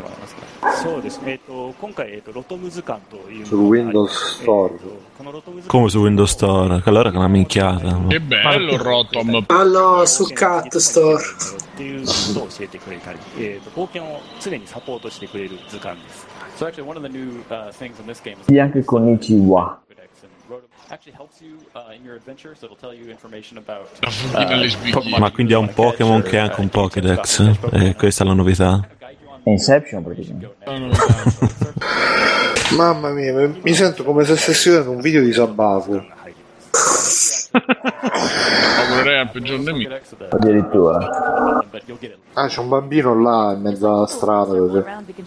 Su Windows Store. Come su Windows Store? Che allora è una minchiata. Che bello Rotom. Ah no, su Cat Store. Sì, anche con Ichiwa. Ma quindi è un Pokémon che ha anche un Pokédex? E questa è la novità? Inception praticamente. Mamma mia, mi sento come se stessi vedendo un video di Sabaku. Augurerei al peggior nemico. Addirittura. Ah, c'è un bambino là in mezzo alla strada così.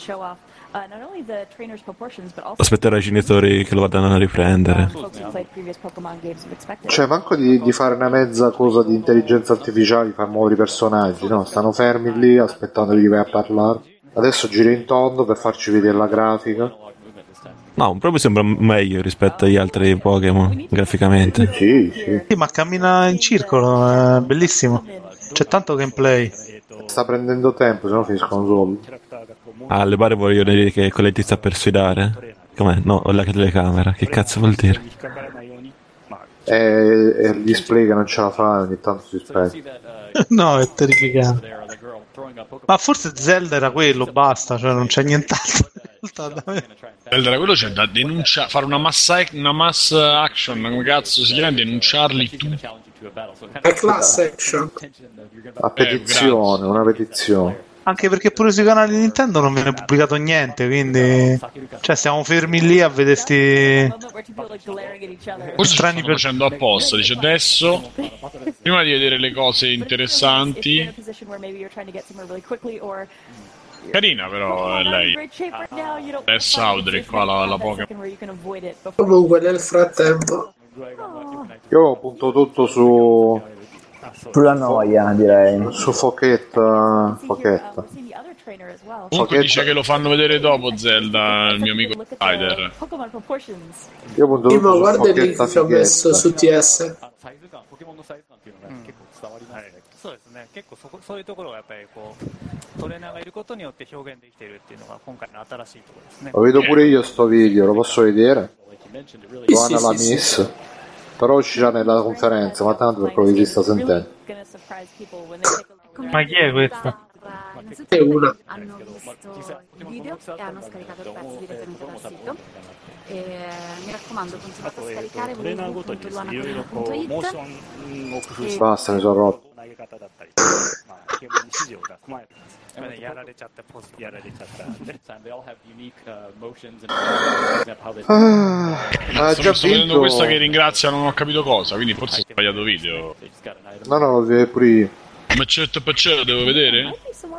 Aspetterò i genitori che lo vadano a riprendere. Cioè, manco di fare una mezza cosa di intelligenza artificiale, di far muovere i personaggi, no? Stanno fermi lì aspettando che gli vai a parlare. Adesso gira in tondo per farci vedere la grafica. No, proprio sembra meglio rispetto agli altri Pokémon graficamente. Sì, ma cammina in circolo, è bellissimo. C'è tanto gameplay. Sta prendendo tempo, se no finiscono solo. Ah, alle bare voglio dire che quello ti sta per sfidare? Com'è? No, ho la telecamera, che cazzo vuol dire? È il display che non ce la fa, ogni tanto si spezza. No, è terrificante. Ma forse Zelda era quello, basta, cioè non c'è nient'altro. Zelda era quello, c'è da denunciare, fare una mass action, come cazzo si chiama, denunciarli tutti. È class action. A petizione, una petizione. Anche perché pure sui canali Nintendo non viene pubblicato niente, quindi cioè stiamo fermi lì a vedere sti forse stanno facendo apposta, dice adesso prima di vedere le cose interessanti. Carina però lei Tess Audrey qua la Pokémon. Comunque nel frattempo io punto tutto sulla noia, direi. Su Fochetta. Comunque dice che lo fanno vedere dopo Zelda, il mio amico Spider. Io punto tutto su guarda il link che ho messo su TS. そういうところがやっぱりこうトレーナーがいることによって表現できているっていうのが今回の新しいところですね。 Lo vedo pure io sto video, lo posso vedere? Luana la Miss. Però uscirà nella conferenza, ma tanto per quello che si sta sentendo. Ma chi è questa? È una. Hanno visto il video e hanno scaricato il pezzo direttamente dal sito. E mi raccomando, continuate a scaricare www.luana.it. Basta, mi sono rotto. Ha già sto vedendo questa che ringrazia, non ho capito cosa, quindi forse ho sbagliato video. No, lo vedo pure io. Ma certo lo devo vedere?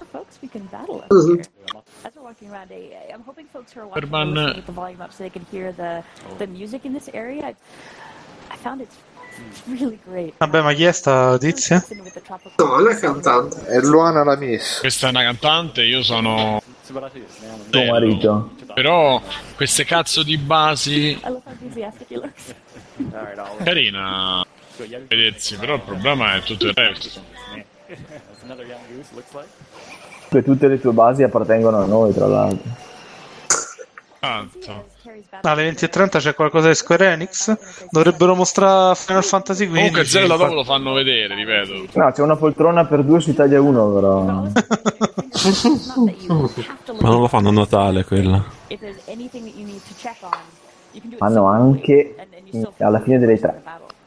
Vabbè, ma chi è sta tizia? No, è una cantante. È Luana la Miss. Questa è una cantante, io sono tuo marito. Però queste cazzo di basi carina vedersi, però il problema è tutto il resto. Tutte le tue basi appartengono a noi, tra l'altro. Alle 20:30 c'è qualcosa di Square Enix? Dovrebbero mostrare Final Fantasy XV. Comunque Zelda dopo lo fanno vedere, ripeto. No, c'è una poltrona per 2 su Italia 1, però. Ma non lo fanno a Natale quella. Fanno anche alla fine delle 3.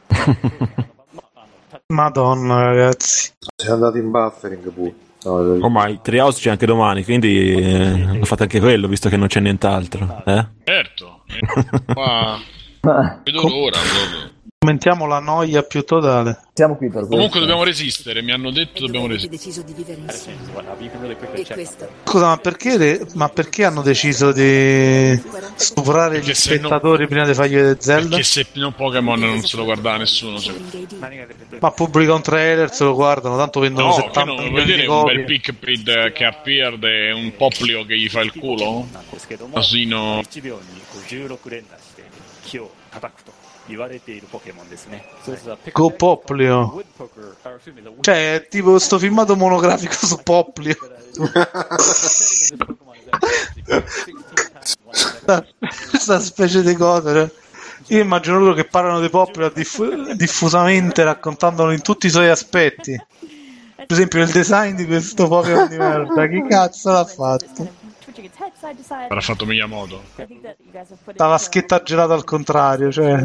Madonna, ragazzi. Siamo andati in buffering pure. Ormai Treehouse c'è anche domani, quindi lo fate anche quello, visto che non c'è nient'altro. Certo. Vedo l'ora proprio. Commentiamo la noia più totale. Siamo qui per questo. Comunque dobbiamo resistere, mi hanno detto dobbiamo resistere. Deciso di vivere insieme. E questo. Scusa, ma perché hanno deciso di stuprare gli spettatori prima di fargli vedere Zelda? Perché se no Pokémon non se lo guarda nessuno. Ma pubblica un trailer, se lo guardano, tanto vendono 70 milioni di vedere un bel copie. Pickprid che appeared e un Poplio che gli fa il culo? Asino. Go Poplio. Cioè, è tipo sto filmato monografico su Poplio. Questa specie di cosa, cioè. Io immagino loro che parlano di Poplio diffusamente, raccontandolo in tutti i suoi aspetti. Per esempio il design di questo Pokémon di merda, chi cazzo l'ha fatto? L'ha fatto Miyamoto. La vaschetta girata al contrario, cioè.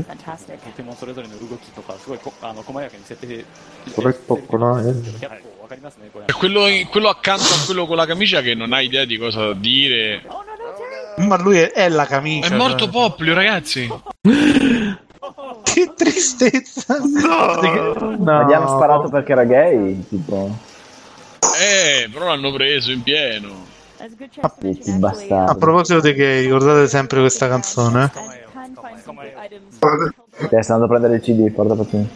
E quello accanto a quello con la camicia che non ha idea di cosa dire. Ma lui è la camicia. È morto Poplio, ragazzi. Che tristezza. No. Ma gli hanno sparato perché era gay, tipo. Però l'hanno preso in pieno. Bastardi. A proposito di gay, ricordate sempre questa canzone? Sta andando a prendere il CD, porta pazienza.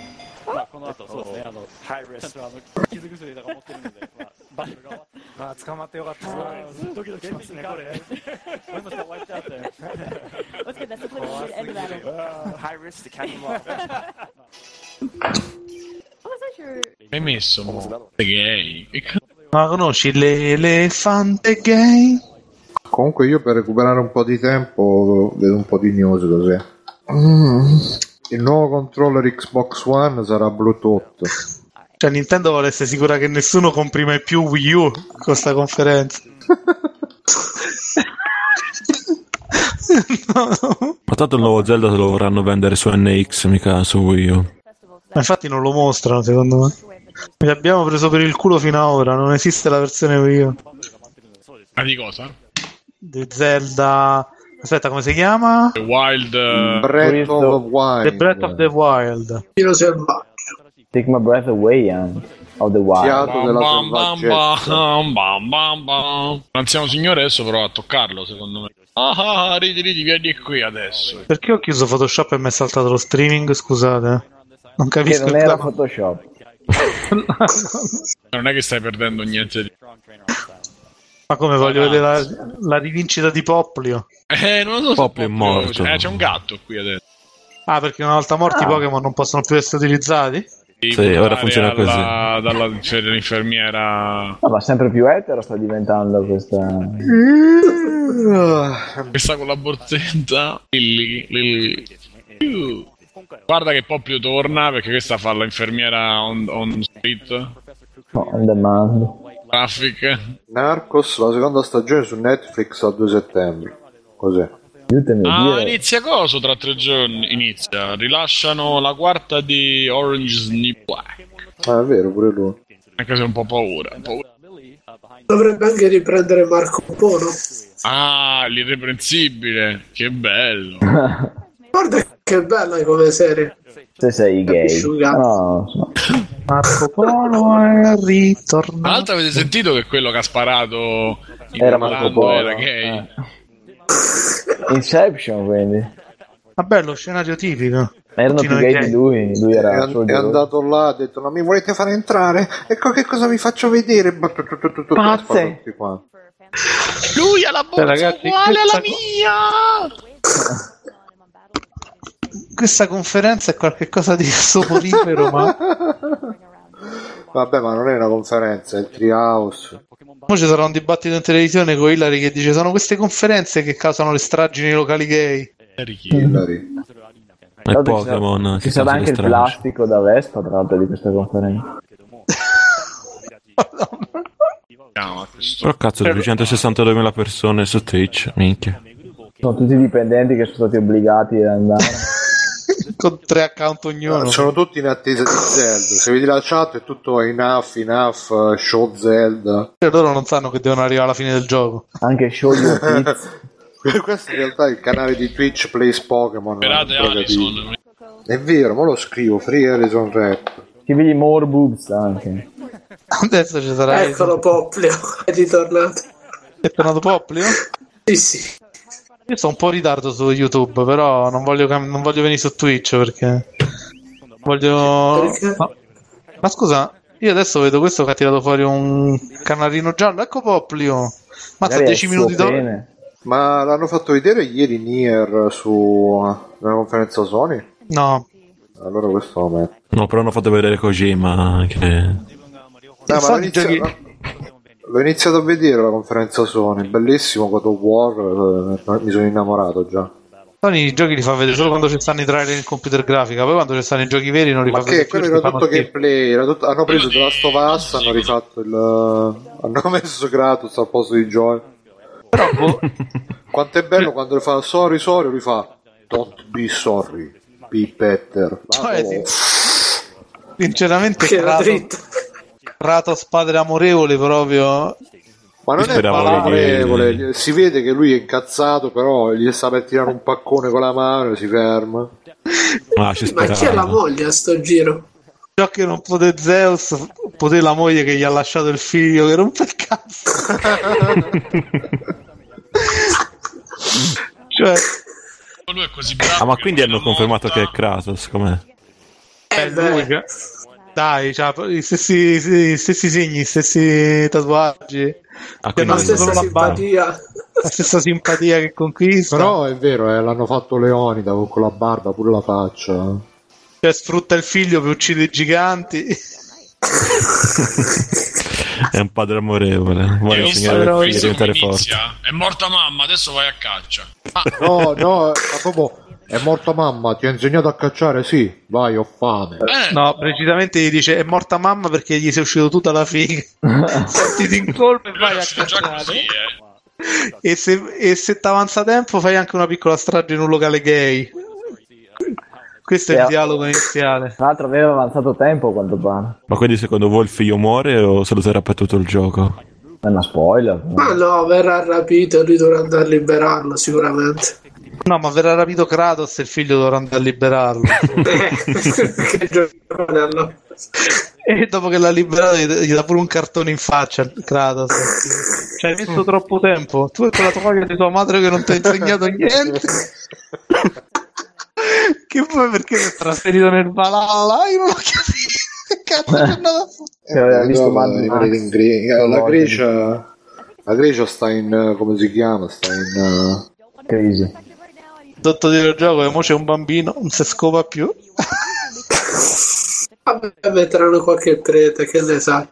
Hai messo gay? Ma conosci l'elefante gay? Comunque io per recuperare un po' di tempo vedo un po' di news così. Il nuovo controller Xbox One sarà Bluetooth. Cioè Nintendo vuole essere sicura che nessuno compri mai più Wii U con sta conferenza. No. Ma tanto il nuovo Zelda se lo vorranno vendere su NX, mica su Wii U. Ma infatti non lo mostrano, secondo me. Mi abbiamo preso per il culo fino ad ora, non esiste la versione Wii U. Ma di cosa? Di Zelda... Aspetta, come si chiama? The Wild... Breath of the Wild. The Breath of the Wild. Take my breath away, of the wild. Fiato della L'anziano signore adesso prova a toccarlo, secondo me. Ridi, vieni qui adesso. Perché ho chiuso Photoshop e mi è saltato lo streaming? Scusate. Non capisco. Che non era Photoshop. Non è che stai perdendo niente di... Ma come voglio vedere la rivincita di Poplio? Non lo so. Poplio è morto. C'è un gatto qui adesso. Ah, perché una volta morti i Pokémon non possono più essere utilizzati? Sì, ora funziona così. Dall'infermiera. Ma sempre più etero sta diventando questa. Questa con la borsetta. Lilly. Guarda che Poplio torna perché questa fa l'infermiera on street. On demand. Traffic. Narcos, la seconda stagione su Netflix al 2 settembre. Cos'è? Inizia coso tra 3 giorni. Rilasciano la quarta di Orange is New Black. Ah, è vero, pure lui. Anche se ho un po' paura. Dovrebbe anche riprendere Marco Polo. L'irreprensibile. Che bello. Guarda che bella come serie. Se sei gay. No. Marco Polo è ritornato. Tra l'altro avete sentito che quello che ha sparato era Marco Polo, era gay? Inception, quindi. Vabbè, lo scenario tipico. Erano più gay di lui era è andato là, ha detto non mi volete fare entrare? Ecco che cosa vi faccio vedere. Pazze. Lui ha la borsa ragazzi, uguale alla mia. Questa conferenza è qualcosa di soporifero, ma vabbè, ma non è una conferenza, è il Treehouse. Poi ci sarà un dibattito in televisione con Hillary che dice sono queste conferenze che causano le stragi nei locali gay. Hillary. E Pokémon. Ci sarà anche il plastico da Vespa tra l'altro di questa conferenza. Però cazzo, 262.000 persone su Twitch, minchia. Sono tutti dipendenti che sono stati obbligati ad andare. Con 3 account ognuno. Sono tutti in attesa di Zelda. Se vedi la chat è tutto enough, show Zelda. E loro non sanno che devono arrivare alla fine del gioco. Anche show your kids. Questo in realtà è il canale di Twitch Plays Pokémon. Sperate Alison. È vero, ma lo scrivo, Free Alison Rap. Scrivigli more boobs anche. Adesso ci sarà. Eccolo Poplio, è ritornato. È tornato Poplio? Sì. Io sto un po' in ritardo su YouTube, però non voglio venire su Twitch perché voglio... Ma scusa, io adesso vedo questo che ha tirato fuori un canarino giallo. Ecco Poplio. Mazza, 10 minuti dopo. Ma l'hanno fatto vedere ieri Nier nella conferenza Sony? No. Allora questo lo metto. No, però hanno fatto vedere Kojima che... No, ma l'ho iniziato a vedere la conferenza Sony, bellissimo God of War, mi sono innamorato già. Sony i giochi li fa vedere solo quando ci stanno i trailer in computer grafica, poi quando ci stanno i giochi veri non li fa vedere. Ma che quello era tutto gameplay, hanno preso The Last of Us, hanno rifatto hanno messo Kratos al posto di Joel. Però quanto è bello quando le fa sorry, lui fa don't be sorry, be better. Sinceramente Kratos padre amorevole proprio. Ma non è amorevole, si vede che lui è incazzato, però gli sta per tirare un paccone con la mano e si ferma. Ma chi è la moglie a sto giro? Ciò che non poté Zeus, poté la moglie che gli ha lasciato il figlio che rompe il cazzo. Cioè lui è così bravo. Ma quindi hanno confermato che è Kratos, com'è? È lui che... Dai, cioè, i stessi segni, i stessi tatuaggi, la stessa simpatia. La stessa simpatia che conquista. Però è vero, l'hanno fatto Leonida con la barba, pure la faccia. Cioè sfrutta il figlio per uccidere i giganti. È un padre amorevole, vuole insegnare al figlio a diventare forte. È morta mamma, adesso vai a caccia. No, ma proprio è morta mamma, ti ha insegnato a cacciare? Sì, vai, ho fame. No, precisamente gli dice è morta mamma perché gli sei uscito tutta la figa. Sentiti in colpa e vai a cacciare. Così, E se t'avanza tempo fai anche una piccola strage in un locale gay. Questo è il dialogo iniziale. Tra l'altro aveva avanzato tempo quando parla. Ma quindi secondo voi il figlio muore o se lo terrà per tutto il gioco? È una spoiler. Ma no, verrà rapito e ritorna andare a liberarlo sicuramente. No, ma verrà rapito Kratos e il figlio dovrà andare a liberarlo. Che giorno allora. E dopo che l'ha liberato gli dà pure un cartone in faccia Kratos. Ci hai messo troppo tempo. Tu e quella tua di tua madre che non ti ha insegnato niente. Che poi perché si è trasferito nel Valhalla? Io non ho capito. Che cazzo è andato la Grecia sta in come si chiama? Sta in crisi. Sotto di gioco e mo c'è un bambino, non si scopa più. Vabbè, metteranno qualche prete, che ne sa.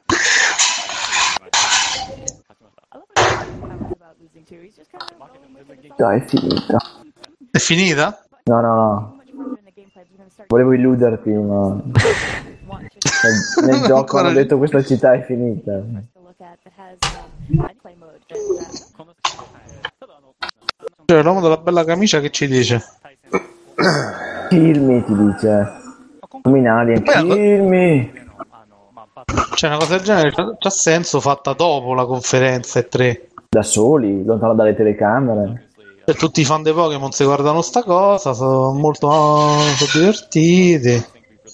Dai, è finita. È finita? No. Volevo illuderti, ma nel gioco hanno detto questa città è finita. Cioè, l'uomo della bella camicia che ci dice? Kill me, ti dice. Come in Alien, kill me. Cioè, una cosa del genere c'ha senso fatta dopo la conferenza E3. Da soli, lontano dalle telecamere. E tutti i fan dei Pokémon si guardano sta cosa, sono molto divertiti.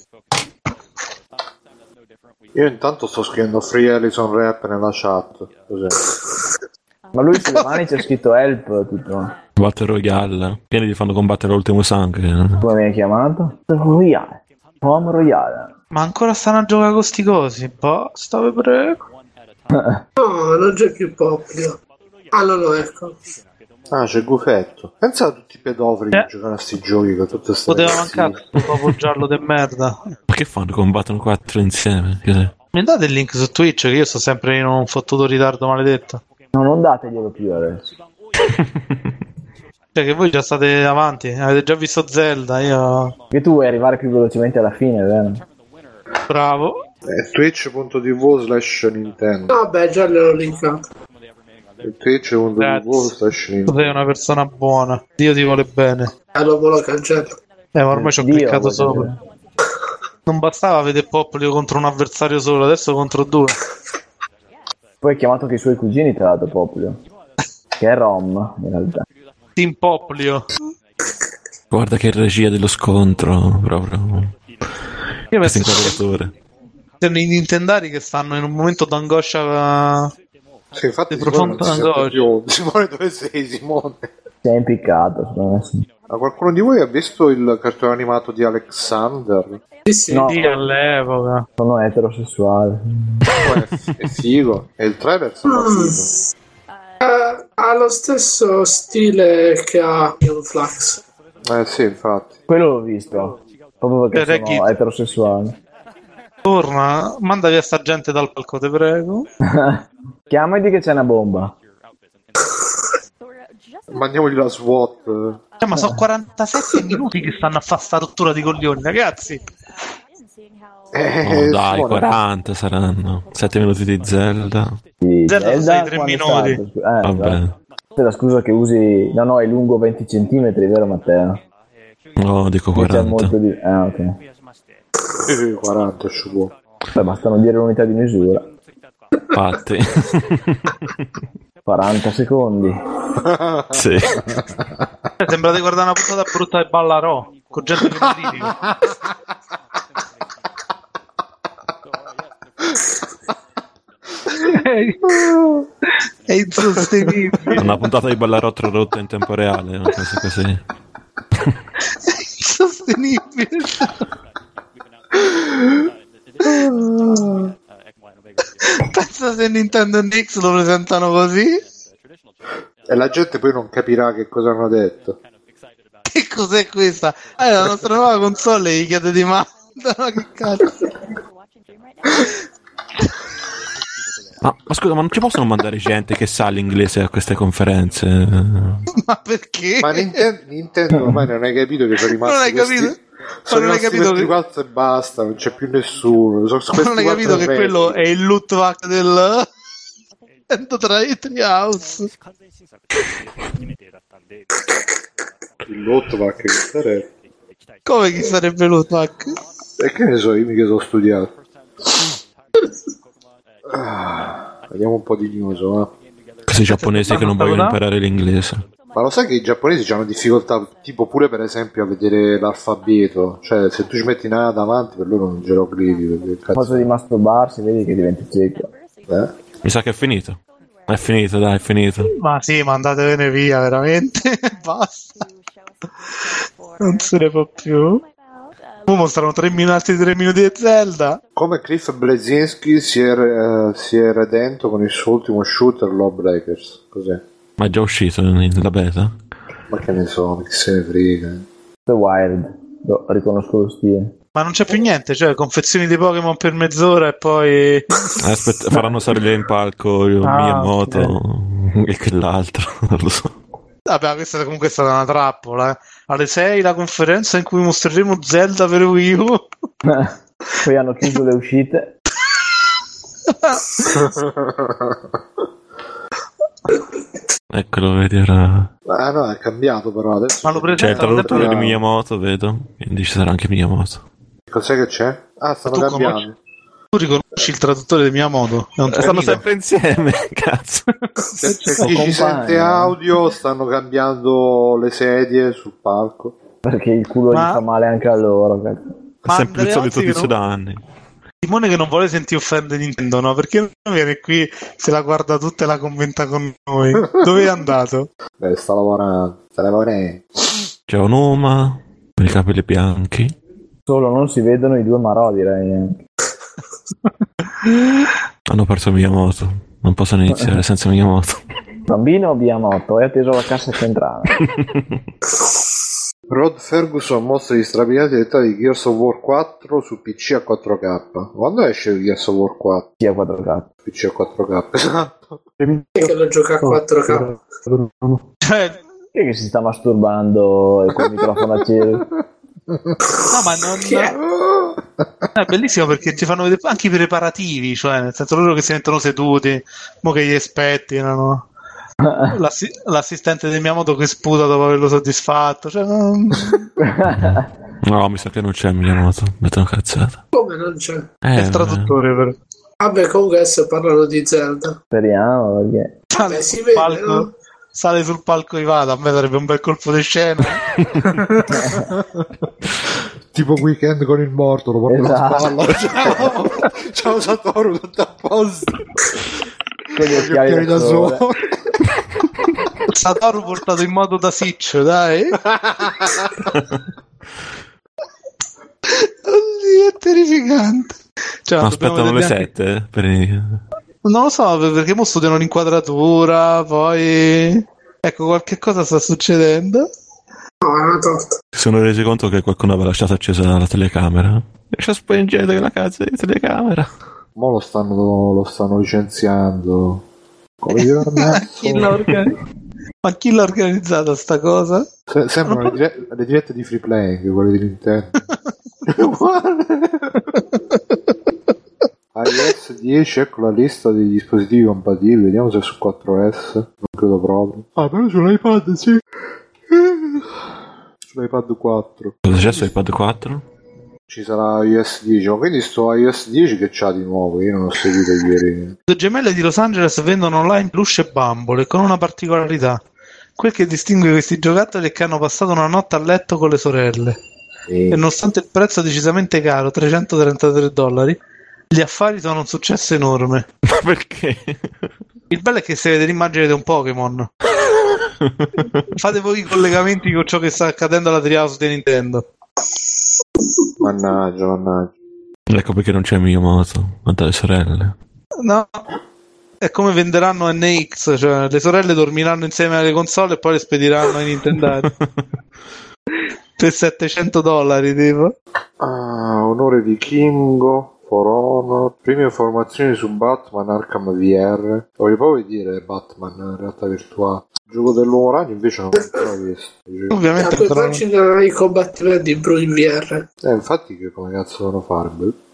Io intanto sto scrivendo Free Alison Rap nella chat. Cos'è? Ma lui sulle mani c'è scritto help, tipo Battle Royale, pieni di fanno combattere l'ultimo sangue. Come mi hai chiamato? Royale. Home Royale. Ma ancora stanno a giocare con sti cosi? Basta, vi prego. No, non c'è più Poplio. Ah, no, ecco. Ah, c'è Gufetto. Pensa a tutti i pedofili che giocano a sti giochi con tutte queste poteva mancare un po' giallo de merda. Ma che fanno? Combattono 4 insieme? Mi date il link su Twitch che io sto sempre in un fottuto ritardo maledetto. No, non dateglielo più adesso. Cioè che voi già state avanti, avete già visto Zelda, io... Che tu vuoi arrivare più velocemente alla fine, vero? Bravo. Twitch.tv/Nintendo. Vabbè, già l'ho linkato. Twitch.tv/Nintendo. Tu sei una persona buona, Dio ti vuole bene. Allora lo cancello. Ma ormai ci ho cliccato sopra. Non bastava vedere Poplio contro un avversario solo, adesso contro 2. Poi ha chiamato anche i suoi cugini, tra l'altro, Poplio. Che è Rom, in realtà. Team Poplio. Guarda che regia dello scontro, proprio. Questo inquadratore. Sono i nintendari che stanno in un momento d'angoscia. Sì, infatti di profonda angoscia. Simone, dove sei, Simone? Si è impiccato. Ma qualcuno di voi ha visto il cartone animato di Alexander? Sì, no, all'epoca. Sono eterosessuale. È figo. E il trailer sembra figo. Ha lo stesso stile che ha Ion Flux. Sì, infatti. Quello l'ho visto. Proprio perché sono eterosessuale. Torna, manda via sta gente dal palco, te prego. Chiama e di che c'è una bomba. Mandiamogli la SWAT. Ma sono 47 minuti che stanno a fare sta rottura di coglioni, ragazzi. Dai, Simone. 40 saranno. 7 minuti di Zelda. Sì, Zelda sei 3 minuti. Vabbè. La scusa che usi. No, è lungo 20 centimetri, vero Matteo? No, dico 40. Molto di... ok. 40 ci può. Beh, bastano dire l'unità di misura. Infatti. 40 secondi. Sì. Sembra di guardare una puntata brutta e ballarò con gente che non litiga. È insostenibile. Una puntata di ballarò tradotta in tempo reale, una cosa così. È insostenibile. Pensa se Nintendo NX lo presentano così e la gente poi non capirà che cosa hanno detto. Che cos'è questa? La nostra nuova console gli chiede di manda. Che cazzo. Ma scusa, ma non ci possono mandare gente che sa l'inglese a queste conferenze? Ma perché? Ma Nintendo ormai non hai capito che sono rimasti. Non hai capito? Sono non hai capito che 4 e basta, non c'è più nessuno. Non hai capito che quello è il loot pack del Treehouse. Il loot pack che sarebbe? Come chi sarebbe il loot pack? E che ne so, io mica sono studiato. Vediamo un po' di news, Questi giapponesi che non vogliono imparare l'inglese. Ma lo sai che i giapponesi hanno difficoltà, tipo pure per esempio a vedere l'alfabeto, cioè se tu ci metti nada davanti per loro non geroglifici. Cosa di masturbarsi, vedi che diventi cieco. Mi sa che è finito. È finito, dai, è finito. Ma sì, ma andatevene via, veramente. Basta. Non se ne può più. Mostrano 3 minuti di Zelda. Come Cliff Bleszinski si è redento con il suo ultimo shooter Lawbreakers. Cos'è? Ma è già uscito nella beta? Ma che ne so, che se ne frega. The Wild, riconosco lo stile. Ma non c'è più niente, cioè confezioni di Pokémon per mezz'ora e poi faranno salire in palco Miyamoto e quell'altro, non lo so. Vabbè, questa comunque è stata una trappola. Alle 6 la conferenza in cui mostreremo Zelda per Wii U. Poi hanno chiuso le uscite. Eccolo, vedi ora. Ah no, è cambiato però adesso. Ma lo c'è il traduttore di Miyamoto, vedo. Quindi ci sarà anche Miyamoto. Cos'è che c'è? Ah, stanno cambiando. Tu riconosci il traduttore di Miyamoto? Stanno sempre insieme, cazzo. Per chi ci sente audio, stanno cambiando le sedie sul palco. Perché il culo gli fa male anche a loro. È sempre il solito tizio da anni. Simone che non vuole sentire offendere Nintendo, no? Perché non viene qui, se la guarda tutta e la commenta con noi. Dove è andato? Beh, sta lavorando. C'è Onuma, con i capelli bianchi. Solo non si vedono i due marò, direi. Hanno perso Miyamoto. Non possono iniziare senza Miyamoto. Bambino Miyamoto, è atteso alla cassa centrale. Rod Ferguson mostra gli strabiliati dettagli di Gears of War 4 su PC a 4K. Quando esce il Gears of War 4? PC a 4K. PC a 4K, esatto. Che lo gioca a 4K. Cioè, che si sta masturbando e col microfono acceso. No, ma non è bellissimo perché ci fanno vedere anche i preparativi, cioè nel senso loro che si mettono seduti, mo che gli spettinano. L'assistente di Miyamoto che sputa dopo averlo soddisfatto, cioè, no, mi sa che non c'è Miyamoto, metto una cazzata. Come non c'è? È il traduttore però. Vabbè, comunque adesso parlano di Zelda. Speriamo, perché vabbè, si vede, no? sale sul palco Ivada, a me sarebbe un bel colpo di scena. Tipo Weekend con il morto, lo porta alla spalla. Ciao Satoru, tutto a posto. Con gli occhiali da sole. Satoru portato in modo da Sitch, dai. Oddio, è terrificante. Cioè, ma aspettano le 7 per... Non lo so, perché mo studiano l'inquadratura, poi... Ecco, qualche cosa sta succedendo. Si sono resi conto che qualcuno aveva lasciato accesa la telecamera. Lascia spengere la cazzo di telecamera. Mo lo stanno licenziando. Come dire, ma chi l'ha organizzata sta cosa? Sembrano le dirette di Free Playing, quelle di Nintendo. iOS 10, ecco la lista dei dispositivi compatibili, vediamo se è su 4S, non credo proprio. Ah, però sull'iPad sì. Sull'iPad 4. Cosa c'è su iPad 4? Ci sarà iOS 10, ma quindi sto iOS 10 che c'ha di nuovo? Io non ho seguito ieri. Le gemelle di Los Angeles vendono online peluche e bambole con una particolarità. Quel che distingue questi giocattoli è che hanno passato una notte a letto con le sorelle. E nonostante il prezzo decisamente caro, $333, gli affari sono un successo enorme. Ma perché? Il bello è che se vede l'immagine di un Pokémon. Fate voi i collegamenti con ciò che sta accadendo alla Treehouse di Nintendo. Mannaggia. Ecco perché non c'è Miyamoto, ma dalle sorelle. No, è come venderanno NX, cioè le sorelle dormiranno insieme alle console e poi le spediranno ai Nintendo per $700 tipo. Onore vichingo, For Honor, prime informazioni su Batman Arkham VR. Voglio proprio dire Batman in realtà virtuale. Il gioco dell'uomo ragno invece non l'ho ancora visto. Ovviamente poi ci saranno i combattimenti di Bru in VR. Infatti che come cazzo devono fare?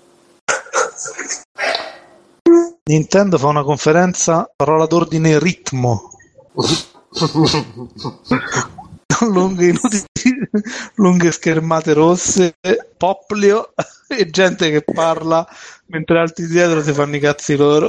Nintendo fa una conferenza, parola d'ordine ritmo. Lunghe schermate rosse, poplio e gente che parla mentre altri dietro si fanno i cazzi loro.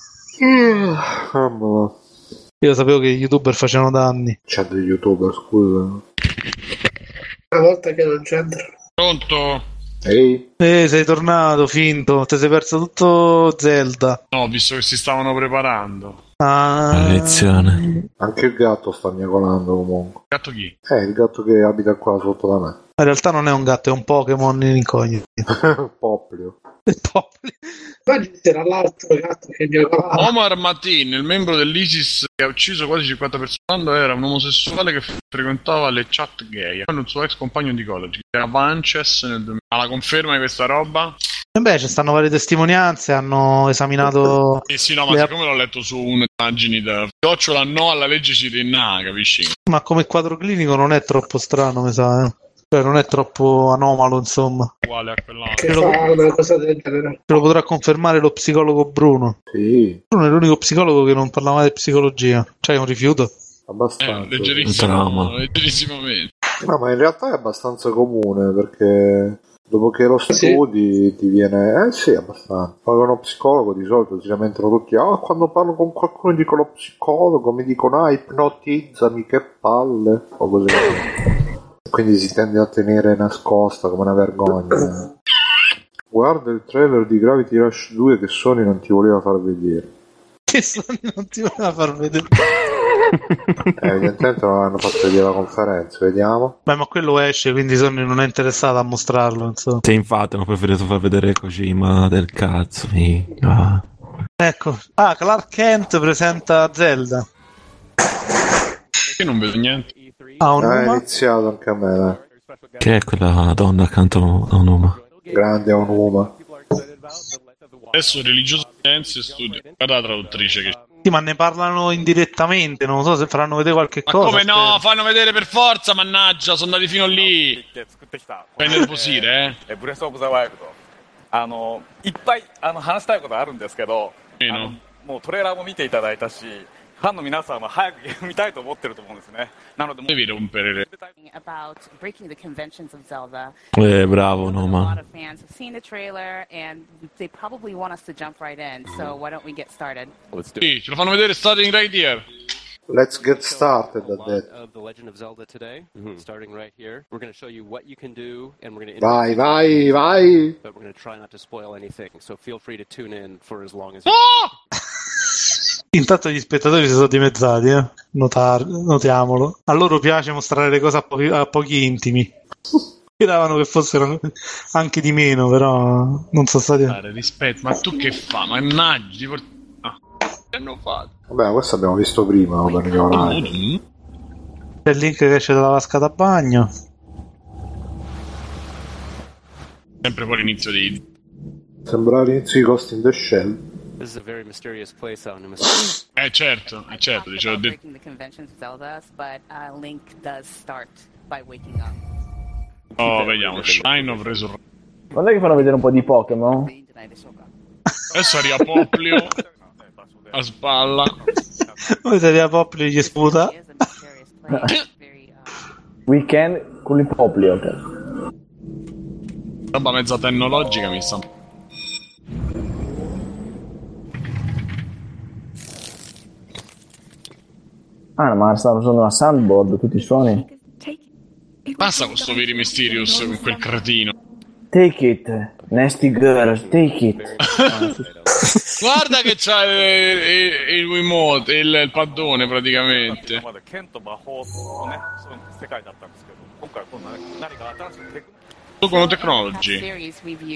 Io sapevo che gli youtuber facevano danni. C'è degli youtuber, scusa. Una volta che non c'entra. Pronto? Ehi. Sei tornato, finto. Ti sei perso tutto Zelda. No, visto che si stavano preparando. Maledizione. Anche il gatto sta miagolando comunque. Gatto chi? Il gatto che abita qua sotto da me. In realtà non è un gatto, è un Pokémon in incognito. Poplio. Immagini c'era l'altro gatto che miagolava. Omar Matin, il membro dell'ISIS che ha ucciso quasi 50 persone quando era un omosessuale che frequentava le chat gay. Quando il suo ex compagno di college, che era Vances nel 2000. Ha la conferma di questa roba? Beh, ci stanno varie testimonianze, hanno esaminato... Sì, no, ma siccome l'ho letto su immagini da Chiocciola no alla legge Cirinna, capisci? Ma come quadro clinico non è troppo strano, mi sa, Cioè, non è troppo anomalo, insomma. Uguale a quell'altro. Che fa una cosa del genere. Ce lo potrà confermare lo psicologo Bruno. Sì. Bruno è l'unico psicologo che non parla mai di psicologia. Cioè, è un rifiuto. Abbastanza. Leggerissimamente. No, ma in realtà è abbastanza comune, perché... Dopo che lo studi ti viene... sì, abbastanza. Poi con uno psicologo di solito si lamentano tutti. Quando parlo con qualcuno dico lo psicologo, mi dicono ipnotizzami, che palle. O così. Quindi si tende a tenere nascosta come una vergogna. Guarda il trailer di Gravity Rush 2 che Sony non ti voleva far vedere. Che Sony non ti voleva far vedere? Evidentemente non hanno fatto vedere la conferenza, vediamo. Beh, ma quello esce, quindi Sony non è interessato a mostrarlo, insomma. Sì, infatti hanno preferito far vedere Kojima del cazzo. Ecco, Clark Kent presenta Zelda. Io non vedo niente. È iniziato anche a me, dai. Che è quella donna accanto a Onuma? Grande Onuma. Adesso religioso silenzio e studio. Guarda la traduttrice che... Sì, ma ne parlano indirettamente, non so se faranno vedere qualche cosa. Ma come no? Fanno vedere per forza, mannaggia, sono andati fino lì. Fai nervosire, ブレスオブザワイルドいっぱい話したいことあるんですけど、もうトレーラーも見ていただいたし、ファンの皆さんは早くゲーム見たいと思ってると思うんですね。なのでもう devi rompere about breaking the conventions of Zelda. Bravo, no, A ma lot of fans have seen the trailer and they probably want us to jump right in. So why don't we get started? Sì, ce lo fanno vedere starting right here. Let's get started at that. Of The Legend of Zelda today, starting right here. We're going to show you what you can do, and we're going to vai. But we're going to try not to spoil anything. So feel free to tune in for as long as Intanto gli spettatori si sono dimezzati, notiamolo. A loro piace mostrare le cose a pochi intimi. Speravano che fossero anche di meno, però non sono stati. Rispetto, ma tu che fa? Mannaggia, che hanno fatto? Vabbè, questo abbiamo visto prima. C'è il link che esce dalla vasca da bagno. Sempre poi l'inizio di. Sembra l'inizio di Ghost in the Shell. This is a very mysterious place out in certo, dicevo breaking the conventions of Zelda, but Link does start by waking up. Oh, vediamo, Shrine of Resurrection. Quando è che fanno vedere un po' di Pokémon? Adesso arriva Poplio a spalla. Poi se arriva Poplio gli sputa. Weekend con il Poplio. Roba mezza tecnologica mi sta. Ah, ma stanno usando una soundboard, tutti i suoni. Basta con sto Viri Mysterious con quel cretino. Take it, nasty girl, take it. Guarda che c'ha il Wiimote, il paddone praticamente. Con Technology.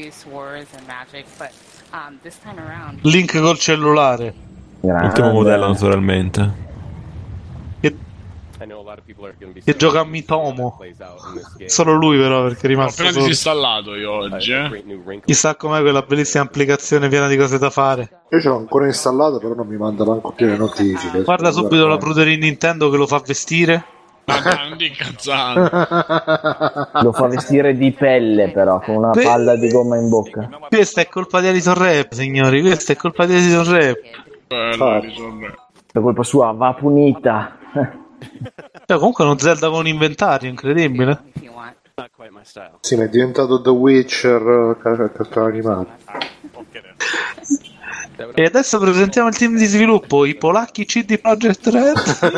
Link col cellulare. Ultimo modello naturalmente. Che gioca a Mitomo. Solo lui però, perché è rimasto Ho appena disinstallato io oggi. Chissà com'è quella bellissima applicazione piena di cose da fare. Io ce l'ho ancora installato, però non mi manda manco più le notifiche. Guarda subito la Prudery Nintendo che lo fa vestire. Non di cazzate. Lo fa vestire di pelle però, con una palla di gomma in bocca. Questa è colpa di Alison Rap, signori. Questa è colpa di Alison Rap. È colpa sua, va punita. Cioè, comunque è uno Zelda con un inventario incredibile. Sì, ma è diventato The Witcher cartone animato. E adesso presentiamo il team di sviluppo, i polacchi CD Projekt Red.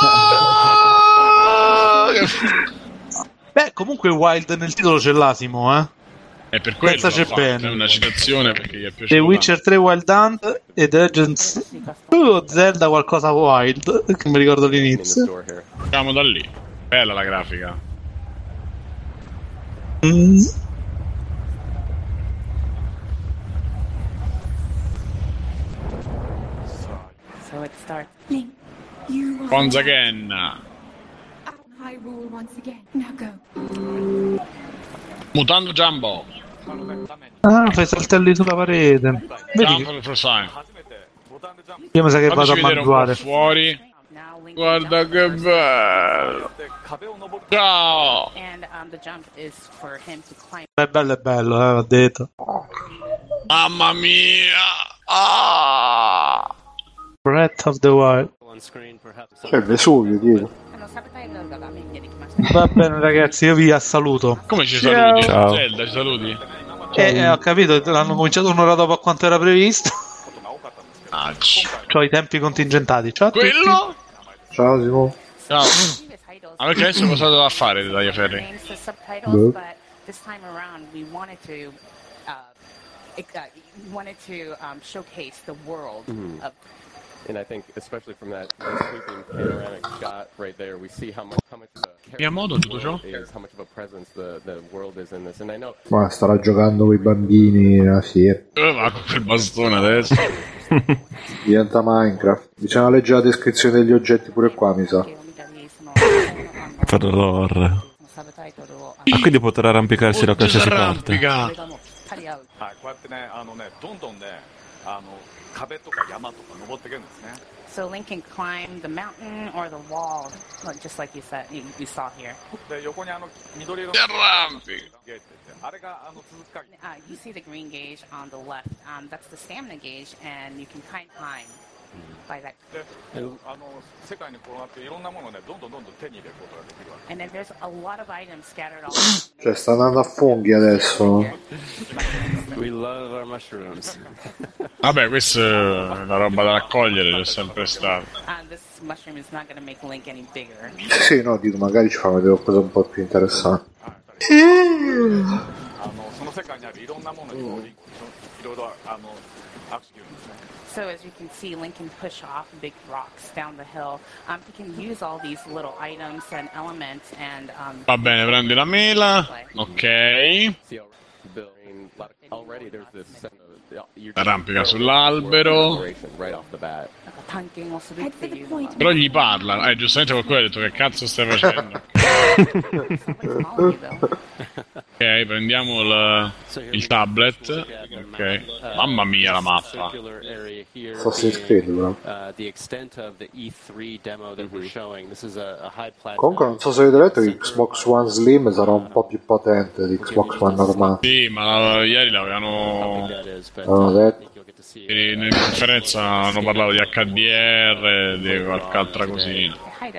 Beh, comunque Wild nel titolo c'è l'asimo, E per quello c'è bene. È una citazione perché gli è piaciuto. The Witcher 3 Wild Hunt e The Legends Zelda qualcosa Wild, che mi ricordo all'inizio. Andiamo da lì. Bella la grafica. So it starts. Once again. Hyrule once again. Now go. Mutando Jumbo. Ah, fai saltelli sulla parete. Vedi Jump for sign. Io mi sa che vado a mangiare fuori. Guarda che bello. Ciao. È bello, va detto. Mamma mia. Breath of the Wild. C'è il Vesuvio dietro. Va bene ragazzi, io vi saluto. Come ci saluti? Ciao. Zelda, ci saluti? Ho capito, l'hanno cominciato un'ora dopo a quanto era previsto. C'ho i tempi contingentati. Ciao a tutti. Ciao Simo. Ciao. Ma perché adesso cosa doveva fare Tagliaferri? Showcase the world of. And I think, especially from that sweeping panoramic shot right there, we see how much of a presence the world is in this. And I know. Ma starà giocando con i bambini nella fiera. Ma con quel bastone adesso. Diventa Minecraft. Bisogna leggere la descrizione degli oggetti pure qua, mi sa. Per l'horror. Ah, quindi potrà arrampicarsi da qualsiasi parte. So Link can climb the mountain or the wall, just like you said, you saw here. You see the green gauge on the left. That's the stamina gauge, and you can climb 世界にこうなっていろんなものをねどんどん手に入れることができるわけ。 And then there's a lot of items scattered all Cioè sta andando a funghi adesso. We love our mushrooms. Vabbè, questa è una roba da raccogliere, c'è sempre stato. This mushroom is not going to make Link any bigger. Sì, no, dico, magari ci fa vedere qualcosa un po' più interessante. その世界にあるいろんなものにいろいろアクションですね。 So as you can see, Link can push off big rocks down the hill. He can use all these little items and elements and... Va bene, prendi la mela. Ok. Arrampica sull'albero. Però gli parla. Giustamente qualcuno ha detto che cazzo stai facendo. Ok, prendiamo il tablet. Ok. Mamma mia la mappa. Assassin's Creed, bro. Comunque non so se avete detto che Xbox One Slim sarà un po' più potente di Xbox One normale. Sì, ma ieri l'avevano detto. In conferenza hanno parlato di HDR, di qualche altra cosina.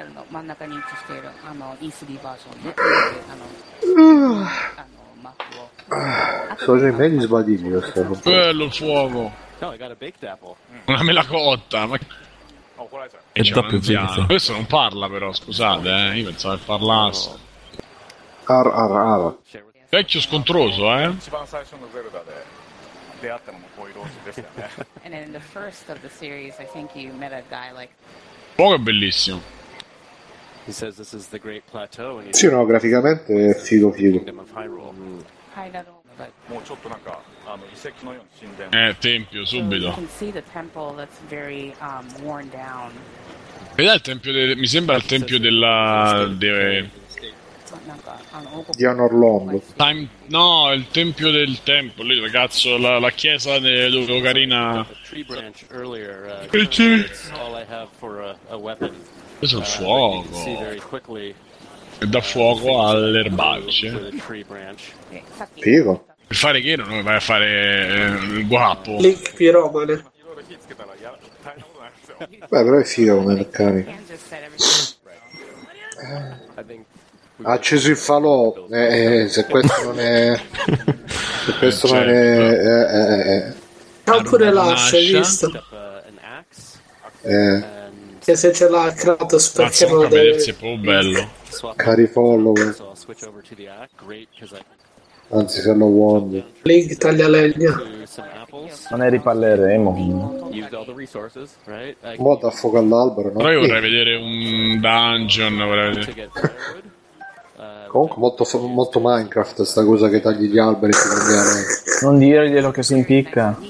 Sono già in me gli sbadigli. Bello il fuoco. Una mela cotta. Ma... E c'è un anziano. Questo non parla però, scusate, io pensavo che parlasse. Ar. Vecchio scontroso, 一番最初のゼルダで出会ったのもこういうローズですよね。 And in the first of the series, I think you met a guy like... Fuoco è bellissimo. He says this is the Great Plateau. Sì, no, graficamente è figo. もうちょっとなんか遺跡のように神殿。 Tempio, subito. You can see the temple that's very worn down. Vedete il tempio mi sembra il tempio della... di Anorlondo. No, il tempio del tempo, lì ragazzo, la chiesa dove carina. Che c'è? Questo è il fuoco. E dà fuoco alle erbacce. Figo. Per fare che non vai a fare il guappo. Link piromane. Beh, però è figo come meccanica. Ha acceso il falò, se questo non è... se questo non è... Ha pure l'ascia, hai visto? Che se ce l'ha Kratos perché non deve... È proprio bello. Cari follower. Anzi, se lo vuoi. Link taglia legna. Non ne riparleremo. Mo' da fuoco all'albero, no? Però io vorrei vedere un dungeon, Comunque molto Minecraft sta cosa che tagli gli alberi per cambiare. Non dirglielo che si impicca.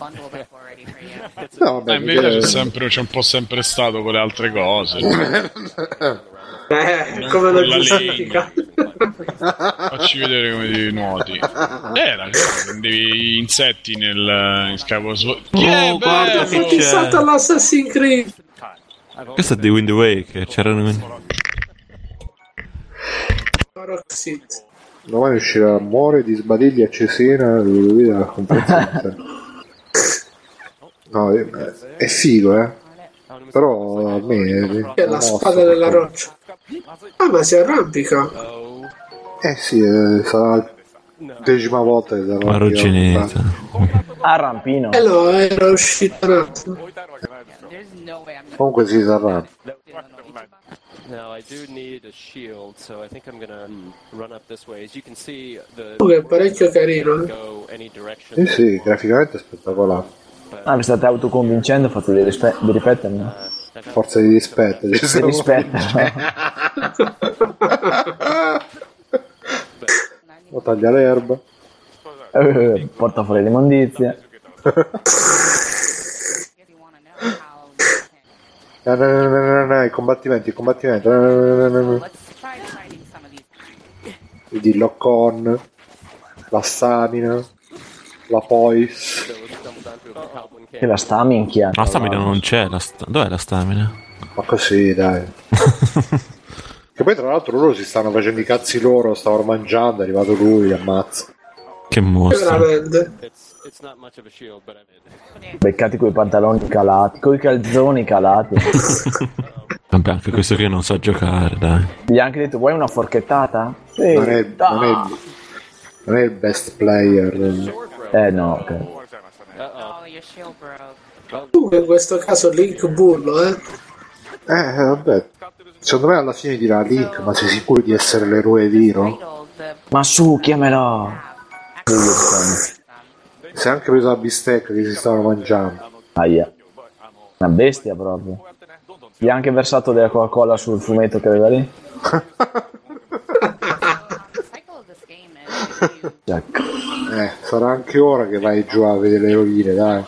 No, vabbè, invece c'è un po' sempre stato con le altre cose. Come lo giustifica? Facci vedere come ti nuoti. Prendevi insetti in scavo. Guarda che fissato all'Assassin's Creed. Questo è di Wind Waker, c'erano... Domani uscirà Amore di Sbadigli a Cesena, la conferenza. No, è figo, però a me è la spada della roccia. Ma si arrampica. Sì, sarà la 10ª volta che sarà arrugginita. Arrampino. No, era uscita un attimo. Comunque si sarà. Now I do need a shield, so I think I'm gonna run up this way. As you can see, the è parecchio carino. Sì, graficamente è spettacolare. Vi state autoconvincendo, fate di ripetermi. Forza di rispetto. Di rispetto. O taglia l'erba. Porta fuori l'immondizia. No, i combattimenti. Il lock-on, la stamina, la poise. Che la stamina? La stamina non c'è, dov'è la stamina? Ma così, dai. Che poi tra l'altro loro si stanno facendo i cazzi loro, stavano mangiando, è arrivato lui, li ammazza. Che mostro. Beccati coi pantaloni calati, coi calzoni calati. Vabbè, anche questo che non sa giocare, dai. Gli ha anche detto, vuoi una forchettata? Sì, non è il best player. No, ok. Tu in questo caso Link bullo, vabbè. Secondo me alla fine dirà Link, ma sei sicuro di essere l'eroe vero? Ma su, chiamelo! Si è anche preso la bistecca che si stavano mangiando. Aia. Una bestia proprio. Gli ha anche versato della Coca-Cola sul fumetto che aveva lì. Sarà anche ora che vai giù a vedere le rovine, dai.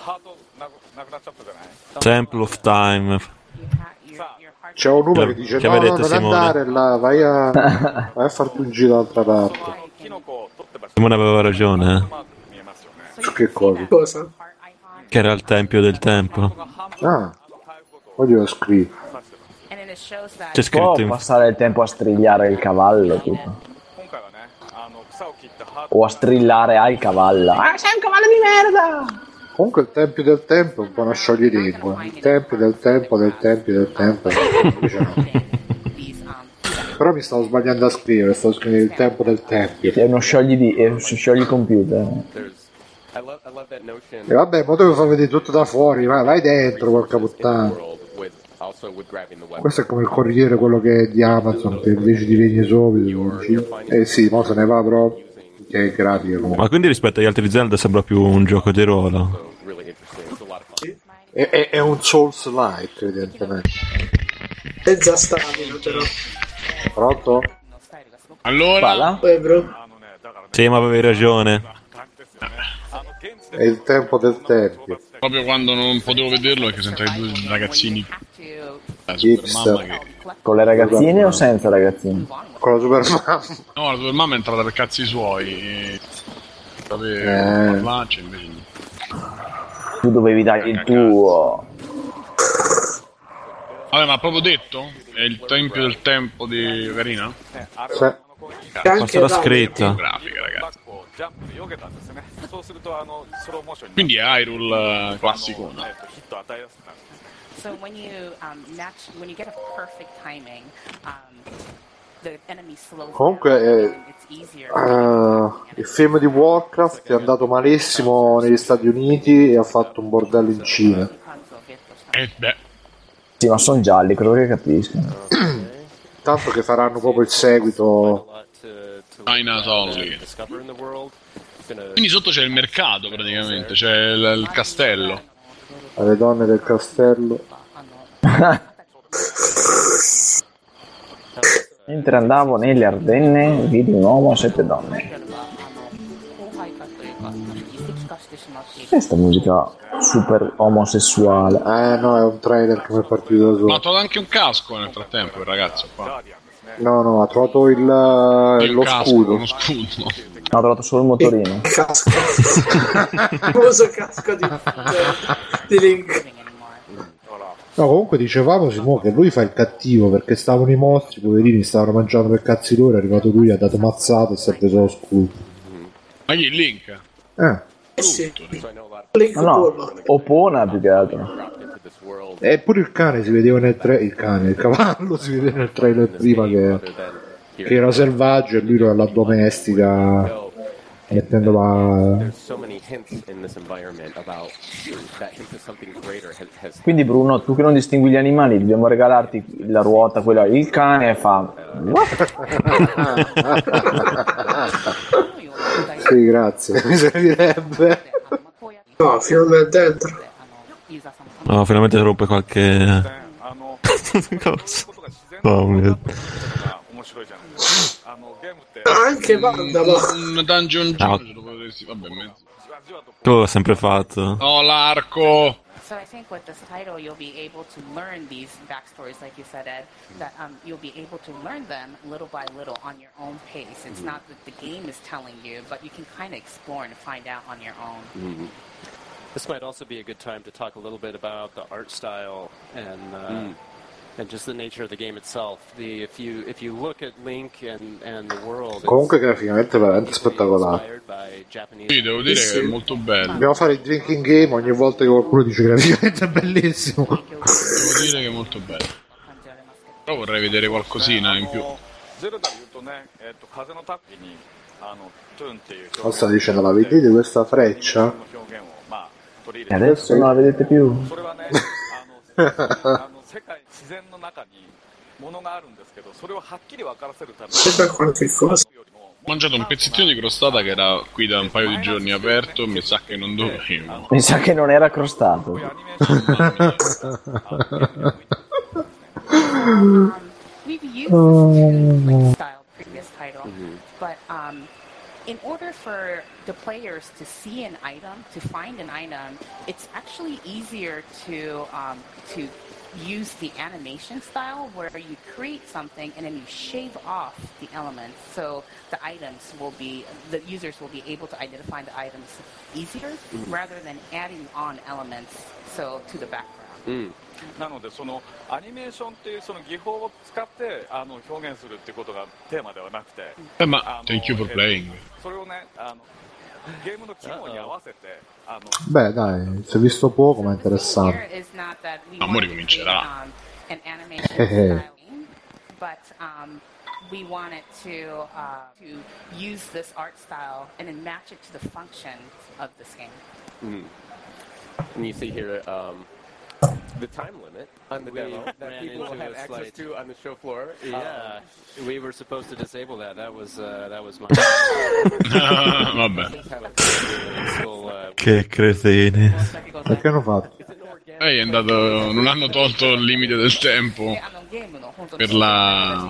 Temple of Time. C'è un numero che dice no, non andare là, vai a farti un giro dall'altra parte. Simone aveva ragione, Su che cosa? Che era il tempio del tempo. Voglio scritto. C'è scritto Può passare il tempo a strigliare il cavallo, tipo. O a strillare al cavallo. Sei un cavallo di merda! Comunque il tempio del tempo è un po' una scioglilingua. Il tempio del tempo del tempio del tempo. Però mi stavo sbagliando a scrivere, stavo scrivendo il tempo del tempio. È uno sciogli computer. E vabbè, ma devo far vedere tutto da fuori, vai dentro, porca puttana. Questo è come il corriere, quello che è di Amazon, che invece di venire subito. Sì, mo se ne va proprio. Che è grafico comunque. Ma quindi rispetto agli altri Zelda sembra più un gioco di ruolo. È un Souls-like, evidentemente. È già stamina, però. Pronto? Allora? Bro. Sì, ma avevi ragione. È il tempo del tempio. Proprio quando non potevo vederlo perché sento i due ragazzini. Supermamma che... Con le ragazzine o senza ragazzine? Con la supermamma. No, la supermamma è entrata per cazzi suoi e... parlace invece no. Tu dovevi dargli il tuo. Vabbè, ma proprio detto? È il tempio del tempo di Carina? Forse l'ha scritta. Grafica, ragazzi. Quindi è Hyrule classicona. So when you get a perfect timing, the enemy slows Comunque il film di Warcraft è andato malissimo negli Stati Uniti e ha fatto un bordello in Cina. Sì, ma sono gialli, quello che capisco. Tanto che faranno proprio il seguito. China Only. Quindi sotto c'è il mercato praticamente, c'è il castello. Le donne del castello. Mentre andavo nelle Ardenne vidi un uomo e 7 donne. Questa musica super omosessuale. No, è un trailer che mi è partito da solo. Ma ha trovato anche un casco nel frattempo il ragazzo qua. No, ha trovato lo casco, scudo. Uno scudo. Ha trovato solo il motorino. Casco. Famoso casco di Link. No, comunque dicevamo Simone che lui fa il cattivo perché stavano i mostri, i poverini stavano mangiando per cazzi loro, è arrivato lui, ha dato mazzate e si è preso lo scudo. Ma chi è Link? Sì. Link no, Opona più che altro. Eppure il cane si vedeva nel il cavallo si vedeva nel trailer prima che era selvaggio e lui era la domestica mettendo Quindi Bruno, tu che non distingui gli animali, dobbiamo regalarti la ruota, quella, il cane fa sì, grazie, mi servirebbe. No, finalmente dentro. No, finalmente rompe qualche cosa. Oh, mio. Anche Wanda, un dungeon vabbè, tu l'ho sempre fatto. Oh, l'arco. So I think with this title you'll be able to learn these backstories, like you said, Ed, that you'll be able to learn them little by little on your own pace. It's not that the game is telling you, but you can kind of explore and find out on your own. Mm-hmm. This might also be a good time to talk a little bit about the art style and and just the nature of the game itself. If you look at Link and the world, comunque graficamente veramente spettacolare. Sì, devo dire che è molto bello. Dobbiamo fare il drinking game ogni volta che qualcuno dice graficamente è bellissimo. Devo dire che è molto bello. Però vorrei vedere qualcosina in più. Cosa sta dicendo? La vedete questa freccia? E adesso non la vedete più. Ho mangiato un pezzettino di crostata che era qui da un paio di giorni aperto, mi sa che non dovevo. Mi sa che non era crostato. We've used style previous title, but in order for the players to see an item, to find an item, it's actually easier to use the animation style where you create something and then you shave off the elements, so the users will be able to identify the items easier rather than adding on elements to the background. なのでそのアニメーションっていうその技法を使って表現するってことがテーマではなくて、 Thank you for playing. それをねゲームの機能に合わせて Beh dai, si è visto poco ma è interessante. Mo ricomincerà. But we wanted to use this art style and then match it to the function of this game. And you see here the time limit on the demo that people will have access to on the show floor. Yeah, we were supposed to disable that. That was my. Vabbè. Che cretini. Perché hanno fatto? È andato, non hanno tolto il limite del tempo per la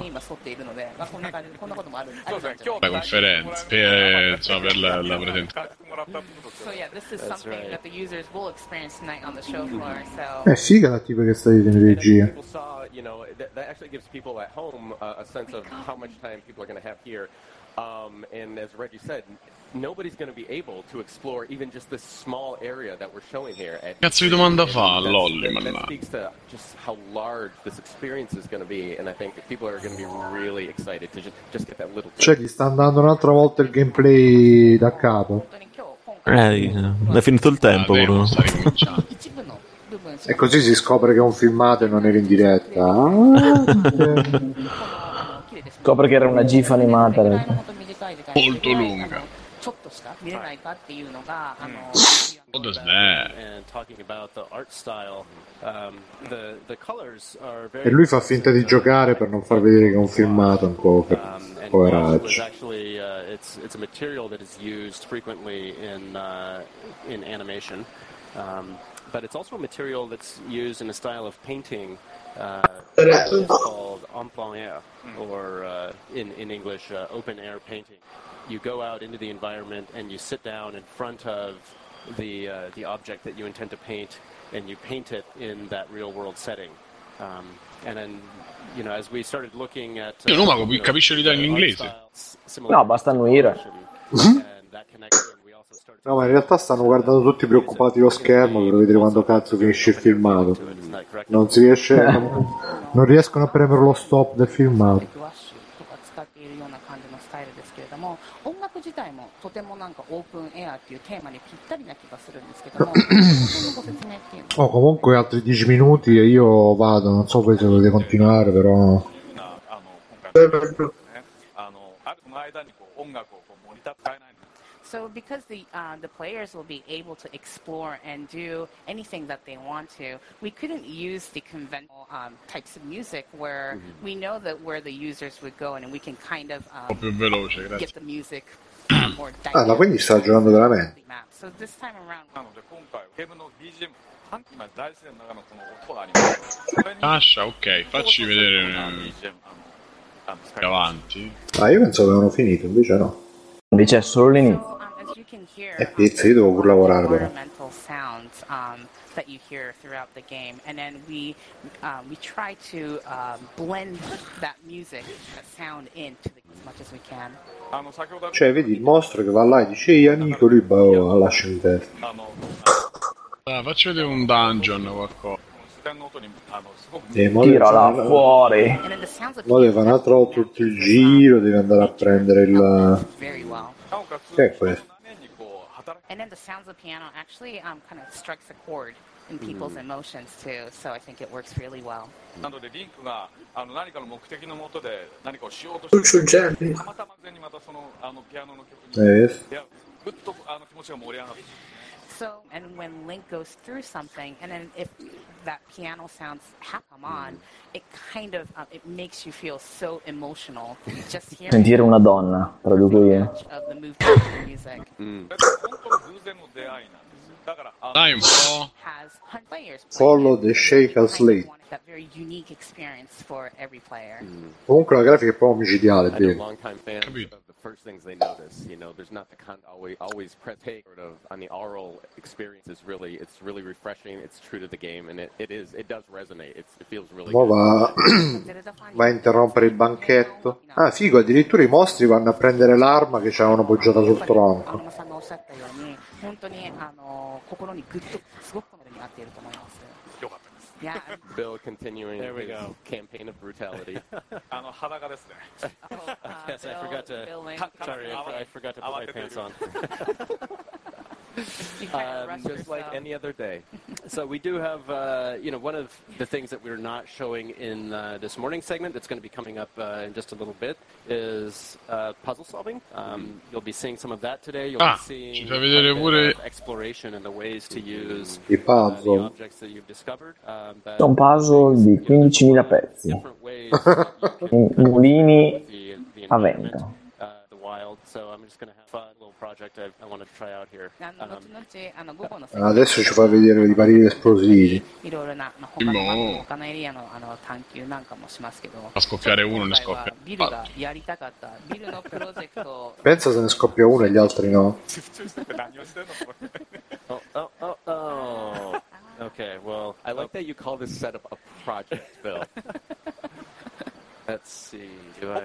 conferenza, per la presentazione. So yeah, this is something that the users will experience tonight on the show floor. So. È figa la tipa che sta dicendo in regia. That actually gives people at home a sense of how much time people are going to have here. And as Reggie said, nobody's going to be able to explore even just this small area that we're showing here. Cazzo di domanda fa, Lolli, that speaks to just how large this experience is going to be, and I think people are going to be really excited to just get that little. Cioè, gli sta andando un'altra volta il gameplay da capo. È finito il tempo, Bruno. E così si scopre che è un filmato e non era in diretta. Scopre che era una GIF animata. Molto lunga. What is that? And talking about the art style, the colors are very. E lui fa finta di giocare per non far vedere che è un filmato ancora. Poveraccio. Actually, it's a material that is used frequently in animation, but it's also a material that's used in a style of painting called en plein air, or in English, open air painting. You go out into the environment and you sit down in front of the object that you intend to paint, and you paint it in that real world setting. And then, as we started looking at capisce l'italiano in inglese? No, basta annuire. No, ma in realtà stanno guardando tutti preoccupati lo schermo per vedere quando cazzo finisce il filmato. Non si riesce, non riescono a premere lo stop del filmato. 音楽自体もとてもなんかオープンエアっていうテーマにぴったりな気がするんですけども、そのご説明っていうのは。 Comunque altri 10 minuti e io vado, non so poi se volete continuare, però. So because the players will be able to explore and do anything that they want to, we couldn't use the conventional types of music where we know that where the users would go, and we can kind of get the music more dynamic. Ma quindi sta giocando veramente. So this time around. Ascia, ok, facci vedere avanti. Ah, io pensavo avevano finito, invece no. Invece è solo l'inizio. E pizza, io devo pur lavorare però. That you hear throughout the game, and then we try to blend that music, that sound into as much as we can. Cioè, vedi il mostro che va là e dice ehi amico, lui lascia in testa. Faccio vedere un dungeon o qualcosa. Tirala fuori. Poi deve fare un altro tutto il giro, devi andare a prendere il... Che è questo? And then the sounds of the piano actually kind of strikes a chord in people's emotions too, so I think it works really well. So, and when Link goes through something, and then if that piano sounds come on, it kind of it makes you feel so emotional. Just hearing Sentire una donna, traduco io. of the movement of the music. Dai un po'. Follow the Shaker Slate. That very unique experience for every player. Comunque la grafica è proprio omicidiale, I know bene. longtime fans of the first things they notice. You know, there's not the always press take sort of on the aural experience is really it's really refreshing. It's true to the game, and it does resonate. It feels really Mo good. va a interrompere il banchetto. Ah, figo, addirittura i mostri vanno a prendere l'arma che c'avevano poggiata sul tronco. 本当に心にグッとすごくこのようになっていると思います。よかったです。Yeah. Bill continuing his campaign of brutality. 裸ですね。 Yes, I forgot to. Sorry, I forgot to put my pants on. Just like any other day. So we do have, one of the things that we're not showing in this morning segment that's going to be coming up in just a little bit is puzzle solving. You'll be seeing some of that today. You'll be seeing exploration and the ways to use the objects that you've discovered. Un puzzle di 15.000 pezzi. Mulini a vento. So I'm just going to have a little project I want to try out here. Adesso ci fa vedere i barili esplosivi. A scoppiare uno ne scoppia. Pensa se ne scoppia uno e gli altri no. Oh. Okay, well, I like that you call this setup a project, Bill. Let's see. I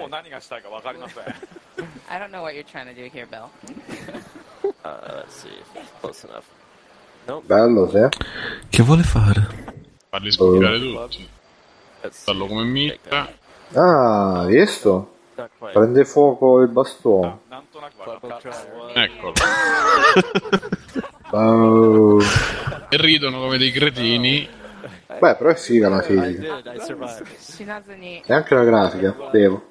don't know what you're trying to do here, Bill. Let's see. Close enough. Nope. Bello, sì. Che vuole fare? Farli scoppiare tutti. Farlo come Mitta. Ah, visto? Prende fuoco il bastone. Eccolo. E ridono come dei cretini. Beh, però è figa la fisica. E anche la grafica, devo.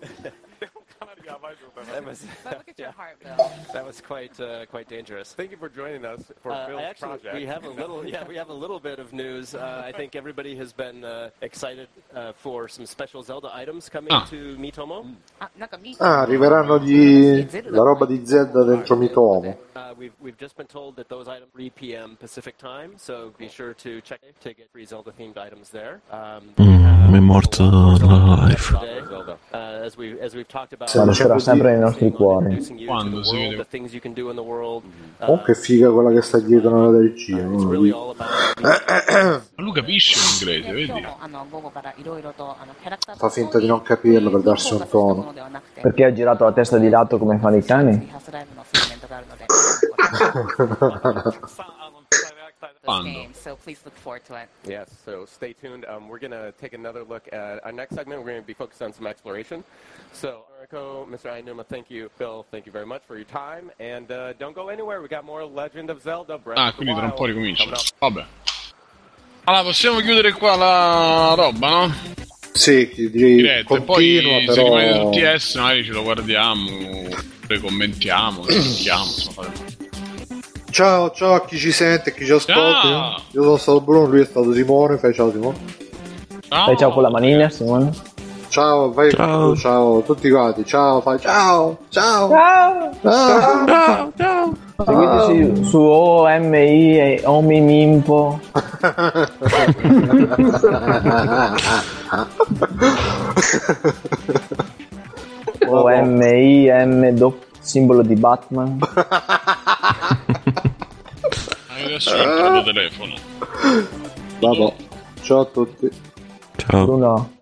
That was quite dangerous. Thank you for joining us for Bill's project. We have a little bit of news. I think everybody has been excited for some special Zelda items coming to Miitomo. Arriveranno la roba di Zelda dentro Miitomo. We've just been told that those items 3 p.m. Pacific time, so be sure to check to get free Zelda themed items there. Mi è morto la live. As we've talked about. Sarà sempre nei nostri cuori. Quando si vede. Oh, che figa quella che sta dietro nella regia. Ma lui capisce l'inglese, vedi? Fa finta di non capirlo per darsi un tono. Perché ha girato la testa di lato come fanno i cani? Game, so please look forward to it. Yes, so stay tuned. We're going to take another look at our next segment. We're going to be focused on some exploration. So, Mariko, Mr. Ainuma, thank you. Bill, thank you very much for your time. And don't go anywhere. We got more Legend of Zelda. Quindi tra un po' ricomincia. Vabbè. Allora, possiamo chiudere qua la roba, no? Sì, direi continua, poi però... se rimanete tutti S, magari ce lo guardiamo, le commentiamo, sentiamo, insomma. Ciao a chi ci sente, chi ci ascolta. Io sono stato Bruno, lui è stato Simone. Fai ciao Simone. Fai ciao con la manina, Simone. Ciao, fai ciao tutti quanti. Ciao, fai ciao. Seguiteci su OMI e Omimimpo. OMIM simbolo di Batman. Adesso entra il telefono. Vabbè, ciao a tutti. Ciao. Bruno.